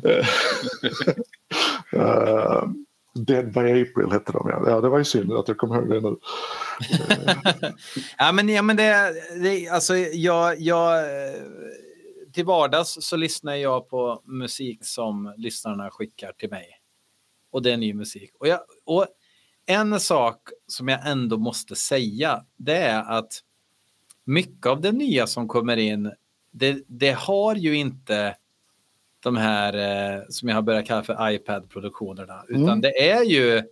uh, Dead by April hette de, ja. Ja, det var ju synd att jag kom ihåg det nu. ja, men, ja, men det, det alltså jag, jag till vardags så lyssnar jag på musik som lyssnarna skickar till mig. Och det är ny musik. Och, jag, och en sak som jag ändå måste säga, det är att mycket av det nya som kommer in, det, det har ju inte de här eh, som jag har börjat kalla för iPad-produktionerna. Utan mm. det är ju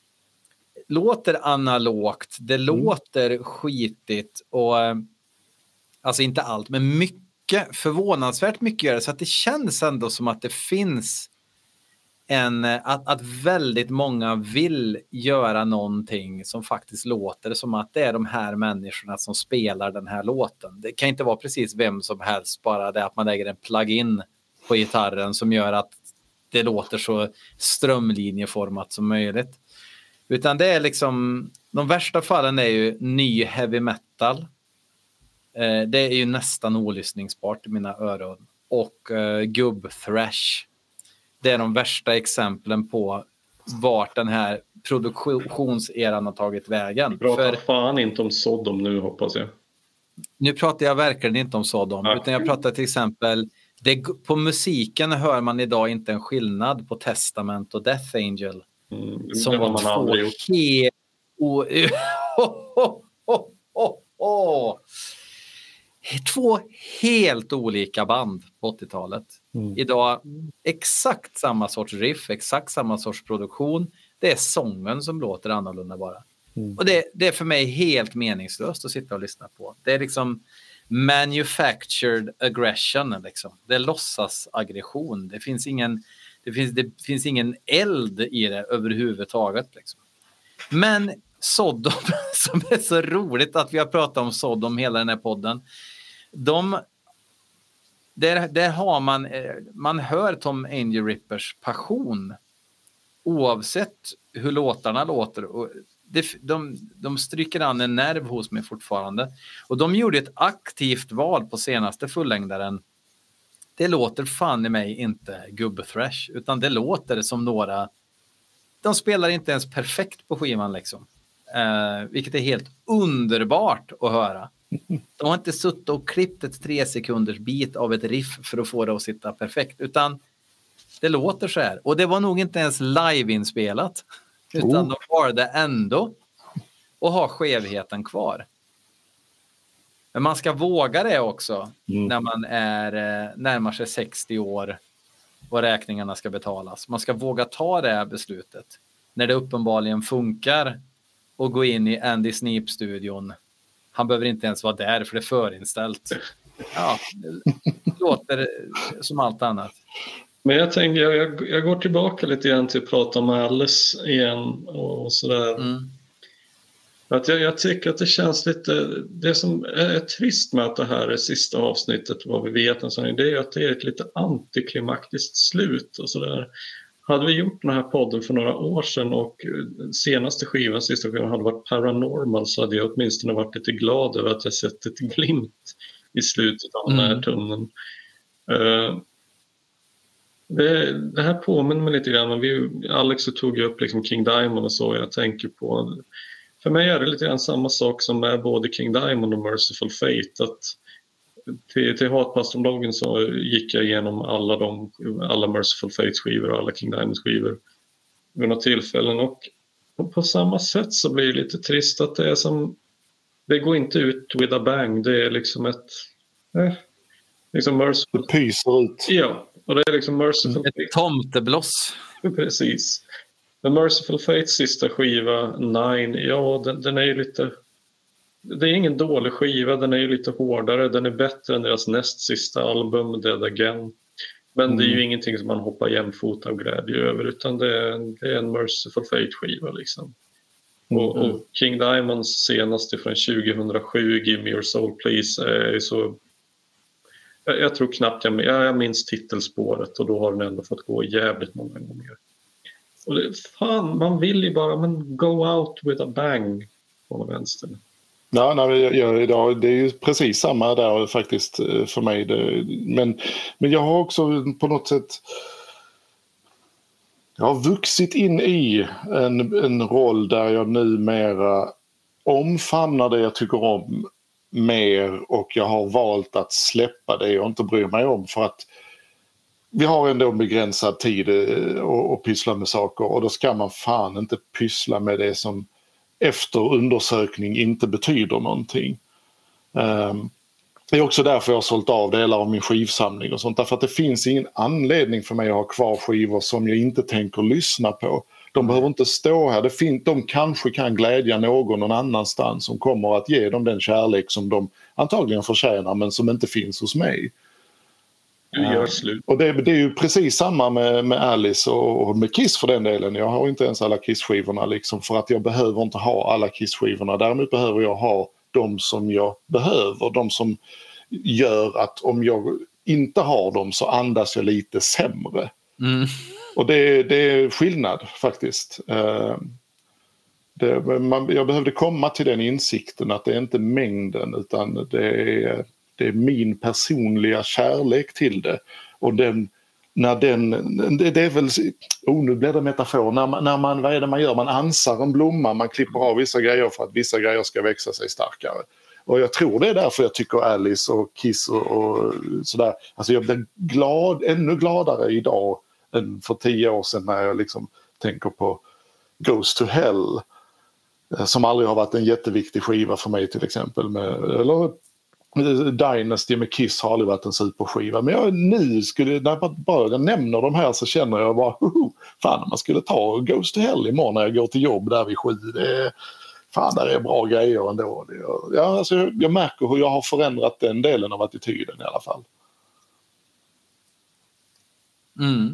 låter analogt, det mm. låter skitigt och eh, alltså inte allt, men mycket, förvånansvärt mycket gör det, så att det känns ändå som att det finns en, att, att väldigt många vill göra någonting som faktiskt låter som att det är de här människorna som spelar den här låten. Det kan inte vara precis vem som helst, bara det att man lägger en plugin på gitarren som gör att det låter så strömlinjeformat som möjligt. Utan det är liksom, de värsta fallen är ju ny heavy metal. Eh, det är ju nästan olyssningsbart i mina öron. Och eh, gubb-thrash. Det är de värsta exemplen på vart den här produktionseran har tagit vägen. Du pratar För, fan inte om Sodom nu, hoppas jag. Nu pratar jag verkligen inte om Sodom, ja. Utan jag pratar till exempel, det, på musiken hör man idag inte en skillnad på Testament och Death Angel. Mm, som var två helt... Oh, oh, oh, oh, oh. Två helt olika band på åttiotalet. Mm. Idag exakt samma sorts riff, exakt samma sorts produktion. Det är sången som låter annorlunda bara. Mm. Och det, det är för mig helt meningslöst att sitta och lyssna på. Det är liksom manufactured aggression. Liksom. Det är låtsas aggression. Det finns ingen, det finns, det finns ingen eld i det överhuvudtaget. Liksom. Men Sodom, som är så roligt att vi har pratat om Sodom hela den här podden. De, där, där har man, man hör Tom Angel Rippers passion oavsett hur låtarna låter. Och det, de, de stryker an en nerv hos mig fortfarande. Och de gjorde ett aktivt val på senaste fullängdaren. Det låter fan i mig inte gubb-thrash, utan det låter som några... De spelar inte ens perfekt på skivan liksom. Uh, vilket är helt underbart att höra. De har inte suttit och klippt ett tre sekunders bit av ett riff för att få det att sitta perfekt, utan det låter så här. Och det var nog inte ens live-inspelat, utan oh. de var det ändå och har skevheten kvar. Men man ska våga det också mm. när man är eh, närmar sig sextio år och räkningarna ska betalas. Man ska våga ta det här beslutet när det uppenbarligen funkar och gå in i Andy Sneap-studion Han behöver inte ens vara där för det är förinställt. Ja, det låter som allt annat. Men jag tänker, jag, jag går tillbaka lite grann till att prata om Alice igen och sådär. Mm. Att jag, jag tycker att det känns lite, det som är trist med att det här är sista avsnittet, vad vi vet, det är att det är ett lite antiklimaktiskt slut och sådär. Hade vi gjort den här podden för några år sedan och senaste skivan, sista skivan hade varit Paranormal, så hade jag åtminstone varit lite glad över att jag sett ett glimt i slutet av mm. den här tunneln. Uh, det, det här påminner mig lite grann, men vi, Alex tog ju upp liksom King Diamond och så, jag tänker på, för mig är det lite grann samma sak som med både King Diamond och Merciful Fate, att till, till Hatpastorn-bloggen så gick jag igenom alla, de, alla Merciful Fate-skivor och alla King Diamond-skivor vid några tillfällen, och på samma sätt så blir det lite trist att det är som, det går inte ut with a bang, det är liksom ett eh, liksom Merciful... Det pyser ut. Ja, och det är liksom Merciful Fate. Ett tomtebloss. Precis. Men Merciful Fates sista skiva, Nine, ja den, den är ju lite, det är ingen dålig skiva, den är ju lite hårdare, den är bättre än deras näst sista album, Dead Again. Men mm. det är ju ingenting som man hoppar jämfota av glädje över, utan det är, det är en Merciful Fate-skiva liksom. Mm. Och, och King Diamonds senaste från tjugohundrasju, Give Me Your Soul Please, är så, jag, jag tror knappt jag, jag minns titelspåret, och då har den ändå fått gå jävligt många gånger. Och det, fan, man vill ju bara, men go out with a bang på vänstern. Ja, nej, jag, jag, det är ju precis samma där faktiskt för mig. Det, men, men jag har också på något sätt, jag har vuxit in i en, en roll där jag numera omfamnar det jag tycker om mer, och jag har valt att släppa det jag inte bryr mig om, för att vi har ändå en begränsad tid att pyssla med saker, och då ska man fan inte pyssla med det som efter undersökning inte betyder någonting. Um, det är också därför jag har sålt av delar av min skivsamling och sånt, därför att det finns ingen anledning för mig att ha kvar skivor som jag inte tänker lyssna på. De behöver inte stå här, det fin- de kanske kan glädja någon någon annanstans som kommer att ge dem den kärlek som de antagligen förtjänar, men som inte finns hos mig. Gör slut. Och det, det är ju precis samma med, med Alice och, och med Kiss för den delen. Jag har inte ens alla Kiss-skivorna liksom, för att jag behöver inte ha alla Kiss-skivorna. Däremot behöver jag ha de som jag behöver. De som gör att om jag inte har dem så andas jag lite sämre. Mm. Och det, det är skillnad faktiskt. Det, man, jag behövde komma till den insikten att det är inte mängden, utan det är... Det är min personliga kärlek till det. Och den, när den, det, det är väl, oh, nu blir det metafor, när man, när man, vad är det man gör? Man ansar en blomma, man klipper av vissa grejer för att vissa grejer ska växa sig starkare. Och jag tror det är därför jag tycker Alice och Kiss och, och sådär. Alltså jag blir glad, ännu gladare idag än för tio år sedan när jag liksom tänker på Goes to Hell. Som aldrig har varit en jätteviktig skiva för mig till exempel. Med, eller Dynasty med Kiss har aldrig varit en superskiva, men jag nu skulle, när jag bara nämner de här så känner jag bara fan, man skulle ta Ghost to Hell imorgon när jag går till jobb där vid sju, det är, fan, där är bra grejer ändå. Det, ja, alltså, jag, jag märker hur jag har förändrat den delen av attityden i alla fall. Mm.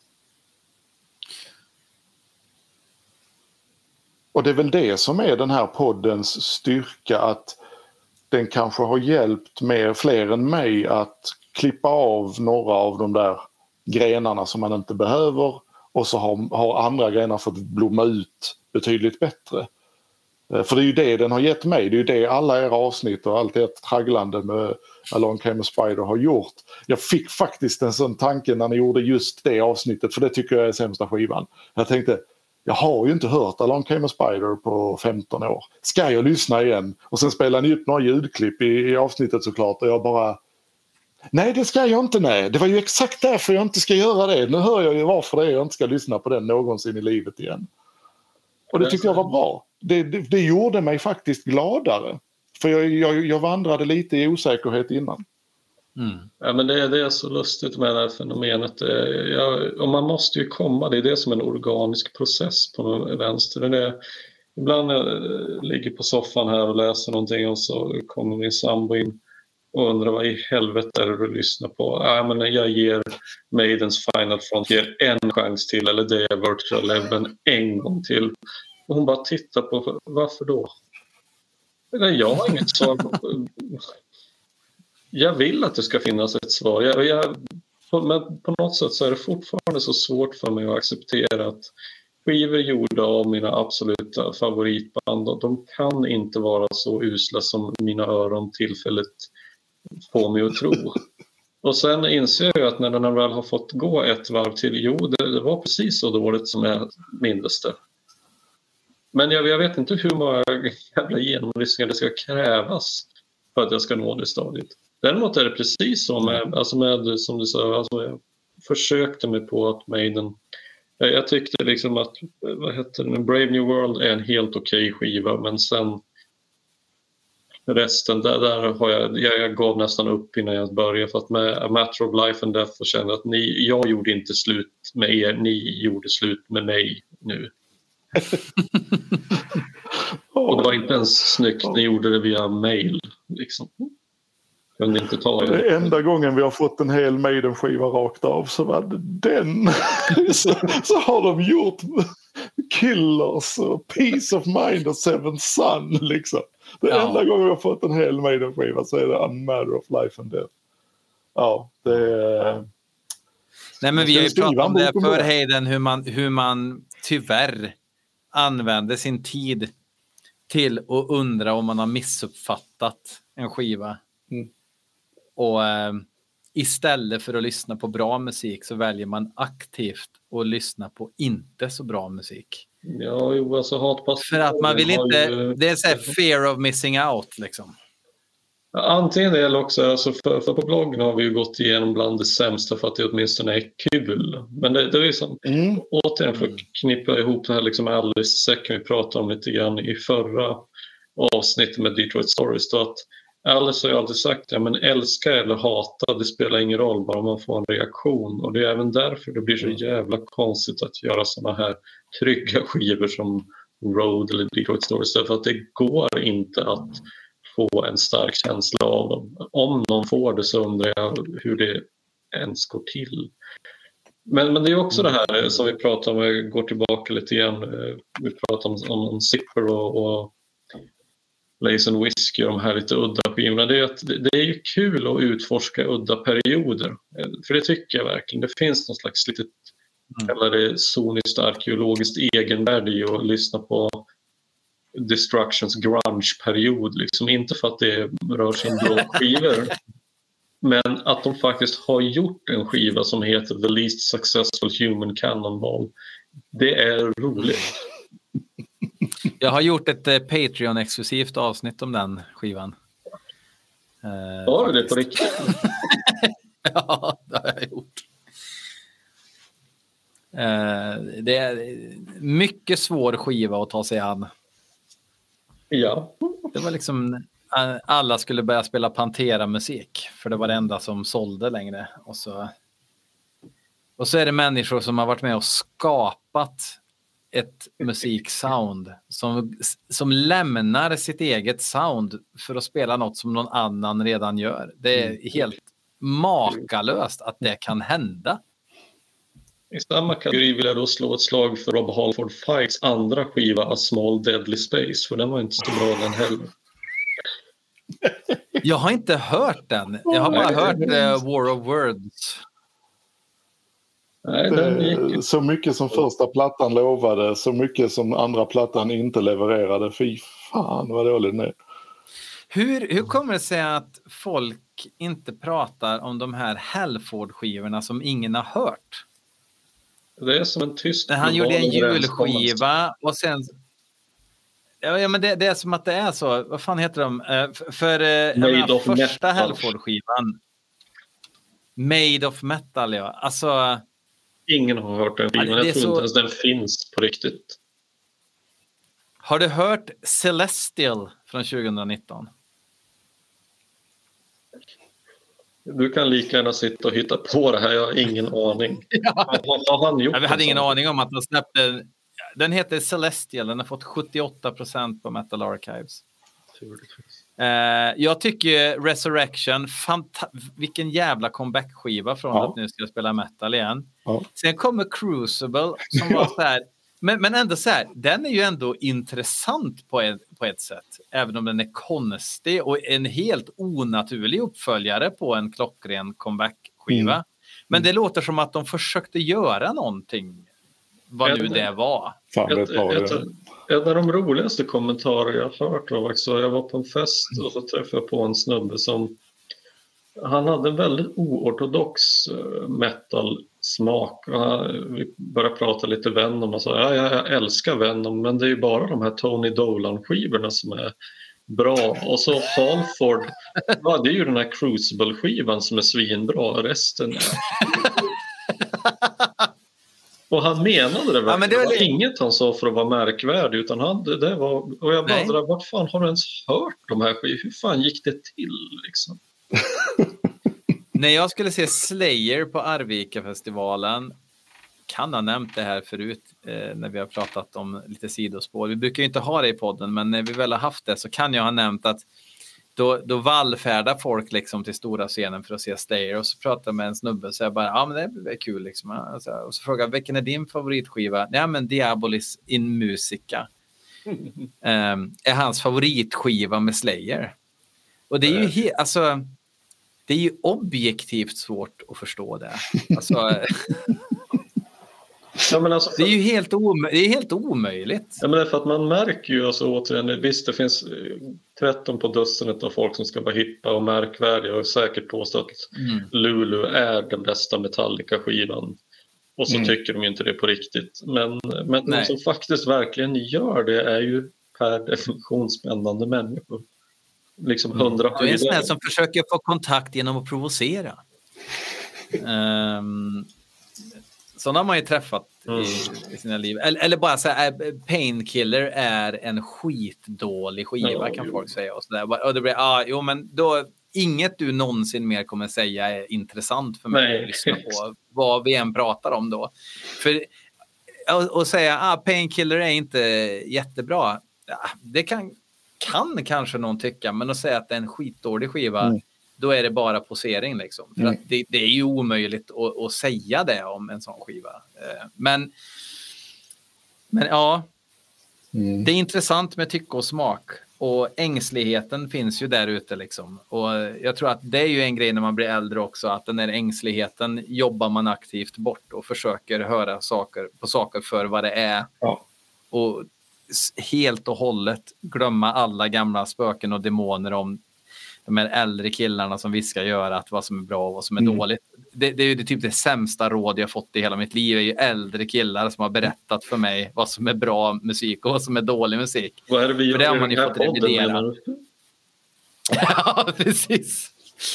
Och det är väl det som är den här poddens styrka, att den kanske har hjälpt mer, fler än mig att klippa av några av de där grenarna som man inte behöver, och så har, har andra grenar fått blomma ut betydligt bättre. För det är ju det den har gett mig, det är ju det alla era avsnitt och allt ert tragglande med Along Came a Spider har gjort. Jag fick faktiskt en sån tanke när ni gjorde just det avsnittet, för det tycker jag är sämsta skivan. Jag tänkte, jag har ju inte hört Along Came a Spider på femton år. Ska jag lyssna igen? Och sen spelar ni upp några ljudklipp i, i avsnittet såklart, och jag bara... Nej, det ska jag inte, nej. Det var ju exakt därför jag inte ska göra det. Nu hör jag ju varför det är jag inte ska lyssna på den någonsin i livet igen. Och det tyckte jag var bra. Det, det, det gjorde mig faktiskt gladare. För jag, jag, jag vandrade lite i osäkerhet innan. Mm. Ja, men det, det är så lustigt med det här fenomenet. Ja, och man måste ju komma, det är det som är en organisk process på vänster. Det är, ibland när jag ligger på soffan här och läser någonting och så kommer min sambo in och undrar vad i helvete är det du lyssnar på. Ja, men jag ger Maidens Final Frontier en chans till, eller det är Vertical Eleven en gång till. Och hon bara tittar på, varför då? Nej, jag har inget svar. Jag vill att det ska finnas ett svar. Jag, jag, men på något sätt så är det fortfarande så svårt för mig att acceptera att skivor gjorda av mina absoluta favoritband, de kan inte vara så usla som mina öron tillfälligt får mig att tro. Och sen inser jag att när den väl har fått gå ett varv till, jo, det, det var precis så dåligt som jag minns det. Men jag, jag vet inte hur många jävla genomlyssningar det ska krävas för att jag ska nå det stadiet. Däremot är det precis så med, alltså med som du sa, alltså jag försökte mig på att Maiden, jag, jag tyckte liksom att, vad heter det, Brave New World är en helt okej skiva, men sen resten, där, där har jag, jag, jag gav nästan upp innan jag började, för att med A Matter of Life and Death så kände jag att ni, jag gjorde inte slut med er, ni gjorde slut med mig nu. Och det var inte ens snyggt, ni gjorde det via mail liksom. Kunde inte ta det. Det enda gången vi har fått en hel Maiden-skiva rakt av så var det den. så, så har de gjort Killers och Peace of Mind och Seven Sun liksom. Det Ja. enda gången vi har fått en hel Maiden-skiva så är det A Matter of Life and Death. Ja, det är... Nej, men vi har ju Ska vi pratat om skriva det en bok om för det? Hayden, hur man, hur man tyvärr använder sin tid till att undra om man har missuppfattat en skiva. Mm. Och eh, istället för att lyssna på bra musik så väljer man aktivt att lyssna på inte så bra musik. Ja, jo, alltså hatpass. För att man vill inte, ju... det är så här fear of missing out liksom. Antingen det eller också, alltså för, för på bloggen har vi ju gått igenom bland det sämsta för att det åtminstone är kul. Men det, det är ju som, Mm. återigen för att knippa ihop det här liksom Alice-säcken vi pratade om lite grann i förra avsnittet med Detroit Stories. Då att Alice har ju alltid sagt, ja men älska eller hata, det spelar ingen roll, bara man får en reaktion. Och det är även därför det blir så jävla konstigt att göra såna här trygga skivor som Road eller Detroit Stories. Därför att det går inte att få en stark känsla av dem. Om någon får det så undrar jag hur det ens går till. Men, men det är också det här som vi pratar om, jag går tillbaka lite igen, vi pratar om, om, om Zipper och, och Lace and Whiskey och de här lite udda skivorna. Det är, att det, det är ju kul att utforska udda perioder. För det tycker jag verkligen. Det finns någon slags litet, kallar det soniskt arkeologiskt egenvärde i att lyssna på Destructions grunge-period. Liksom. Inte för att det rör sig om blå skivor. Men att de faktiskt har gjort en skiva som heter The Least Successful Human Cannonball. Det är roligt. Jag har gjort ett eh, Patreon-exklusivt avsnitt om den skivan. Eh, Har du det på riktigt? Ja, det har jag gjort. Eh, det är mycket svår skiva att ta sig an. Ja. Det var liksom eh, alla skulle börja spela Pantera-musik för det var det enda som sålde längre. Och så, och så är det människor som har varit med och skapat ett musiksound som, som lämnar sitt eget sound för att spela något som någon annan redan gör. Det är helt makalöst att det kan hända. I samma kategori vill jag då slå ett slag för Rob Halford Fikes andra skiva A Small Deadly Space, för den var inte så bra den heller. Jag har inte hört den. Jag har bara hört uh, War of Words. Nej, den gick... Så mycket som första plattan lovade, så mycket som andra plattan inte levererade. Fy fan vad dålig den är. Hur, hur kommer det sig att folk inte pratar om de här Halford-skivorna som ingen har hört? Det är som en tyst... Han gjorde en julskiva och sen... Ja, men det, det är som att det är så. Vad fan heter de? Uh, för för uh, menar, första Halford-skivan. Made of Metal, ja. Alltså... Ingen har hört den skivan. Ja, jag tror så... inte ens den finns på riktigt. Har du hört Celestial från tjugonitton? Du kan lika gärna sitta och hitta på det här. Jag har ingen aning. Ja. Vad har han gjort? Ja, vi hade ingen aning om att han släppte Den heter Celestial. Den har fått sjuttioåtta procent på Metal Archives. Uh, jag tycker Resurrection, fanta- vilken jävla comeback-skiva från ja. Att nu ska jag spela metal igen. Ja. Sen kommer Crucible som var så här, men, men ändå så här, den är ju ändå intressant på ett, på ett sätt. Även om den är konstig och en helt onaturlig uppföljare på en klockren comeback-skiva. Mm. Men det låter som att de försökte göra någonting. Vad nu det var. Fan, ett, ett, ett, en av de roligaste kommentarer jag har hört var också, jag var på en fest och så träffade jag på en snubbe som han hade en väldigt oortodox metal-smak. Vi började prata lite Venom och sa, ja, jag älskar Venom, men det är ju bara de här Tony Dolan-skivorna som är bra. Och så Halford, ja, det är ju den här Crucible-skivan som är svinbra, resten är... Och han menade det, ja, men det var, det var inget han sa för att vara märkvärdig, utan han, det, det var, och jag bara undrar, vart fan har du ens hört de här skivorna? Hur fan gick det till liksom? När jag skulle se Slayer på Arvika-festivalen, kan ha nämnt det här förut eh, när vi har pratat om lite sidospår. Vi brukar ju inte ha det i podden, men när vi väl har haft det så kan jag ha nämnt att Då, då vallfärdar folk liksom till stora scenen för att se Slayer, och så pratar jag med en snubbe så jag bara, ja men det är kul liksom. Alltså, och så frågar jag, vilken är din favoritskiva? Ja men Diabolis in Musica um, är hans favoritskiva med Slayer. Och det är ju he- alltså det är ju objektivt svårt att förstå det. Alltså Ja, men alltså, det är ju helt, omö- det är helt omöjligt. Ja, men det är för att man märker ju alltså, återigen, visst det finns tretton på dussinet av folk som ska vara hippa och märkvärdiga och säkert påstå att mm. Lulu är den bästa Metallica-skivan. Och så mm. tycker de inte det på riktigt. Men, men de som faktiskt verkligen gör det är ju per definition spännande människor. Liksom hundra mm. Du är en sån här som försöker få kontakt genom att provocera. um... Sådana har man ju träffat mm. i, i sina liv. Eller, eller bara så här, Painkiller är en skitdålig skiva, ja, kan jo. folk säga. Och så där. Och det blir, ah, jo, men då, inget du någonsin mer kommer säga är intressant för mig Nej. att lyssna på. Vad vi än pratar om då. För att säga ah, Painkiller är inte jättebra. Ja, det kan, kan kanske någon tycka. Men att säga att det är en skitdålig skiva. Mm. Då är det bara posering liksom. För mm. att det, det är ju omöjligt att, att säga det om en sån skiva. Men, men ja, mm. det är intressant med tycke och smak. Och ängsligheten finns ju där ute liksom. Och jag tror att det är ju en grej när man blir äldre också. Att den där ängsligheten jobbar man aktivt bort och försöker höra saker på saker för vad det är. Ja. Och helt och hållet glömma alla gamla spöken och demoner om de här äldre killarna som vi ska göra att vad som är bra och vad som är mm. dåligt. Det, det är ju det, typ det sämsta råd jag fått i hela mitt liv. Det är ju äldre killar som har berättat för mig vad som är bra musik och vad som är dålig musik. Vad är det vi gör? För det har man ju fått revidera. Ja, precis.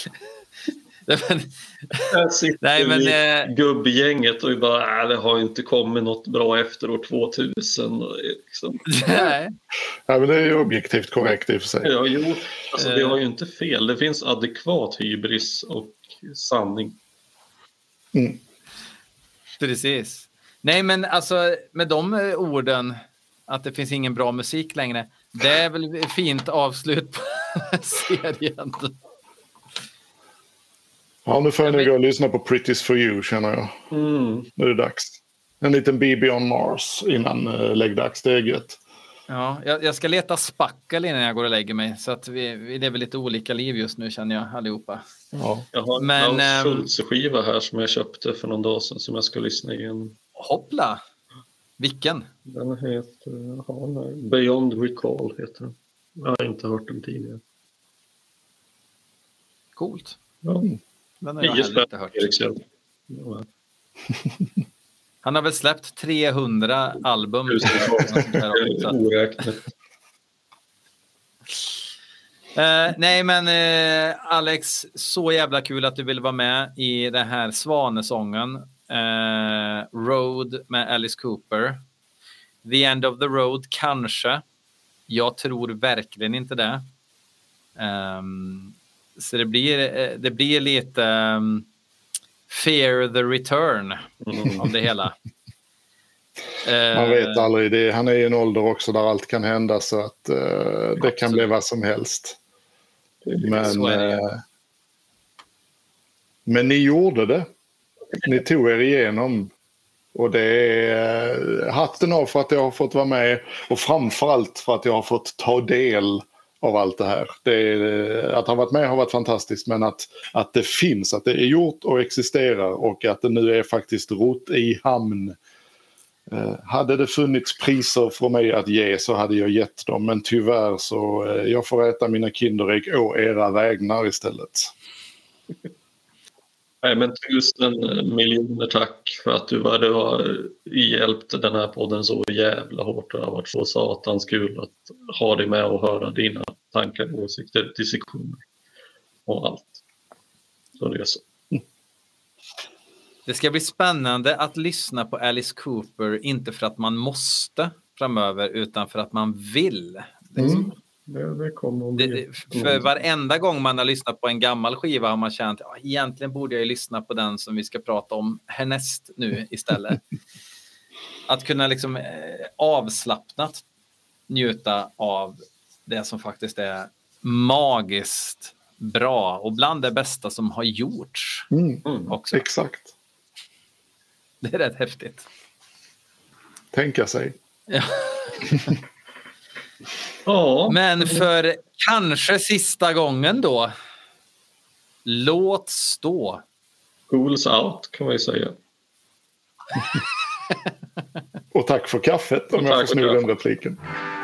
Nej, men äh, gubbgänget och vi bara, äh, det har inte kommit något bra efter år tvåtusen liksom. Nej. Ja, men det är ju objektivt korrekt i och för sig. Ja, jo, alltså det har ju inte fel. Det finns adekvat hybris och sanning. Mm. Precis. Nej, men alltså med de orden att det finns ingen bra musik längre. Det är väl ett fint avslut på serien. Ja, nu får jag nu gå och lyssna på Pretty's for you, känner jag. Mm. Nu är det dags. En liten B B on Mars innan uh, läggdags, det är gött. Ja, jag, jag ska leta spackel innan jag går och lägger mig. Så att vi, vi lever lite olika liv just nu, känner jag, allihopa. Ja. Jag har Men, en Schultz-skiva här som jag köpte för någon dag sedan som jag ska lyssna igen. Hoppla! Vilken? Den heter ja, Beyond Recall, heter den. Jag har inte hört den tidigare. Coolt. Ja. Den har jag heller inte hört. Ja. Han har väl släppt trehundra album. Oräknat. Uh, nej men uh, Alex, så jävla kul att du vill vara med i den här Svanesången. Uh, Road med Alice Cooper. The End of the Road, kanske. Jag tror verkligen inte det. Um, så det blir, det blir lite um, Fear the Return mm. av det hela. Man vet aldrig. Det, han är i en ålder också där allt kan hända så att uh, det Absolut. Kan bli vad som helst. Men, uh, men ni gjorde det. Ni tog er igenom. Och det är uh, hatten av för att jag har fått vara med. Och framförallt för att jag har fått ta del av allt det här. Det är, att ha varit med har varit fantastiskt, men att, att det finns, att det är gjort och existerar och att det nu är faktiskt rott i hamn. Eh, hade det funnits priser för mig att ge så hade jag gett dem, men tyvärr så eh, jag får äta mina Kinderägg å era vägnar istället. Nej, men tusen miljoner tack för att du, var, du har hjälpt den här podden så jävla hårt. Det har varit så satans kul att ha dig med och höra dina tankar, åsikter, diskussioner och allt. Så det är så. Det ska bli spännande att lyssna på Alice Cooper, inte för att man måste framöver, utan för att man vill. Liksom. Mm. Det, det kommer det, för varenda gång man har lyssnat på en gammal skiva har man känt att ja, egentligen borde jag ju lyssna på den som vi ska prata om härnäst nu istället. Att kunna liksom eh, avslappnat njuta av det som faktiskt är magiskt bra och bland det bästa som har gjorts. Mm, också. Exakt. Det är rätt häftigt. Tänka sig. Ja. Ja. Men för kanske sista gången då. Låt stå. Schools out kan man ju säga. Och tack för kaffet om jag får sno den repliken.